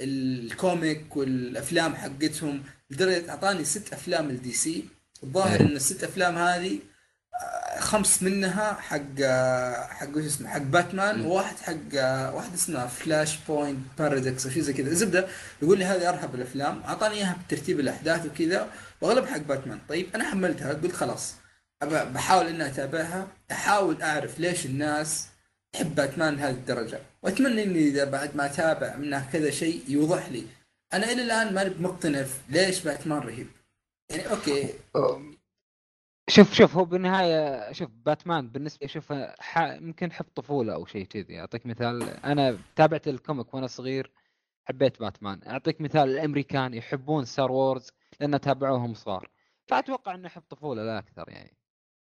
الكوميك والافلام حقتهم، لدرجة اعطاني ست افلام الدي سي. الظاهر ايه ان الست افلام هذه آه، خمس منها حق آه، حق وش اسمه حق باتمان، ال- وواحد حق آه، واحد اسمه فلاش بوينت بارادوكس او شيء زي كذا زبده. يقول لي هذه ارهب الافلام، اعطاني اياها بترتيب الاحداث وكذا، واغلب حق باتمان. طيب انا حملتها قلت خلاص أبى بحاول اني اتابعها، احاول اعرف ليش الناس تحب باتمان لهذه الدرجه، واتمنى اني اذا بعد ما اتابع منه كذا شيء يوضح لي. انا الى الان ماني مقتنع في ليش باتمان رهيب. يعني اوكي شوف شوف هو بالنهايه شوف باتمان بالنسبه لي اشوفه ح... يمكن حب طفوله او شيء كذي. اعطيك مثال انا تابعت الكوميك وانا صغير حبيت باتمان. اعطيك مثال الامريكان يحبون ستار وورز لان تابعوهم صغار. فاتوقع انه حب طفوله لا اكثر يعني.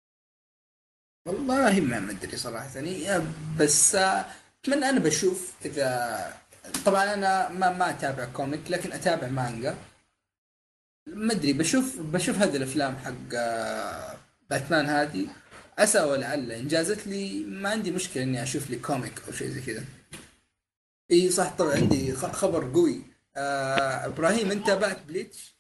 والله ما مدري صراحة يعني، بس آه، اتمنى انا بشوف اذا طبعا انا ما ما اتابع كوميك لكن اتابع مانجا. ما ادري بشوف بشوف هذه الافلام حق آه، باتمان هذه، عسى ولعل ان جازت لي ما عندي مشكلة اني اشوف لي كوميك او شيء زي كذا. اي صح طبعا عندي خ- خبر قوي. آه ابراهيم انت تابعت بليتش؟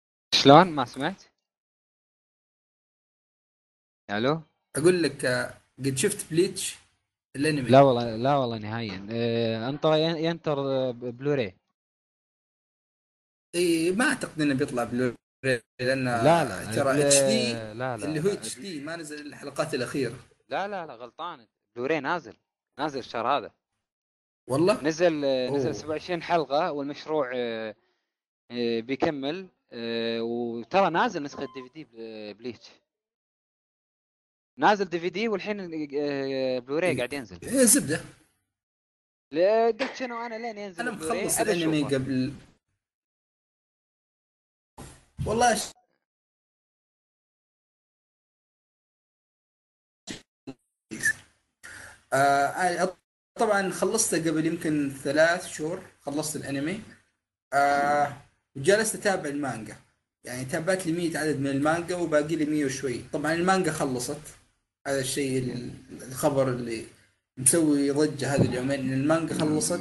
شلون ما سمعت؟ الو. اقول لك آه قد شفت بليتش الانمي؟ لا والله، لا والله نهائيا. آه، انطر ينطر آه، بلوراي. اي ما اعتقد انه بيطلع بلو لان لا لا ترى البل... اتش دي، لا اللي لا هو لا اتش دي ما نزل الحلقات الاخيره. لا لا لا غلطان. بلوراي نازل، نازل الشهر هذا. والله. نزل آه، نزل اوه. سبعة وعشرين حلقة، والمشروع آه، آه، بيكمل. آه، وترى نازل نسخة دي في دي بليتش. نازل دي في دي، والحين آه، بلوراي إيه. قاعد ينزل. إيه زبده. لا، قلت شنو انا لين ينزل انا بلوراي مخلص ابى الانمي اشوفه. قبل. والله ش... آه طبعا خلصته قبل يمكن ثلاث شهور، خلصت الانمي. آه وجلست اتابع المانجا. يعني تابعت لي مية عدد من المانجا وباقي لي مية وشوي. طبعا المانجا خلصت. هذا الشيء ال- الخبر اللي مسوي ضجة هذه اليومين ان المانجا خلصت.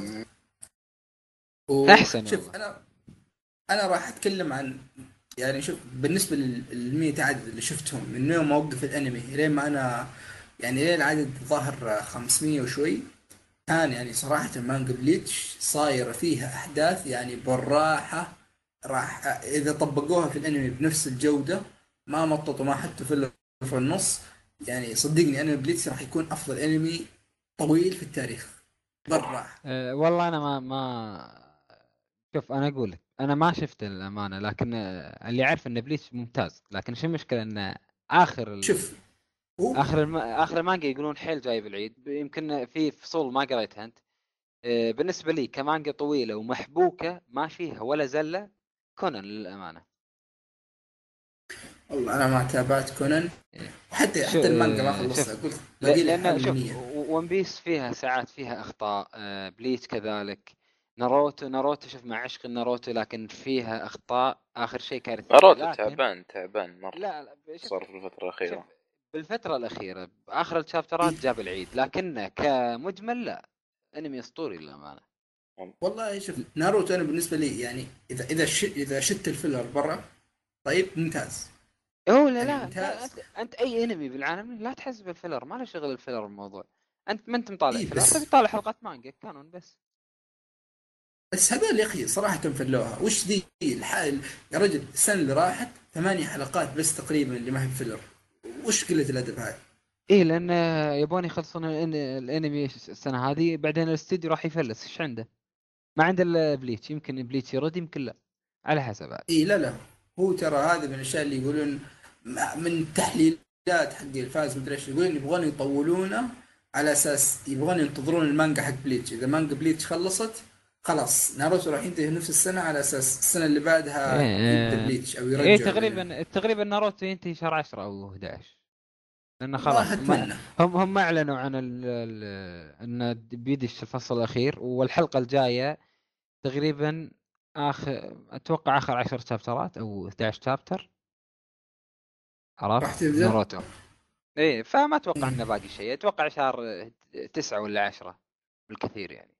احسن وشوف والله. انا انا راح اتكلم عن، يعني شوف بالنسبة للمية عدد اللي شفتهم من يوم ما اوقف الانمي لين ما انا، يعني لين العدد ظهر خمسمية وشوي. كان يعني صراحة مانجا بليتش صايرة فيها أحداث يعني بالراحة. راح إذا طبقوها في الأنمي بنفس الجودة، ما مططوا ما حطوا فيلر في النص، يعني صدقني أنمي بليتش راح يكون أفضل أنمي طويل في التاريخ بالراحة. أه والله انا ما ما شوف، انا اقول لك انا ما شفت الامانه، لكن آه، اللي عارف ان بليتش ممتاز. لكن شو المشكله ان اخر ال... شوف هو اخر الم... اخر المانجا يقولون حيل جاي بالعيد. يمكن في فصول ما قريتها انت. أه بالنسبه لي كمانجا طويله ومحبوكه ما فيها ولا زله، كونان للامانه. والله أنا ما تابعت كونان، إيه. وحتى شو حتى المانجا ما أه خلصتها، شوف، قلت ل... باقي لي لان حول شوف، مية. ون بيس فيها ساعات فيها اخطاء. أه بليتش كذلك. ناروتو ناروتو شوف، مع عشق الناروتو لكن فيها اخطاء اخر شيء كارثيه. ناروتو لكن تعبان تعبان مرة، لا لا شوف، صار في الفترة شوف الأخيرة. بالفترة الأخيرة بآخر الشابترات إيه. جاب العيد، لكنه كمجمل لا، أنمي أسطوري للأمانة. والله شوف ناروتو، أنا بالنسبة لي يعني إذا إذا ش... إذا شت الفيلر برا، طيب ممتاز. هو لا يعني لا أنت ممتاز. أنت أنت أي أنمي بالعالم لا تحس بالفيلر، ما له شغل الفيلر الموضوع. أنت ما أنت مطالع اي فيلر، تبي بس تطالع حلقات مانجا كانون بس. بس هذول يا اخي صراحه فلوها وش ذي الحال. يا رجل السنه اللي راحت ثمانية حلقات بس تقريبا اللي ما هي فيلر. وش قله الادب هاي. إيه لأن يبون يخلصون الأن- الأنمي السنة هذه، بعدين الاستديو راح يفلس. إيش عنده؟ ما عنده إلا بليتش. يمكن بليتش يرد، يمكن لا، على حسب عاد. اي لا لا. هو ترى هذا من الاشياء اللي يقولون من تحليلات حق الفاز مدري ايش، يقولون يبغون يطولونه على اساس يبغون ينتظرون المانجا حق بليتش. اذا مانجا بليتش خلصت خلاص ناروتو راح ينتهي نفس السنه، على اساس السنه اللي بعدها يبدا إيه بليتش او إيه يرجعوا للانمي. تقريبا تقريبا ناروتو ينتهي شهر عشرة أو أحد عشر. لأنه والله خلاص ما اتمنى. هم هم أعلنوا عن ال ال أن بيدش الفصل الأخير، والحلقة الجاية تقريبا آخر، أتوقع آخر عشر شابترات أو احد عشر شابتر. راح عرفت تبدا. ناروتو. إيه فما أتوقع إنه باقي شيء. أتوقع شهر تسعة ولا عشرة بالكثير يعني.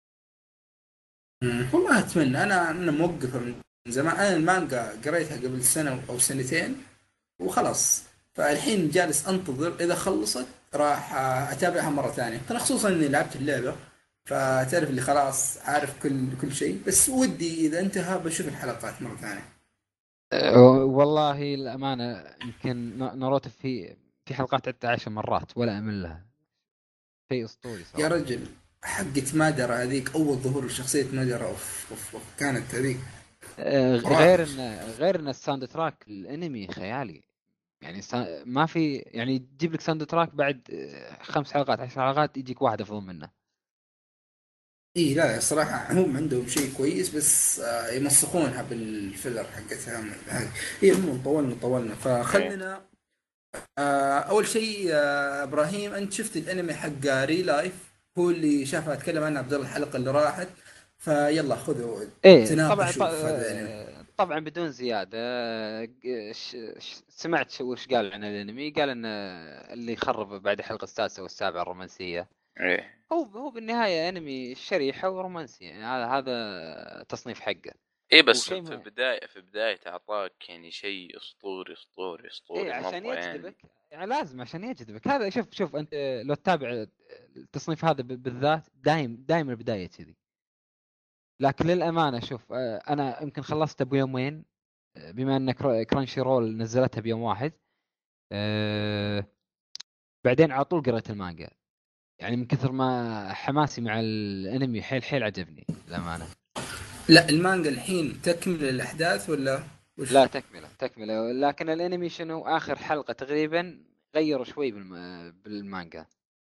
مم. والله اتمنى. انا انا موقفه من زمان. انا المانجا قريتها قبل سنه او سنتين وخلاص. فالحين جالس انتظر اذا خلصت راح اتابعها مره ثانيه، انا خصوصا اني لعبت اللعبه. فتعرف اللي خلاص عارف كل كل شيء، بس ودي اذا انتهى بشوف الحلقات مره ثانيه. أه، والله الأمانة يمكن نا- ناروتو في في حلقات عدت عشر مرات ولا أملها. شيء أسطوري يا صراحة. رجل حقت مادرة هذيك اول ظهور لشخصيه مادرة، اوف اوف أوف. كانت هذيك أه، خرافي. غير ان غير ان الساوند تراك الانمي خيالي. يعني سا... ما في، يعني تجيب لك ساوند تراك بعد آه، خمس حلقات عشر حلقات يجيك واحد افضل منه. اي لا الصراحة هم عندهم شيء كويس، بس آه، يمسخونها بالفيلر حقتها هذه. هي عموما طولنا طولنا إيه. فخلنا. آه، اول شيء آه، ابراهيم، انت شفت الانمي حق ري لايف؟ هو اللي شافها اتكلم عنها عبد الله الحلقة اللي راحت. فيلا خذوا ايه طبعا ط... تناقشوا في هذا الانمي. آه، طبعا بدون زيادة. آه، ش... ش... سمعت شو وش قال عن الانمي. قال ان اللي خرب بعد الحلقة السادسة والسابعة الرومانسية. إيه. هو هو بالنهاية انمي شريحة ورومانسي، يعني هذا هذا تصنيف حقه. إيه بس وشيء في ما... بداية في بداية أعطاك يعني شيء أسطوري أسطوري أسطوري ايه عشان مرة يجذبك. يعني. يعني لازم عشان يجذبك. هذا شوف شوف انت لو تتابع التصنيف هذا ب- بالذات دايم دايم البدايه كذي. لكن للامانه شوف، آه، انا يمكن خلصته بيومين، آه، بما ان كر- كرانشي رول نزلتها بيوم واحد. آه، بعدين على طول قريت المانجا، يعني من كثر ما حماسي مع الانمي حيل حيل عجبني للامانه. لا المانجا الحين تكمل الاحداث ولا وش؟ لا تكمله تكمله، لكن الانمي شنو اخر حلقه تقريبا غيروا شوي بالم... بالمانجا.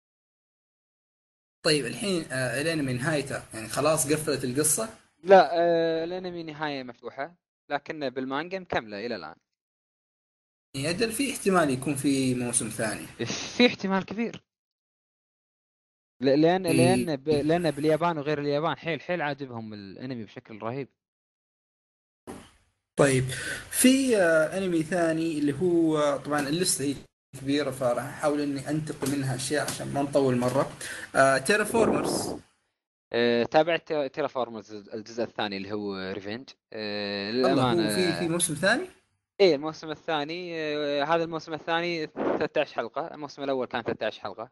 طيب الحين آه الانمي نهايته يعني خلاص قفلت القصة؟ لا، آه الانمي نهايه مفتوحه، لكن بالمانجا مكمله الى الان. يعني اجل في احتمال يكون في موسم ثاني؟ في احتمال كبير، ل- لان إيه. لان ب... لان باليابان وغير اليابان حيل حيل عاجبهم الانمي بشكل رهيب. طيب في آه انمي ثاني اللي هو آه، طبعا اللسته هي كبيرة فراح احاول اني انتقي منها اشياء عشان ما نطول مرة. آه تيرافورمرز. آه تابعت تيرا فورمرز الجزء الثاني اللي هو ريفنج. آه الله، للامانه، هو في في موسم ثاني؟ ايه الموسم الثاني، آه هذا الموسم الثاني ثلاثة عشر حلقه، الموسم الاول كان ثلاثة عشر حلقه.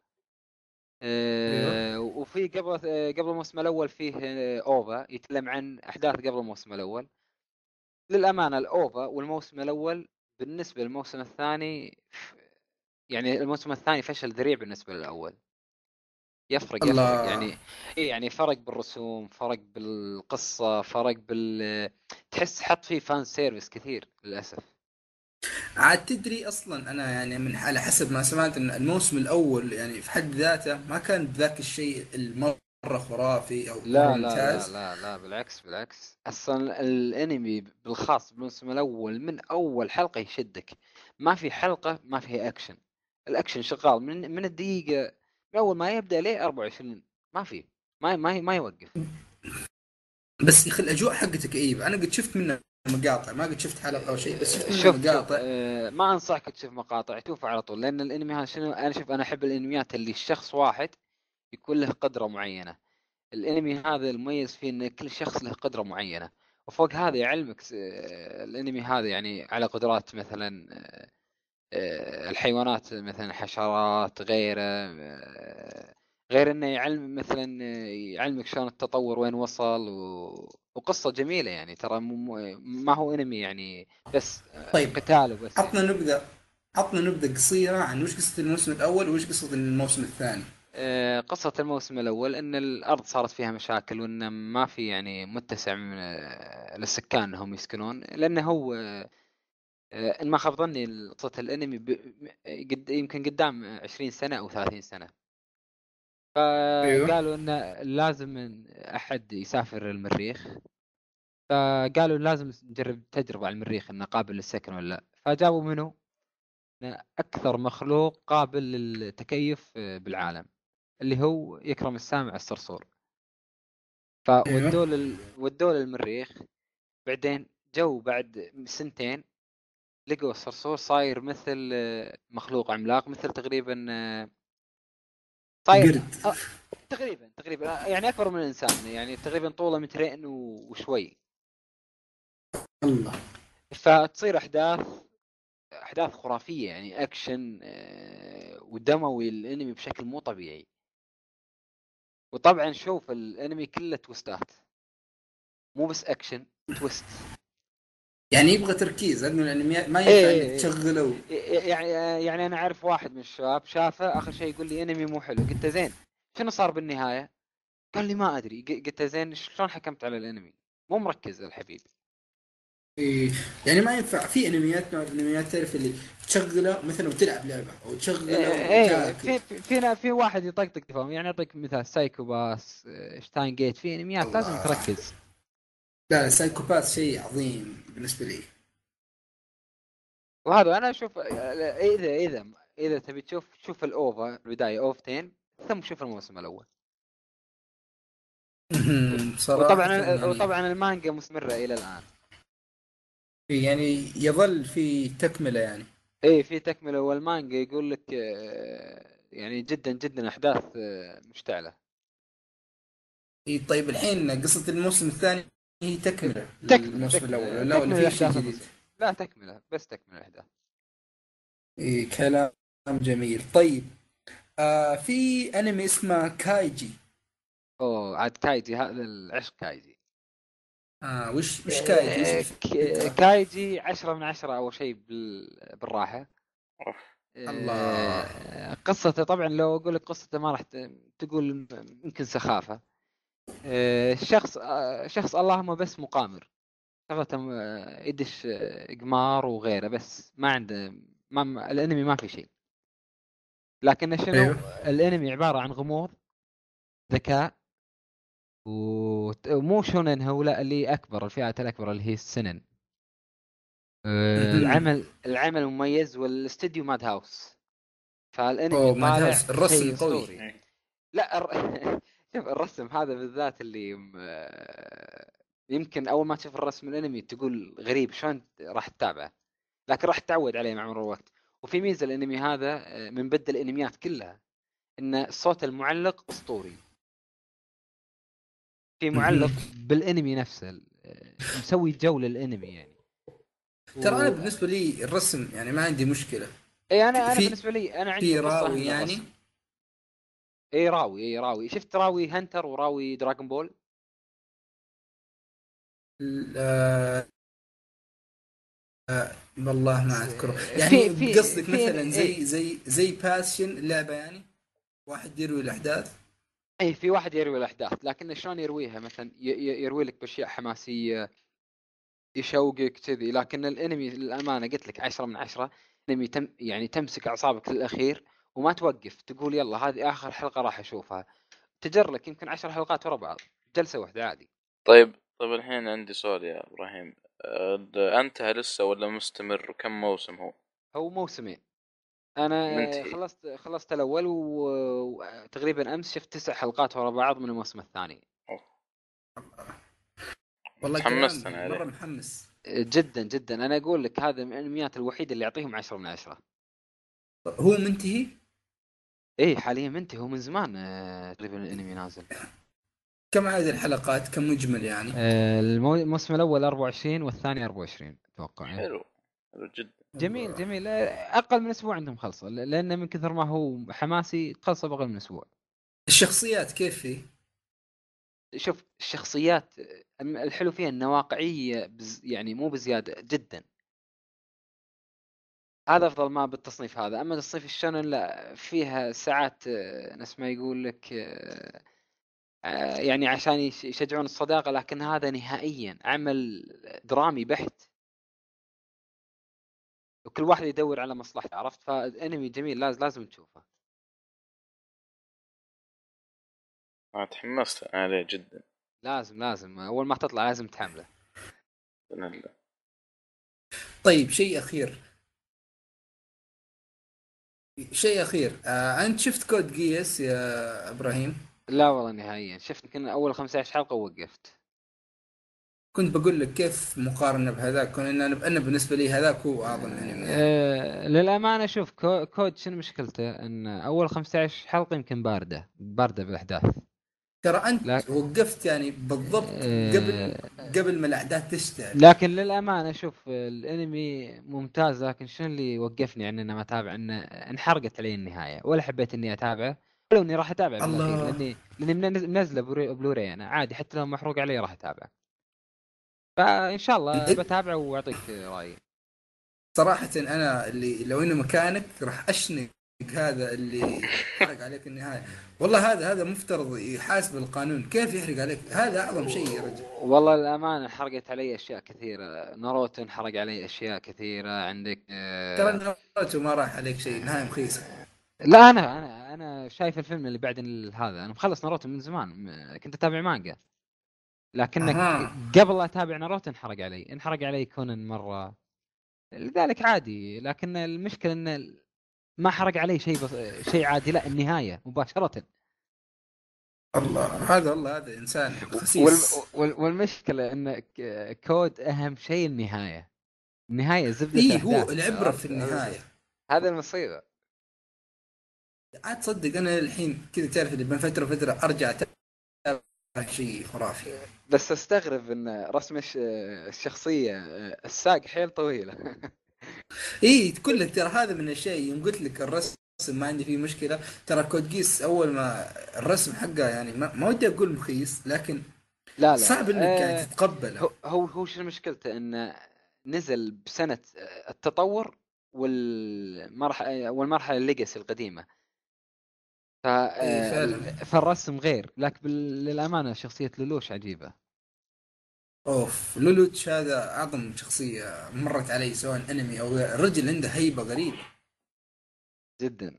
ايوه. آه، وفي قبل آه، قبل الموسم الاول فيه آه، اوفا يتكلم عن احداث قبل الموسم الاول. للامانه الاوفا والموسم الاول بالنسبه للموسم الثاني، يعني الموسم الثاني فشل ذريع بالنسبه للاول. يفرق يفرق الله. يعني. ايه يعني فرق بالرسوم، فرق بالقصه، فرق بال تحس حط فيه فان سيرفيس كثير للاسف. عاد تدري اصلا انا يعني من على حسب ما سمعت ان الموسم الاول يعني في حد ذاته ما كان بذاك الشيء المره خرافي او مره لا لا لا ممتاز. لا لا، بالعكس بالعكس، اصلا الانمي بالخاص بالموسم الاول من اول حلقه يشدك. ما في حلقه ما فيها اكشن. الاكشن شغال من من الدقيقه، من اول ما يبدا ليه أربعة وعشرين. ما في، ما ما ما يوقف. بس يا اخي الاجواء حقتك كئيبه، انا قد شفت منه مقاطع، ما قد شفت حلقه او شيء، بس آه، شفت منه شوف شوف، مقاطع. آه، ما انصحك تشوف مقاطع، شوف على طول، لان الانمي هذا شنو، انا شوف انا احب الانميات اللي الشخص واحد يكون له قدره معينه. الانمي هذا المميز فيه ان كل شخص له قدره معينه، وفوق هذا يعلمك س- الانمي هذا يعني على قدرات مثلا آه، الحيوانات، مثلا حشرات غيره، آه، غير انه يعلم مثلا آه، يعلمك شلون التطور وين وصل و... وقصة جميلة يعني. ترى مو مو- ما هو انمي يعني بس آه، طيب قتال وبس عطنا يعني. نبذه، عطنا نبذه قصيره عن وش قصه الموسم الاول وش قصه الموسم الثاني. آه، قصة الموسم الأول أن الأرض صارت فيها مشاكل، وأن ما في يعني متسع من آه، للسكان أنهم يسكنون، لأنه هو آه، إن ما خاب ظني قصة الأنمي ب... قد... يمكن قدام عشرين سنة أو ثلاثين سنة. ايوه. فقالوا إن لازم إن أحد يسافر المريخ، فقالوا لازم نجرب تجربة على المريخ إنه قابل للسكن ولا لا. فجابوا منه إنه أكثر مخلوق قابل للتكيف بالعالم، اللي هو يكرم السامع الصرصور. ايوه. فودوه لل... ودوه للمريخ. بعدين جو بعد سنتين لقوا الصرصور صاير مثل آه، مخلوق عملاق، مثل تقريبا آه، صاير قرد. آه، تقريبا تقريبا آه، يعني اكبر من الانسان، يعني تقريبا طوله مترين و- وشوي. الله. فتصير احداث احداث خرافيه يعني، اكشن آه، ودموي الانمي بشكل مو طبيعي. وطبعا شوف الانمي كله تويستات، مو بس اكشن، تويست. يعني يبغى تركيز لانه الانميات ما ايه ينفع انك إيه، تشغله. إيه، يعني يعني انا اعرف واحد من الشباب شافه اخر شيء يقول لي انمي مو حلو. قلت له زين شنو صار بالنهايه؟ قال لي ما ادري. ق- قلت له زين شلون حكمت على الانمي؟ مو مركز الحبيب. إيه. يعني ما ينفع في انميات، نوع الانميات تعرف اللي تشغله مثلا وتلعب لعبه او تشغله ايه وتاكل. في في في, في واحد يطقطق تفهم يعني. اعطيك مثال سايكو باس، آه، شتاين جيت، في انميات لازم الله. تركز. لا لا، سايكوباث شيء عظيم بالنسبه لي. وهذا انا اشوف آه، اذا اذا اذا تبي تشوف شوف الاوفا البدايه اوفتين، ثم شوف الموسم الاول. صراحه وطبعا يعني. وطبعا المانجا مستمره الى الان. يعني يظل في تكمله يعني. ايه في تكمله، والمانجا يقول لك آه، يعني جدا جدا احداث آه، مشتعله. إيه طيب الحين قصه الموسم الثاني هي تكمله تكمله للموسم الاول تكمله ولا ولا تكمله في شيء الاحداث جديد؟ الموسم. لا تكمله، بس تكمله الاحداث. إيه كلام كلام جميل. طيب، آه في انمي اسمه كايجي. اوه عاد كايجي، هذا العشق كايجي. آه وش وش كايجي، وش آه، ك- الفكرة؟ كايجي عشرة من عشرة أول شيء بال- بالراحة. أوف. الله. آه، قصته طبعا لو أقول لك قصته ما راح ت- تقول يمكن سخافة. آه، شخص آه، شخص اللهم بس مقامر، شغلته آه، يدش آه، قمار وغيره، بس ما عنده ما ما- الانمي ما في شيء. لكن ايوه. شنو الانمي عبارة عن غموض، ذكاء، وت- ومو شونن هو، لا اللي اكبر، الفئات الاكبر اللي هي السنن. آه، مهم. العمل العمل مميز، والاستديو ماد هاوس، فالانمي اوه ماد طالع هاوس، الرسم شيء قوي. اسطوري. لا الر... شوف الرسم هذا بالذات اللي م- آه، يمكن اول ما تشوف الرسم الانمي تقول غريب شلون راح تتابعه، لكن راح تتعود عليه مع مرور الوقت. وفي ميزه الانمي هذا آه، من بدل الانميات كلها، ان الصوت المعلق اسطوري. في مهم. معلق بالانمي نفسه آه، مسوي جو للانمي يعني. ترى انا و بالنسبة لي الرسم يعني ما عندي مشكلة. اي ك- انا انا في بالنسبه لي انا عندي في القصه اهم راوي من يعني. الرسم. اي راوي، اي راوي، شفت راوي هنتر وراوي دراغون بول؟ آه، والله ما اذكره يعني. في في قصدك في مثلا اي زي زي زي باسشن اللعبة يعني، واحد يروي الاحداث. اي في واحد يروي الاحداث، لكن شلون يرويها؟ مثلا ي- ي- يروي لك باشياء حماسيه، يشوقك كذي. لكن الانمي للامانه قلت لك عشرة من عشرة. انمي تم يعني تمسك اعصابك للاخير، وما توقف تقول يلا هذه اخر حلقه راح اشوفها. تجر لك يمكن عشر حلقات ورا بعض جلسه واحده عادي. طيب طيب الحين عندي سؤال يا ابراهيم. أه، انتهى لسه ولا مستمر؟ وكم موسم هو؟ هو موسمين. انا منتهي. خلصت خلصت الاول، و- وتقريبا امس شفت تسع حلقات ورا بعض من الموسم الثاني. أوف. والله تحمست انا كلام مرة عليه. محمس. جدا جدا، انا اقول لك هذا من الانميات الوحيده اللي يعطيهم عشرة من عشرة. هو منتهي؟ ايه حاليا منتهي، هو من زمان آه، تقريبا الانمي نازل. كم عدد الحلقات، كم مجمل يعني؟ آه، المو- الموسم الاول أربعة وعشرين والثاني أربعة وعشرين اتوقع إيه. حلو. حلو جدا. جميل الله. جميل. آه، اقل من اسبوع عندهم خلصه، ل- لانه من كثر ما هو حماسي خلصه باقل من اسبوع. الشخصيات كيف فيه؟ شوف الشخصيات آه، الحلو فيها انها واقعيه بز يعني مو بزياده جدا. هذا افضل ما بالتصنيف هذا. اما تصنيف الشونن لا، فيها ساعات آه، ناس ما يقول لك آه، آه، يعني عشان يش- يشجعون الصداقه، لكن هذا نهائيا عمل درامي بحت، وكل واحد يدور على مصلحته، عرفت؟ فالانمي جميل، لازم لازم تشوفه. انا تحمست أنا عليه جدا. لازم لازم اول ما تطلع لازم تحمله. بإذن الله. طيب شيء اخير، شيء اخير آه انت شفت كود جياس يا ابراهيم؟ لا والله نهائيا، شفت يمكن اول خمسة عشر حلقه ووقفت. كنت بقول لك كيف مقارنة بهذاك، كون ان انا انا بالنسبة لي هذاك هو اعظم انمي يعني. أه للامانه شوف كو- كود شنو مشكلته؟ ان اول خمسة عشر حلقه يمكن بارده بارده بالاحداث. ترى لا انت وقفت يعني بالضبط قبل أه قبل ما الاحداث تشتعل. لكن للامانه شوف الانمي ممتاز، لكن شنو اللي وقفني عن اني ما اتابع؟ ان انحرقت علي النهايه، ولا حبيت اني اتابعه، ولو اني راح اتابع بالاخير، الله. لاني لاني منز- منزله بري- بلوراي انا عادي، حتى لو محروق علي راح اتابعه. فان شاء الله بتابعه واعطيك رايي. صراحة أنا اللي لو إنه مكانك راح أشنق هذا اللي حرق عليك النهاية. والله هذا هذا مفترض يحاسب القانون، كيف يحرق عليك؟ هذا أعظم شيء يا رجل. والله الأمانة انحرقت علي أشياء كثيرة، ناروتو انحرق علي أشياء كثيرة عندك ترى آه... ناروتو ما راح عليك شيء، نهاية مخيسة. لا أنا أنا أنا شايف الفيلم اللي بعد ال- هذا، أنا مخلص ناروتو من زمان، م- كنت أتابع مانجا، لكنك أها. قبل لا أتابع ناروتو انحرق علي انحرق علي كونان مرة، لذلك عادي. لكن المشكلة إن ما حرق علي شيء بس... شيء عادي، لا النهاية مباشرة. الله، هذا والله هذا إنسان وال... خسيس. وال... والمشكلة إن ك- كود أهم شيء النهاية. النهاية زبدة إيه، هو الأحداث، العبرة في عرفت؟ هذا النهاية. هذا المصيبة. عاد تصدق أنا الحين كذا تعرف اللي بين فترة وفترة أرجع أتابع شيء خرافي. بس استغرب ان رسم الش- الشخصية الساق حيل طويلة. اي تقول لك ترى هذا من الشيء يوم قلت لك الرسم ما عندي فيه مشكله. ترى كود جيس اول ما الرسم حقه يعني ما, ما ودي اقول مخيس، لكن لا صعب لا انك يعني آه تتقبله. هو هو هو شنو مشكلته؟ انه نزل بسنة التطور والمرحلة والمرحلة الليجاسي القديمة. ف اي آه، فعلا. فالرسم غير، لكن بال- للأمانة شخصية لولوش عجيبة اوف لولوتش هذا اعظم شخصيه مرت علي سواء انمي او غير. الرجل عنده هيبه غريبه. جدا.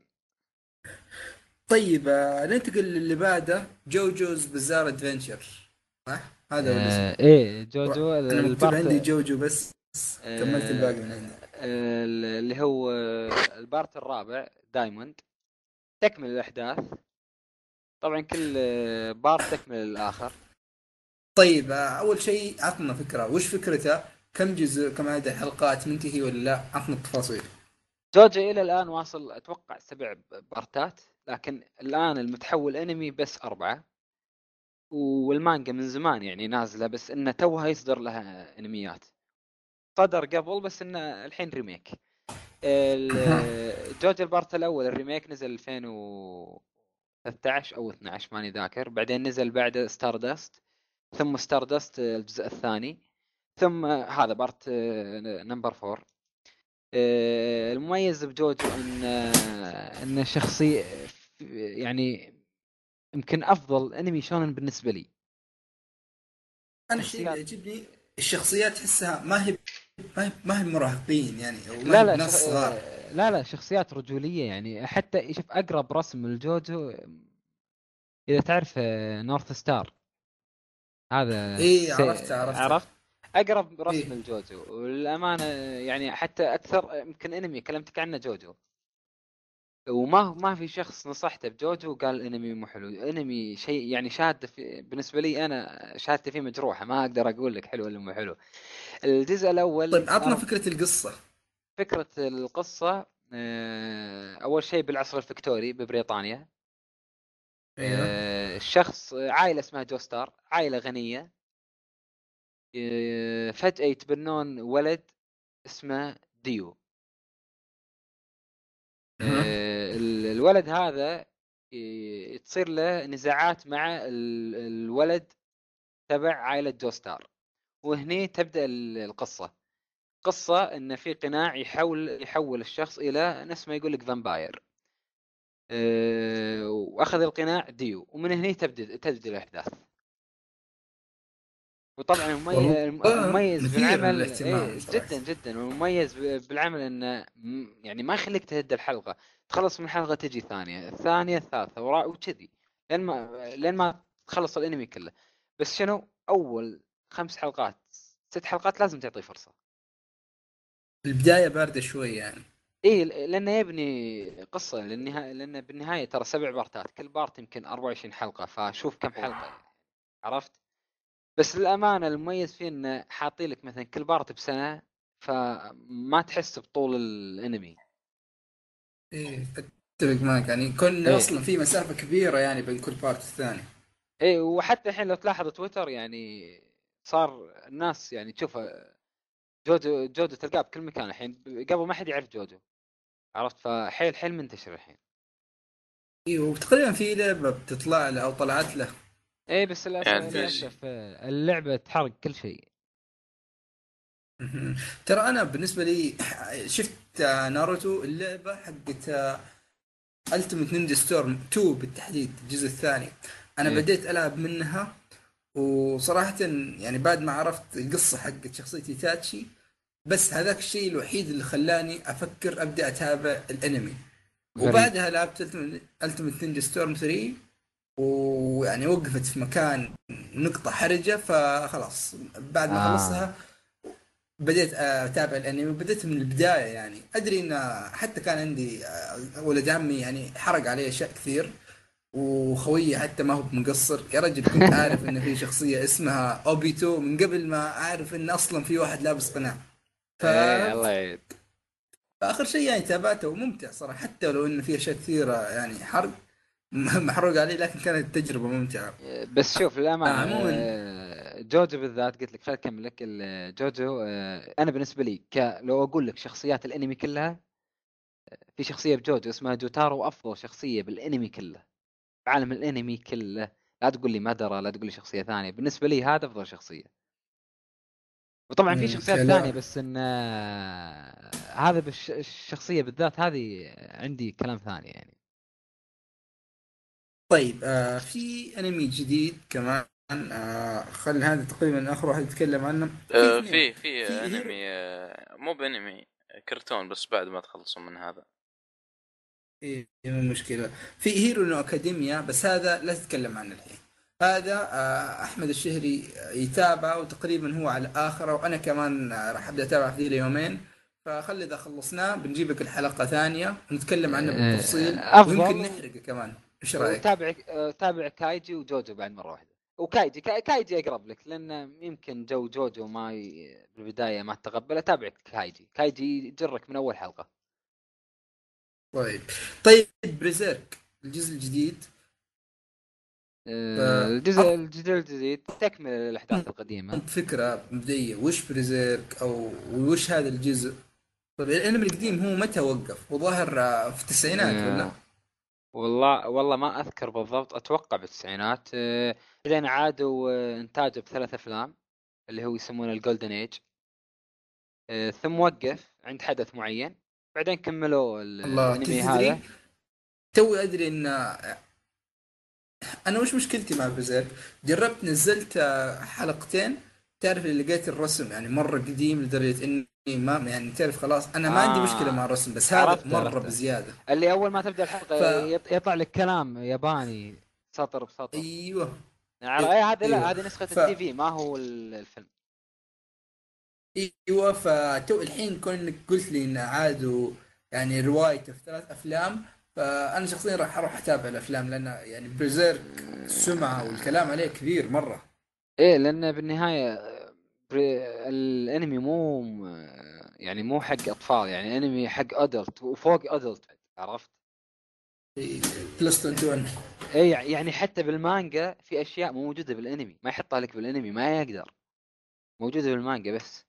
طيب آه، ننتقل للي بعده، جوجوز بزار ادفنتشر. صح هذا هو الاسم. آه ايه جوجو انا مكتوب البارت. عندي جوجو بس. كملت الباقي آه من عندي. آه، اللي هو البارت الرابع دايموند، تكمل الأحداث. طبعا كل آه، بارت تكمل الآخر. طيب آه، اول شيء عطنا فكره وش فكرته، كم جزء، كم عدد الحلقات، منتهي ولا لا؟ عطنا التفاصيل. جوجو إلى الآن واصل أتوقع سبع بارتات، لكن الآن المتحول أنمي بس أربعة. والمانجا من زمان يعني نازلة، بس إنه توها يصدر لها أنميات. صدر قبل بس إنه الحين ريميك. ال- جوجو البارت الأول الريميك نزل ألفين وثلاثة عشر أو اثنا عشر ماني ذاكر، بعدين نزل بعد ستار داست، ثم ستار داست الجزء الثاني، ثم هذا بارت نمبر فور. المميز بجوجو ان ان شخصي يعني يمكن افضل انمي شونن بالنسبه لي. انا الشيء اللي شخصيات. يعجبني الشخصيات، تحسها ما هي ما هي ما هي مراهقين يعني، او ما لا هي لا شخ... بناس صغار. لا لا شخصيات رجوليه يعني. حتى شوف اقرب رسم الجوجو، اذا تعرف نورث ستار، هذا ايه س... عرفتها عرفتها. عرفت. اقرب رسم ايه الجوجو والامانه يعني. حتى اكثر يمكن انمي كلمتك عنه جوجو، وما ما في شخص نصحته بجوجو وقال الانمي مو حلو. انمي شيء يعني شاهد في بالنسبه لي انا، شهادتي فيه مجروحه، ما اقدر اقول لك حلو ولا مو حلو. الجزء الاول طيب عطنا أر... فكرة القصة. فكره القصه آه، اول شيء بالعصر الفكتوري ببريطانيا. ايوه. آه، الشخص عائله اسمها جوستار، عائله غنيه. آه، فجاه يتبنون ولد اسمه ديو. ها. آه، ال- الولد هذا ي- تصير له نزاعات مع ال- الولد تبع عائلة جوستار. وهني تبدأ ال- القصة. قصة ان في قناع يحول يحول الشخص الى نفس ما يقول لك فامباير. أه واخذ القناع ديو، ومن هني تبدأ تبدأ الاحداث. وطبعا والله الممي- المميز مثير بالعمل للاهتمام ايه صراحة. جدا جدا. والمميز ب- بالعمل انه م- يعني ما يخليك تهد الحلقة. تخلص من حلقة تجي ثانية، الثانية الثالثة ورا وكذي، لين ما لين ما تخلص الانمي كله. بس شنو اول خمس حلقات ست حلقات لازم تعطيه فرصة. البداية باردة شوي يعني. ايه لانه يبني قصة للنهاية، لانه بالنهاية ترى سبع بارتات، كل بارت يمكن أربعة وعشرين حلقة، فشوف كم حلقة يعني. عرفت. بس للأمانة المميز فيه إنه حاطي لك مثلا كل بارت بسنة، فما تحس بطول الأنمي. ايه اتفق معك، يعني كل إيه اصلا في مسافة كبيرة يعني بين كل بارت الثاني. إيه. وحتى الحين لو تلاحظ تويتر يعني صار الناس يعني تشوف جودو جودو تلقاه بكل مكان الحين، قبل ما حد يعرف جودو. عرفت. فحيل حيل منتشر الحين. ايه وتقريبا في لعبة بتطلع له او طلعت له. إيه بس للأسف يعني للأسف آه، اللعبة تحرق كل شيء. مهم. ترى انا بالنسبة لي شفت آه، ناروتو اللعبة حقت التيمت نينجا ستورم تو بالتحديد الجزء الثاني. انا إيه بديت العب منها، وصراحة يعني بعد ما عرفت القصة حقت شخصية تاتشي، بس هذاك الشيء الوحيد اللي خلاني افكر ابدا اتابع الانمي. غريب. وبعدها لعبت التيمت نينجا ستورم ثري، ويعني وقفت في مكان نقطة حرجة، فخلاص بعد ما آه خلصها بديت اتابع الانمي. بديت من البداية، يعني ادري ان حتى كان عندي آه، ولد عمي يعني حرق عليه اشياء كثير، وخويي حتى ما هو مقصر يا رجل. كنت عارف ان في شخصية اسمها اوبيتو من قبل ما اعرف ان اصلا في واحد لابس قناع. ف إيه الله يعيد. فاخر شيء يعني تابعته وممتع صراحة، حتى لو انه في اشياء كثيرة يعني حرق محروق عليه، لكن كانت تجربة ممتعة. بس شوف آه، للأمانة عموما. آه، جوجو بالذات قلت لك خليني اكمل لك ال- جوجو. آه، انا بالنسبه لي ك... لو اقول لك شخصيات الانمي كلها، في شخصيه بجوجو اسمها جوتارو افضل شخصيه بالانمي كله، بعالم الانمي كله. لا تقول لي مدرة، لا تقول لي شخصيه ثانيه، بالنسبه لي هذا افضل شخصيه. وطبعا في مم، شخصيات ثانيه، كلام. بس ان آه، هذا بالش... الشخصيه بالذات هذه عندي كلام ثاني يعني. طيب آه في انمي جديد كمان، آه خلي هذا تقريبا اخر واحد يتكلم عنه. في آه اثنين، في في في هيرو. انمي، آه مو بانمي، كرتون، بس بعد ما تخلصوا من هذا. ايه مو مشكلة. في هيرو نو اكاديميا، بس هذا لا تتكلم عنه الحين. هذا آه احمد الشهري يتابع، وتقريبا هو على اخره، وانا كمان آه راح ابدا اتابع في ذي اليومين. فخلي اذا خلصناه بنجيب لك الحلقة ثانية ونتكلم عنه بالتفصيل، آه، ويمكن افضل. نحرقه كمان. ايش رايك؟ وتابع آه، تابع كايجي وجوجو بعد مره واحده. وكايجي كا- كايجي اقرب لك، لان يمكن جو جوجو ما ي... بالبدايه ما تقبله. تابع كايجي، كايجي يجرك من اول حلقه. طيب. طيب بريزيرك الجزء الجديد. آه، الجزء فعطنا الجزء الجديد تكمل الاحداث القديمه. فكرة مبدئية، وش بريزيرك او وش هذا الجزء؟ طيب الانمي القديم هو متى وقف؟ وظاهر آه، في التسعينات ولا؟ آه، والله والله ما اذكر بالضبط، اتوقع بالتسعينات. آه، بعدين عادوا آه، انتاجه بثلاث افلام اللي هو يسمونه الجولدن ايج. ثم وقف عند حدث معين، بعدين كملوا ال- الله، الانمي هذا. تدري توي ادري ان انا وش مشكلتي مع برزيرك. جربت نزلت آه، حلقتين، تعرف اللي لقيت الرسم يعني مره قديم لدرجه اني ما يعني تعرف خلاص انا ما عندي مشكله مع اه، الرسم، بس هذا عرفته مره عرفته. بزياده. اللي اول ما تبدا الحلقه ف يط- يطلع لك كلام ياباني سطر بسطر. ايوه. يعني اي هذا، لا ايوه. هذه نسخه ف التي في، ما هو ال- الفيلم. ايوه فتو الحين كونك قلت لي ان عادوا يعني روايته في ثلاث افلام، فانا شخصيا راح اروح اتابع الافلام، لان يعني برزيرك السمعه والكلام عليه كبير مره. ايه، لان بالنهايه بري- الانمي مو يعني مو حق اطفال، يعني انمي حق ادلت وفوق ادلت، عرفت؟ بلس واحد وعشرين. ايه، يعني حتى بالمانجا في اشياء مو موجوده بالانمي، ما يحطها لك بالانمي، ما يقدر، موجوده بالمانجا بس.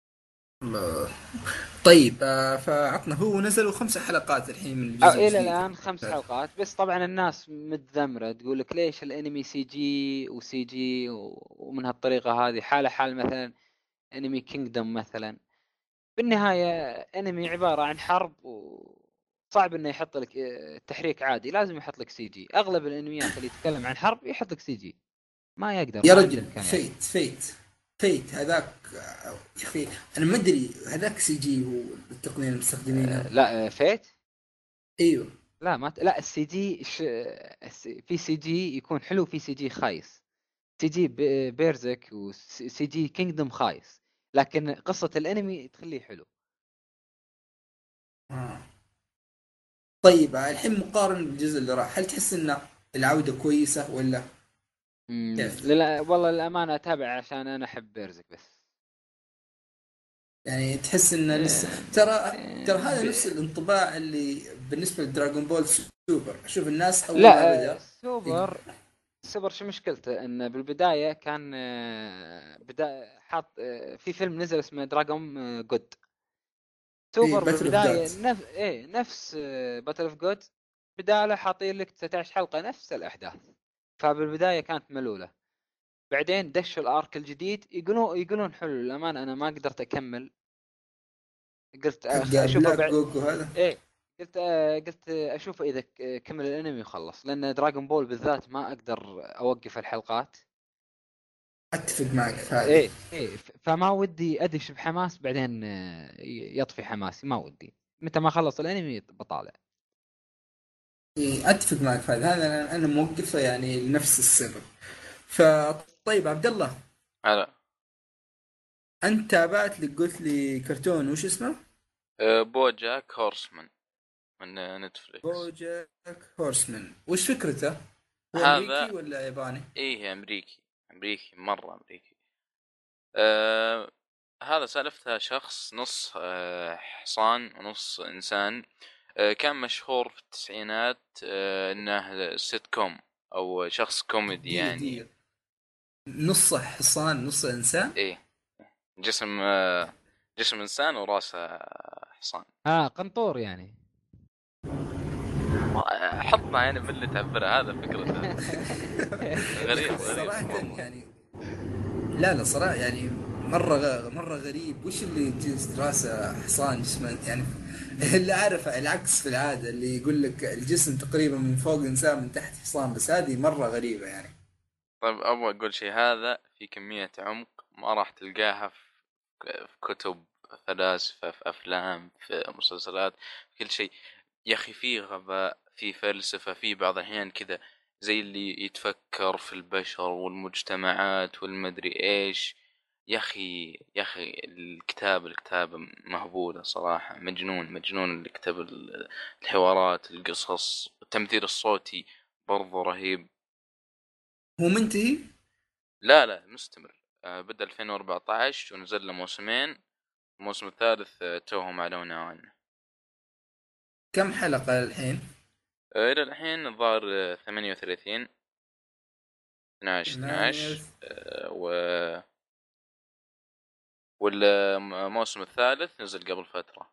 طيب آه، فعطنا، هو نزلوا خمس حلقات الحين من أو الجزء إلى الجديد الآن خمس هذا. حلقات بس. طبعا الناس متذمرة، تقول لك ليش الأنمي سي جي وسي جي و- ومن هالطريقة هذه، حالة حال مثلا أنمي كينجدم مثلا. بالنهاية أنمي عبارة عن حرب، وصعب إنه يحط لك آه، تحريك عادي، لازم يحط لك سي جي. أغلب الأنميات اللي يتكلم عن حرب يحط لك سي جي، ما يقدر، يا ما عنده رجل، إمكانيات. فيت فيت فيت هذاك آه، يا اخي انا ما ادري هذاك سي جي هو التقنيه اللي مستخدمينها. آه، لا، آه، فيت. ايوه. لا ما ت... لا السي جي ش... الس- في سي جي يكون حلو، في سي جي خايس. سي جي ب- بيرزك وسي جي كينجدوم خايس، لكن قصة الانمي تخليه حلو. آه. طيب آه، الحين مقارن بالجزء اللي راح، هل تحس ان العوده كويسه ولا امم كيف؟ للا والله الامانة اتابع عشان انا احب بيرزك بس. يعني تحس ان لسه، آه، ترى ترى آه، هذا ب... نفس الانطباع اللي بالنسبه لدراغون بول سوبر. اشوف الناس اول ما لا، آه، بدا يق- سوبر. سوبر شو مشكلته؟ ان بالبداية كان آه، بدا حاط آه، في فيلم نزل اسمه دراغون آه، جود. في سوبر باتل اوف بالبداية جادز. نف... ايه نفس باتل اوف جود. بداله حاطين لك تسعة عشر حلقة نفس الاحداث، فبالبداية كانت ملولة. بعدين دشوا الارك الجديد، يقولون يقولون حلو. للامانه انا ما قدرت اكمل، قلت أخ- حق اشوفه بلاك بعد. جوكو هذا. ايه، قلت آه، قلت اشوفه اذا ك- كمل الانمي وخلص، لان دراغون بول بالذات ما اقدر اوقف الحلقات. اتفق معك في هذه. ايه ايه، ف- فما ودي ادش بحماس بعدين آه، ي- يطفي حماسي، ما ودي. متى ما خلص الانمي بطالع. إيه، اتفق معك في هذا، هذا انا أنا موقفه يعني لنفس السبب. فطيب عبد الله، هلا. انت تابعت لي قلت لي كرتون وش اسمه؟ آه، بوجاك هورسمان من آه، نتفليكس. بوجاك هورسمان، وش فكرته؟ هو امريكي هذا ولا ياباني؟ ايه امريكي، امريكي مرة امريكي. آه هذا سالفتها شخص نص آه حصان ونص انسان. آه كان مشهور في التسعينات، آه انه سيت كوم او شخص كوميدي دير يعني. دير. نصه حصان نصه انسان. ايه، جسم آه، جسم انسان وراسه حصان. اه قنطور يعني. ما- حطنا يعني من اللي تعبره، هذا فكرته. يا اخي غريب غريب صراحه والله. يعني، لا لا صراحه يعني مره غ... مره غريب. وش اللي جلس راسه حصان جسمه يعني؟ اللي اعرفه العكس في العاده، اللي يقول لك الجسم تقريبا من فوق انسان من تحت حصان، بس هذه مره غريبه يعني. طيب ابغى اقول شيء، هذا في كمية عمق ما راح تلقاها في في كتب فلاسفة، في افلام، في مسلسلات، في كل شيء. يا اخي في غباء، في فلسفة، في بعض الاحيان كذا زي اللي يتفكر في البشر والمجتمعات والمدري ايش. يا اخي يا اخي الكتاب الكتابة مهبولة صراحة، مجنون مجنون اللي كتب ال- الحوارات، القصص، التمثيل الصوتي برضو رهيب. هو منتهي؟ لا لا مستمر. آه، بدأ ألفين وأربعة عشر ونزل له موسمين. الموسم الثالث آه، توهم اعلنوا عنه. كم حلقه الحين؟ آه، الى الحين الظاهر آه، ثمانية وثلاثين، اثنا عشر اثنا ثمانية. عشر آه، و والموسم الثالث نزل قبل فترة.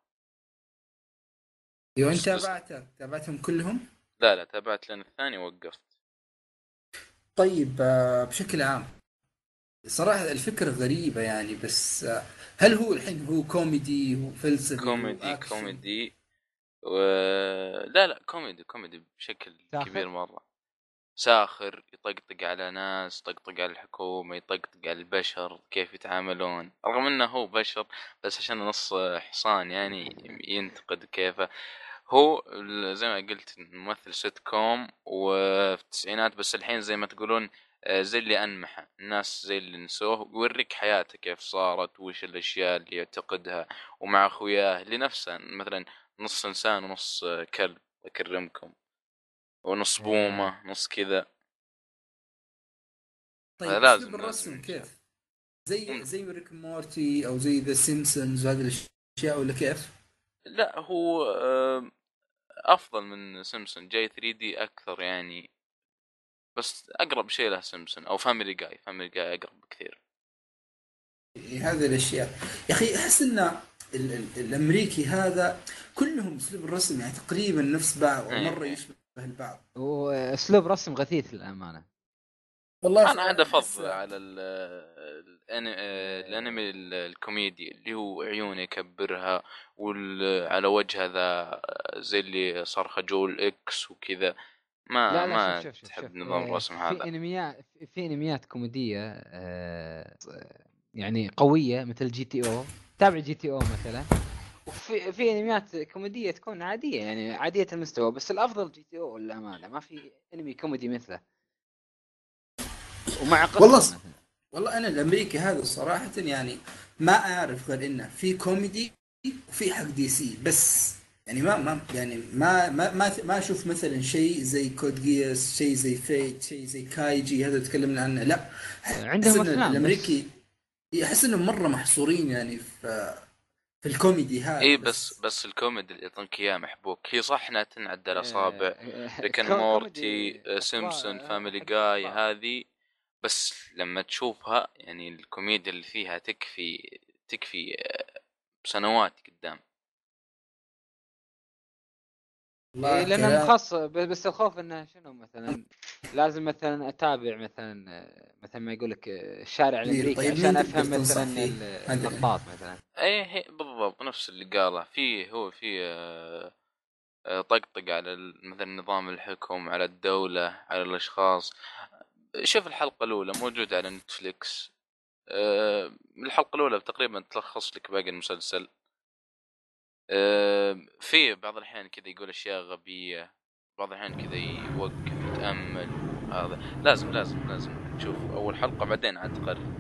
ايوه انت بس بس تابعته تابعتهم كلهم؟ لا لا تابعت لين الثاني وقفت. طيب آه، بشكل عام صراحة الفكرة غريبة يعني، بس آه، هل هو الحين هو كوميدي، هو فلسفي، هو كوميدي أكشن؟ كوميدي و... لا لا كوميدي كوميدي بشكل ساخر. كبير مرة. ساخر، يطقطق على ناس، يطقطق على الحكومة، يطقطق على البشر كيف يتعاملون، رغم انه هو بشر بس عشان نص حصان يعني ينتقد كيفه. هو ال- زي ما قلت ممثل سيت كوم وفي التسعينات، بس الحين زي ما تقولون آه، زي اللي أنمحه الناس، زي اللي نسوه، ويوريك حياته كيف صارت وش الأشياء اللي يعتقدها، ومع أخوياه اللي نفسه مثلا نص إنسان ونص آه، كلب أكرمكم، ونص إيه. بومة نص كذا. طيب أسلوب لازم لازم الرسم ينشاف. كيف؟ زي زي ريك مورتي أو زي ذا سيمبسونز وهذه الأشياء، ولا كيف؟ لا هو آه، افضل من سيمسون، جاي ثري دي اكثر يعني، بس اقرب شيء له سيمسون او فاميلي جاي. فاميلي جاي اقرب بكثير. إيه هذه الأشياء. يا أخي أحس إن ال ال الأمريكي هذا كلهم أسلوب الرسم يعني تقريبا نفس بعض أو ايه مرة ايه. يشبه البعض. واسلوب رسم غثيث للامانه. والله انا هذا صراحة أحس. فضل على ال الأني- الانمي ال- الكوميدي اللي هو عيونه يكبرها، وعلى وجه هذا زي اللي صار خجول اكس وكذا. ما لا لا، شوف ما شوف شوف شوف تحب نظام آه، الرسم في هذا. انميات في انميات كوميديه آه، يعني قويه مثل جي تي او. تابع جي تي او مثلا. وفي في انميات كوميديه تكون عاديه يعني عاديه المستوى، بس الافضل جي تي او للامانه. ما في انمي كوميدي مثله ومع والله قصه مثلا. والله انا الامريكي هذا صراحه يعني ما اعرف غير انه في كوميدي وفي حق دي سي بس. يعني ما ما يعني ما ما ما, ما اشوف مثلا شيء زي كود جياس، شيء زي فيت، شيء زي كايجي هذا تكلمنا عنه. لا، احس عندهم ان افلام بس. الامريكي احس انهم مره محصورين يعني في في الكوميدي ايه هذا بس بس. بس الكوميدي اللي يعطونك اياه محبوك، هي صح انها تنعد على اصابع. آه، ريكن كو- كوميدي مورتي آه، سيمبسون اطفال، فاميلي حقت جاي اطفال. هذه. بس لما تشوفها يعني الكوميديا اللي فيها تكفي تكفي آه، سنوات قدام. إيه والله لانها كلام. مخصص، ب- بس الخوف انه شنو مثلا لازم مثلا اتابع مثلا آه، مثلا ما يقول لك آه، الشارع كبير. الامريكي طيب مين عشان تقدر افهم تنصح مثلا فيه ال- هذا؟ اللقطات مثلا. ايه هي بالضبط نفس اللي قاله فيه. هو فيه آه، آه، طقطق على ال- مثلا نظام الحكم، على الدولة، على الاشخاص. شوف الحلقة الاولى موجودة على نتفليكس. آه، الحلقة الاولى تقريبا تلخص لك باقي المسلسل. آه، في بعض الأحيان كذا يقول أشياء غبية، بعض الأحيان كذا يوقف يتأمل. هذا لازم لازم لازم تشوف أول حلقة بعدين عاد تقرر.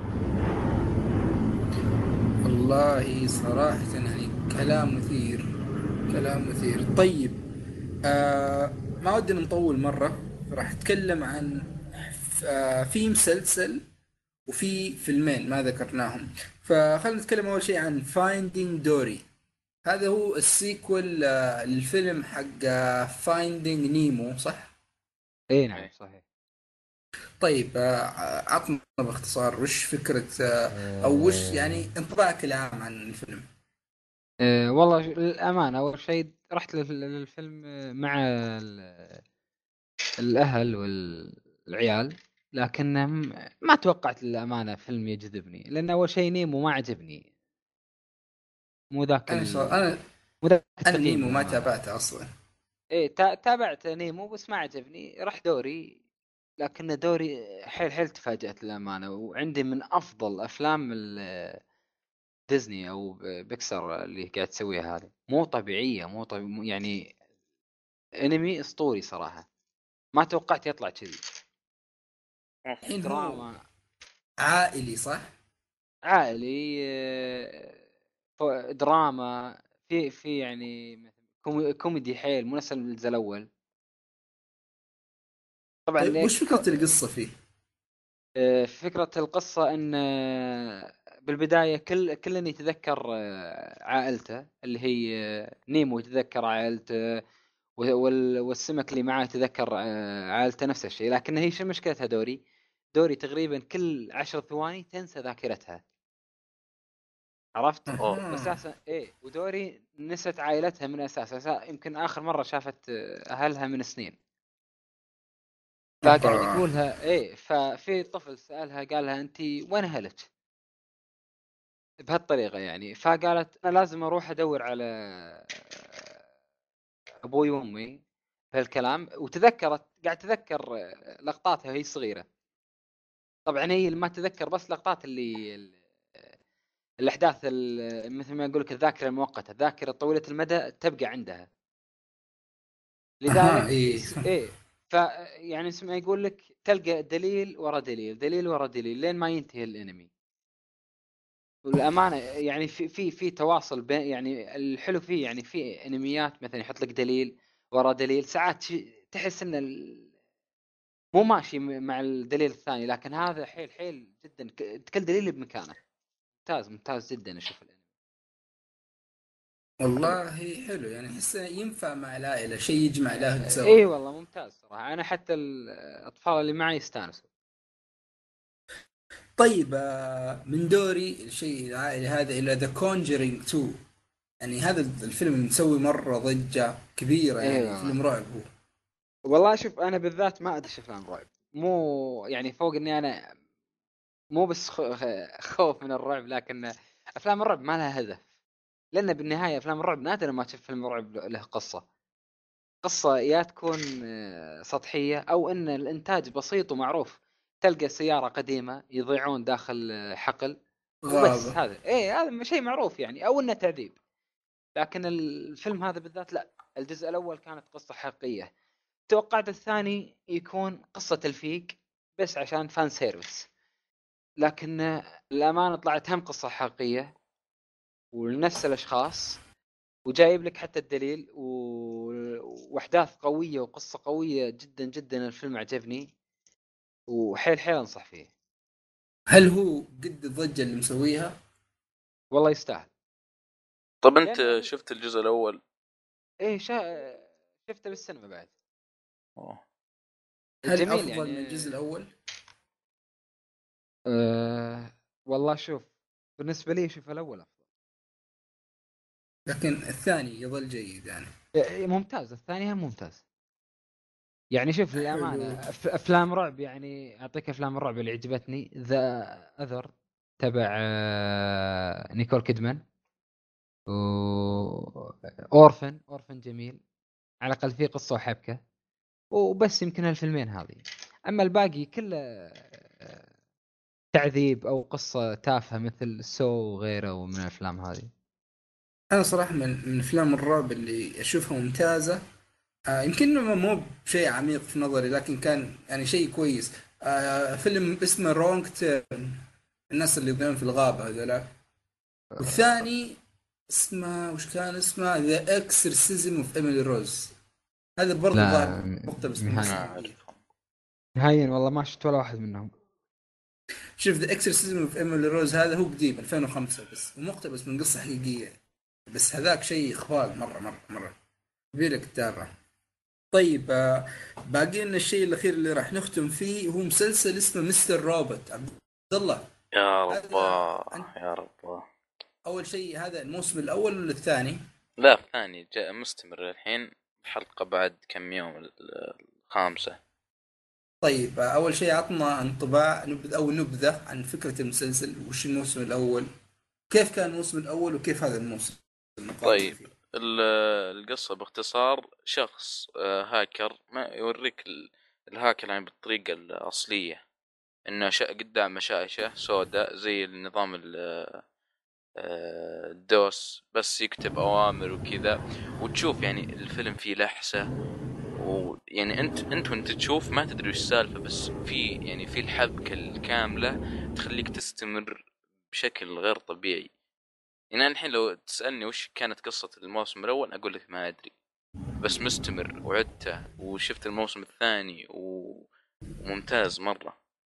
والله صراحة يعني كلام مثير، كلام مثير. طيب آه ما ودنا نطول مرة، راح أتكلم عن آه في مسلسل وفي فيلمين ما ذكرناهم. فخلنا نتكلم أول شيء عن فايندينج دوري. هذا هو السيكول آه للفيلم حق فايندينج نيمو، صح؟ اي نعم إيه. صحيح. طيب آه، عطنا باختصار وش فكرة آه، أو وش يعني أه انطباعك العام عن الفيلم؟ أه والله للأمانة أول شيء رحت لل- للفيلم آه، مع ال- الأهل والعيال، لكن ما توقعت للأمانة فيلم يجذبني، لأن أول شيء نيمو ما عجبني. مو ذاك أنا صار ال... أنا مو ذاك أنا التقييم نيمو ما للأمانة. تابعته أصلا. إيه تا... تابعت نيمو بس ما عجبني، راح دوري. لكن دوري حيل حيل تفاجأت للأمانة، وعندي من أفضل أفلام ال- ديزني أو بيكسر اللي قاعد تسويها هذه، مو طبيعية، مو طبيعي يعني. انمي اسطوري صراحة، ما توقعت يطلع كذي. الحين هو دراما عائلي صح؟ عائلي، آه، ف- دراما، في في يعني مثل كومي- كوميدي حيل، مو نفس الجزء الاول طيب طبعا. وش كو- فكرة القصة فيه؟ آه، فكرة القصة ان آه، بالبداية كل كل يتذكر آه، عائلته، اللي هي آه، نيمو يتذكر عائلته، وال- والسمك اللي معاه يتذكر آه، عائلته نفس الشيء. لكن هي شو مشكلتها دوري؟ دوري تقريبا كل عشر ثواني تنسى ذاكرتها، عرفت؟ اوه. أها. واساسا ايه، ودوري نست عائلتها من اساس أساس يمكن اخر مره شافت آه، اهلها من سنين. فقاعد أها. يقولها ايه، ففي طفل سالها قال لها انت وين اهلك؟ بهالطريقه يعني. فقالت انا لازم اروح ادور على آه، ابوي وامي بهالكلام. وتذكرت قاعد تذكر آه، لقطاتها وهي صغيره. طبعا هي ما تذكر بس لقطات اللي ال- الاحداث ال- مثل ما يقول لك الذاكره المؤقته، الذاكره طويله المدى تبقى عندها. أها لذلك إيه. يس... ايه، ف يعني اسمه ما يقول لك تلقى دليل ورا دليل، دليل ورا دليل، لين ما ينتهي الانمي. والامانه يعني في في في تواصل بين، يعني الحلو فيه يعني في انميات مثلا يحط لك دليل ورا دليل، ساعات شي- تحس ان ال... مو ماشي م- مع الدليل الثاني، لكن هذا حيل حيل جدا، ك- كل دليل بمكانه. ممتاز ممتاز جدا اشوف الانمي. والله حلو، يعني أحسه ينفع مع العائلة، شيء يجمع الأهل سوا. اي والله ممتاز صراحه، انا حتى الاطفال اللي معي يستانسوا. طيب آه، من دوري الشيء العائلي هذا إلى ذا كونجرينج تو. يعني هذا الفيلم مسوي مرة ضجة كبيرة، اي يعني والله. فيلم رعب هو. والله شوف انا بالذات ما ادش افلام رعب، مو يعني فوق اني انا مو بس خ- خ- خوف من الرعب، لكن افلام الرعب ما لها هدف. لان بالنهايه افلام الرعب نادر ما تشوف فيلم رعب له قصه. قصه يا تكون آه، سطحيه، او ان الانتاج بسيط ومعروف. تلقى سياره قديمه يضيعون داخل آه، حقل، وبس. غابة. هذا ايه، هذا شيء معروف يعني، او انه تعذيب. لكن الفيلم هذا بالذات لا، الجزء الاول كانت قصه حقيقيه. توقعت الثاني يكون قصة تلفيق بس عشان فان سيرفيس، لكن الأمانة طلعت هم قصة حقيقية ولنفس الأشخاص، وجايب لك حتى الدليل و... وأحداث قوية وقصة قوية جدا جدا. الفيلم عجبني وحيل حيل أنصح فيه. هل هو قد الضجة اللي مسويها؟ والله يستاهل. طب انت لأن شفت الجزء الاول؟ إيه شا... شفته بالسينما بعد. اوه. هل جميل أفضل يعني. من الجزء الأول؟ أه... والله شوف، بالنسبة لي شوف الأول أفضل. لكن الثاني يظل جيد يعني. إيه، ممتاز، الثاني هم ممتاز. يعني شوف حلو. للأمانة أف- أفلام رعب، يعني أعطيك أفلام الرعب اللي عجبتني: ذا أذر تبع آه، نيكول كيدمان، و أورفن أورفن جميل، على الأقل فيه قصة وحبكة. وبس يمكن الفيلمين هذه. أما الباقي كله آه، تعذيب أو قصة تافهة مثل سو وغيره من الأفلام هذه. أنا صراحة من من أفلام الرعب اللي أشوفها ممتازة، آه يمكن إنه مو بشيء عميق في نظري، لكن كان يعني شيء كويس. آه فيلم اسمه رونج تيرن، الناس اللي يضيعون في الغابة هذولا. والثاني اسمه وش كان اسمه؟ ذا اكسرسيزم اوف ايميلي روز. هذا برضو ظاهر لا مقتبس من ما نهائي، قصة حقيقية. اعرفهم. نهائيا والله ما شفت ولا واحد منهم. شوف ذا اكسرسيزم اوف ايميلي روز هذا هو قديم ألفين وخمسة بس، ومقتبس من قصة حقيقية. بس هذاك شيء إخبال مرة مرة مرة. يبيلك تتابعه. طيب آه، باقي لنا الشيء الاخير اللي راح نختم فيه، هو مسلسل اسمه مستر روبوت. عبد الله، يا هذا رباه انت يا رباه. اول شيء، هذا الموسم الاول ولا الثاني؟ لا الثاني جاء مستمر الحين، حلقة بعد كم يوم ال- الخامسة. طيب آه، اول شيء عطنا انطباع نبذ او نبذه عن فكره المسلسل، وش الموسم الاول، كيف كان الموسم الاول وكيف هذا الموسم مقارنه طيب فيه. ال- القصة باختصار، شخص آه، هاكر، ما يوريك ال- الهاكر يعني بالطريقة الأصلية، إنه شا قدامه شاشة سوداء زي النظام ال- آه، الدوس، بس يكتب أوامر وكذا. وتشوف يعني الفيلم فيه لحسة، ويعني انت انت وانت تشوف ما تدري وش السالفة، بس في يعني في الحبكة الكاملة تخليك تستمر بشكل غير طبيعي. يعني أنا الحين لو تسألني وش كانت قصة الموسم الأول أقول لك ما أدري، بس مستمر وعدته وشفت الموسم الثاني و- وممتاز مرة.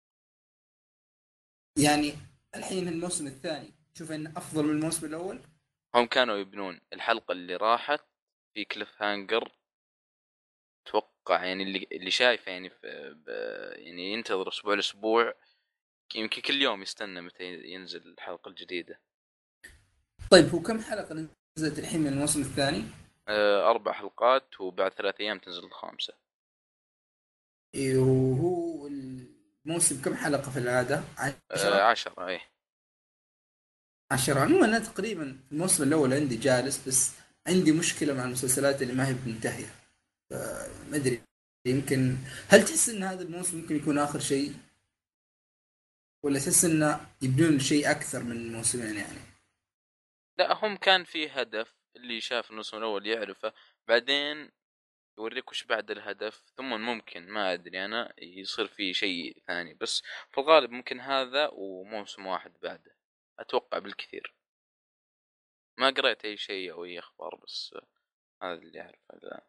يعني الحين الموسم الثاني تشوف انه افضل من الموسم الاول؟ هم كانوا يبنون الحلقة اللي راحت في كليف هانجر، اتوقع يعني اللي اللي شايفه يعني في ب... يعني ينتظر اسبوع لاسبوع، يمكن كل يوم يستنى متى ينزل الحلقة الجديدة. طيب هو كم حلقه نزلت الحين من الموسم الثاني؟ آه، أربع حلقات وبعد ثلاث أيام تنزل الخامسة. إيه، وهو الموسم كم حلقه في العاده؟ آه، عشرة؟ عشرة إيه. عشرة. عموما انا تقريبا الموسم الاول عندي جالس، بس عندي مشكله مع المسلسلات اللي ما هي منتهيه. ما ادري، يمكن، هل تحس ان هذا الموسم ممكن يكون اخر شيء، ولا تحس انه يبنون شيء اكثر من موسمين يعني؟ لا هم كان في هدف، اللي شاف الموسم الأول يعرفه، بعدين يوريك وش بعد الهدف، ثم ممكن ما أدري أنا يصير في شيء ثاني، بس في الغالب ممكن هذا وموسم واحد بعده، أتوقع بالكثير. ما قرأت أي شيء أو أي أخبار، بس هذا اللي أعرفه. لا.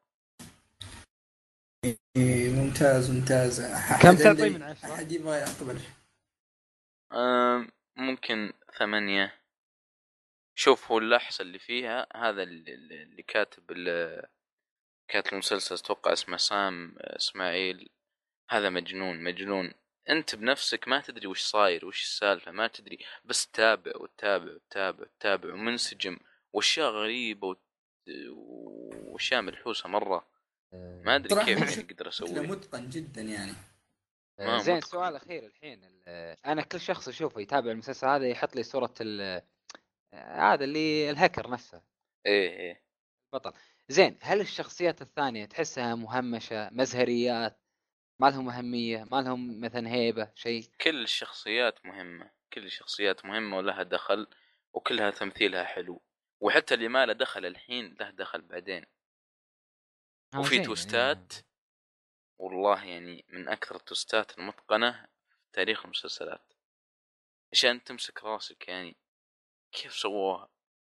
إيه، ممتاز ممتاز. كم احد تعطيه عنده من عشرة؟ احد يبغى يعقب؟ أم، ممكن ثمانية. شوف هو الأحسن اللي فيها هذا اللي, اللي كاتب ال- كاتب المسلسل، أتوقع اسمه سام إسماعيل. هذا مجنون مجنون. أنت بنفسك ما تدري وش صاير وش السالفة، ما تدري، بس تتابع وتتابع وتتابع وتتابع ومنسجم، واشياء غريبة وت- واشياء ملحوسة مرة. ما ادري صراحه هو كيف يعني قدر شكله اسويه. متقن جدا يعني. آه، ما زين، متقن. سؤال اخير الحين. ال- انا كل شخص اشوفه يتابع المسلسل هذا يحط لي صورة ال- هذا اللي الهكر نفسه، ايه ايه. بطل. زين، هل الشخصيات الثانية تحسها مهمشة، مزهريات، ما لهم أهمية، ما لهم مثلا هيبة شيء؟ كل الشخصيات مهمة، كل الشخصيات مهمة ولها دخل، وكلها تمثيلها حلو، وحتى اللي ما له دخل الحين له دخل بعدين. ها وفي زين يعني. توستات، والله يعني من أكثر التوستات المتقنة في تاريخ المسلسلات، عشان تمسك راسك يعني كيف سووها.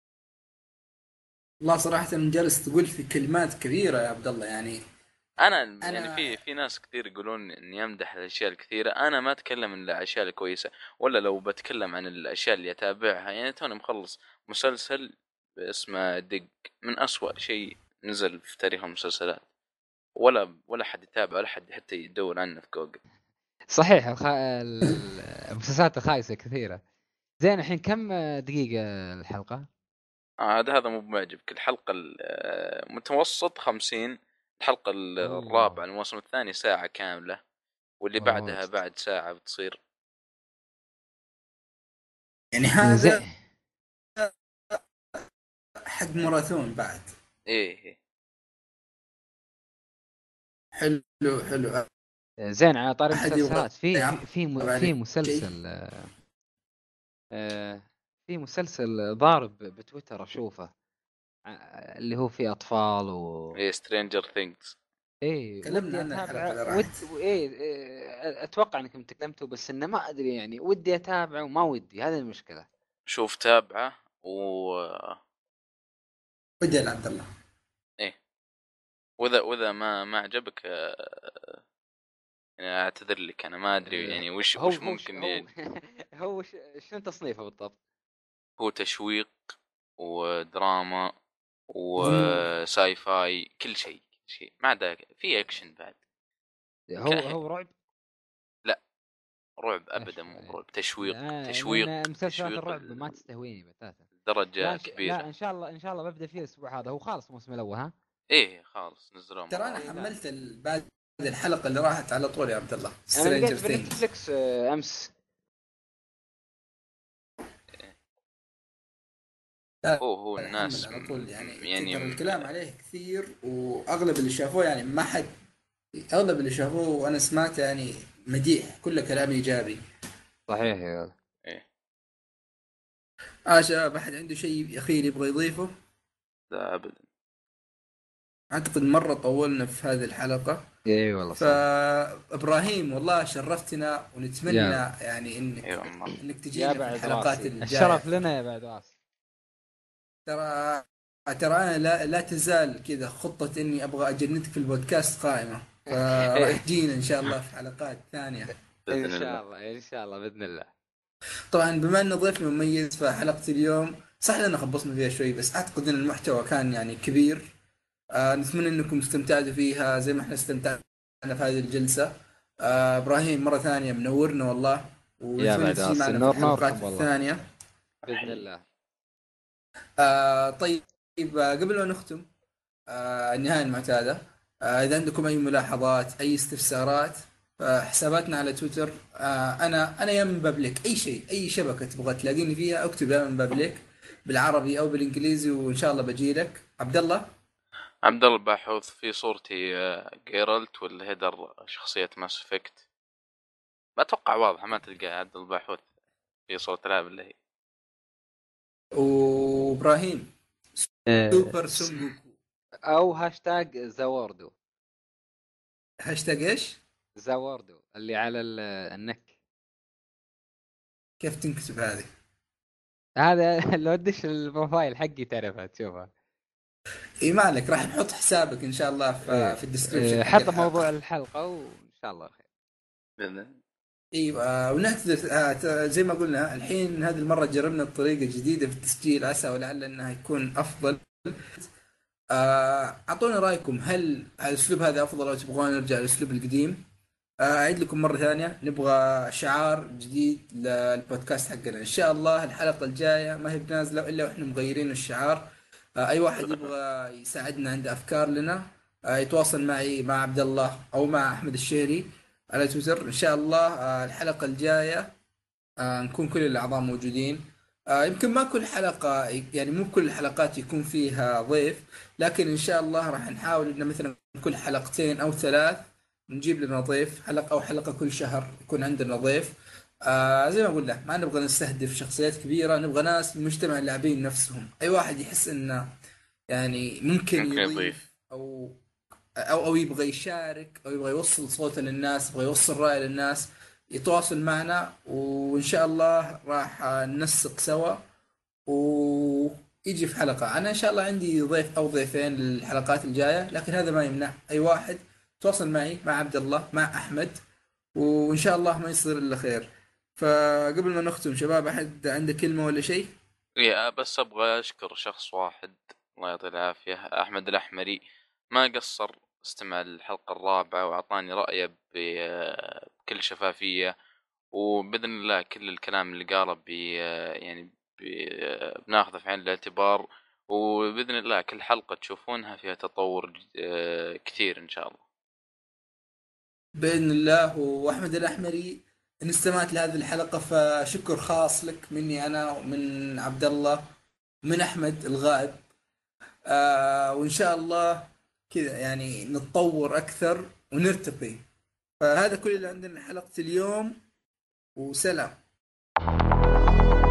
والله صراحه من جالس تقول في كلمات كبيره يا عبد الله يعني. انا يعني انا في في ناس كثير يقولون اني امدح الاشياء الكثيره، انا ما اتكلم عن الاشياء الكويسه، ولا لو بتكلم عن الاشياء اللي اتابعها، يعني توني مخلص مسلسل اسمه دق، من أسوأ شيء نزل في تاريخ المسلسلات، ولا ولا حد يتابع ولا حد حتى يدور عنه في جوجل. صحيح، الخ... ال- المسلسلات الخايسة كثيرة. زين، الحين كم دقيقة الحلقة؟ آه هذا هذا مو بمعجبك. الحلقه المتوسط خمسين، الحلقه اوه. الرابعه الموسم الثاني ساعه كامله، واللي اوه. بعدها بعد ساعه بتصير. يعني زين. هذا حق ماراثون بعد. ايه إيه. حلو حلو. زين، على طاري احد يبغى المسلسلات، في في يعقب في م- في عليك شيء؟ مسلسل، آه، في مسلسل ضارب بتويتر اشوفه، آه، اللي هو فيه اطفال و ايه سترينجر ثينجز. اه، ايه تكلمنا ودي عنها الحلقه اتابعه، اللي راحت. ود ايه إيه، اتوقع انكم تكلمتوا، بس انه ما ادري يعني، ودي اتابعه وما ودي، هذه المشكله. شوف تابعه و بدي عبد الله. ايه، واذا واذا ما ما عجبك آه، يعني اعتذر لك، انا ما ادري آه، يعني وش هو وش هو ش- ممكن هو يعني. هو ش- شنو تصنيفه بالضبط؟ هو تشويق ودراما غموض. وساي فاي، كل شيء شيء ما عدا في اكشن بعد. هو كان- هو رعب. لا رعب ابدا أشوف. مو رعب، تشويق لا، تشويق لأن مسلسلات تشويق الرعب ما تستهويني بتاتا. درجة لا إن ش- كبيرة. لا ان شاء الله ان شاء الله ببدا فيه الاسبوع هذا. هو خالص الموسم الاول ها. ايه خالص نزلوا ترى مرة انا إيه، لا. حملت ال- بعد الحلقه اللي راحت على طول يا عبد الله انا لقيت سترينجر في ثينجز. نتفلكس آه، امس. هو هو حمل الناس على طول يعني, يعني ترى الكلام عليه كثير واغلب اللي شافوه يعني ما حد اغلب اللي شافوه وانا سمعت يعني مديح كله كلام ايجابي. صحيح يا ولد. ايه اه شباب احد عنده شيء اخير يبغى يضيفه؟ لا ابدا. اعتقد مره طولنا في هذه الحلقه. اي والله صح. فابراهيم والله شرفتنا ونتمنى يا يعني انك ايه والله انك يا تجينا في بعد الحلقات راسي، الجايه. الشرف لنا يا بعد راسي. ترى ترى انا لا, لا تزال كذا خطه اني ابغى اجندك في البودكاست قائمه، فراح تجينا ان شاء الله في حلقات ثانيه. ان باذن شاء الله. الله ان شاء الله باذن الله. طبعا بما انه ضيفنا مميز فحلقه اليوم صح لنا خبصنا فيها شوي بس اعتقد ان المحتوى كان يعني كبير. آه نتمنى انكم استمتعتوا فيها زي ما احنا استمتعنا في هذه الجلسه. آه ابراهيم مره ثانيه منورنا والله، يا ونتمنى بعد تجي راسي، معنا في النور الحلقات نوركم والله الثانيه. باذن الله. آه طيب آه قبل ما نختم آه النهايه المعتاده، آه اذا عندكم اي ملاحظات اي استفسارات، آه حساباتنا على تويتر. آه انا انا يا من بابليك اي شيء اي شبكه تبغى تلاقيني فيها اكتب يا من بابليك بالعربي او بالانجليزي وان شاء الله بجي لك. عبد الله عبد الله الباحوث في صورتي آه، جيرالت والهيدر شخصية ماس افكت. ما اتوقع واضحة ما تلقى عبد الله الباحوث في صورة العاب اللي هي. وابراهيم آه، سوبر سونجوكو. او هاشتاج زواردو. هاشتاج ايش؟ زواردو اللي على ال- النك. كيف تنكتب هذه؟ هذا لو تدش البروفايل حقي تعرفها تشوفها. اي ما عليك راح نحط حسابك ان شاء الله في, في إيه. الديسكربشن إيه، حق حط موضوع الحلقه. الحلقة وإن شاء الله خير. بإذن الله. ايوه آه، ونعتذر آه، ت- زي ما قلنا الحين هذه المره جربنا الطريقه جديده في التسجيل عسى ولعل انها يكون افضل. آه، اعطونا رايكم هل الاسلوب هذا افضل او تبغون نرجع للاسلوب القديم؟ آه، اعيد لكم مره ثانيه نبغى شعار جديد للبودكاست حقنا ان شاء الله. الحلقه الجايه ما هي بنازله الا واحنا مغيرين الشعار. آه، اي واحد يبغى يساعدنا عنده افكار لنا آه، يتواصل معي مع عبد الله او مع احمد الشهري على تويتر ان شاء الله. آه، الحلقه الجايه آه، نكون كل الاعضاء موجودين. آه، يمكن ما كل حلقه يعني مو كل الحلقات يكون فيها ضيف، لكن ان شاء الله راح نحاول ان مثلا كل حلقتين او ثلاث نجيب لنا ضيف حلقه او حلقه كل شهر يكون عندنا ضيف. آه زي ما قلنا ما نبغى نستهدف شخصيات كبيره، نبغى ناس من مجتمع اللاعبين نفسهم. اي واحد يحس انه يعني ممكن ممكن يضيف يضيف. او او او يبغى يشارك او يبغى يوصل صوته للناس، يبغى يوصل رأيه للناس، يتواصل معنا وان شاء الله راح ننسق سوا ويجي في حلقة. انا ان شاء الله عندي ضيف او ضيفين للحلقات الجاية، لكن هذا ما يمنع اي واحد تواصل معي مع عبد الله مع احمد وان شاء الله ما يصير الا خير. فقبل ما نختم شباب احد عنده كلمة ولا شيء؟ يا بس ابغى اشكر شخص واحد الله يعطيه العافية، احمد الاحمري. ما قصر استمع الحلقة الرابعة واعطاني رأيه ب- بكل شفافية، وبإذن الله كل الكلام اللي قاله بي يعني بي بناخذه في عين الاعتبار، وبإذن الله كل حلقة تشوفونها فيها تطور آه، كثير إن شاء الله. بإذن الله. وأحمد الأحمري إن استمعت لهذه الحلقة فشكر خاص لك مني أنا ومن عبد الله ومن أحمد الغائب. آه وإن شاء الله كذا يعني نتطور أكثر ونرتقي. فهذا كل اللي عندنا حلقة اليوم وسلام.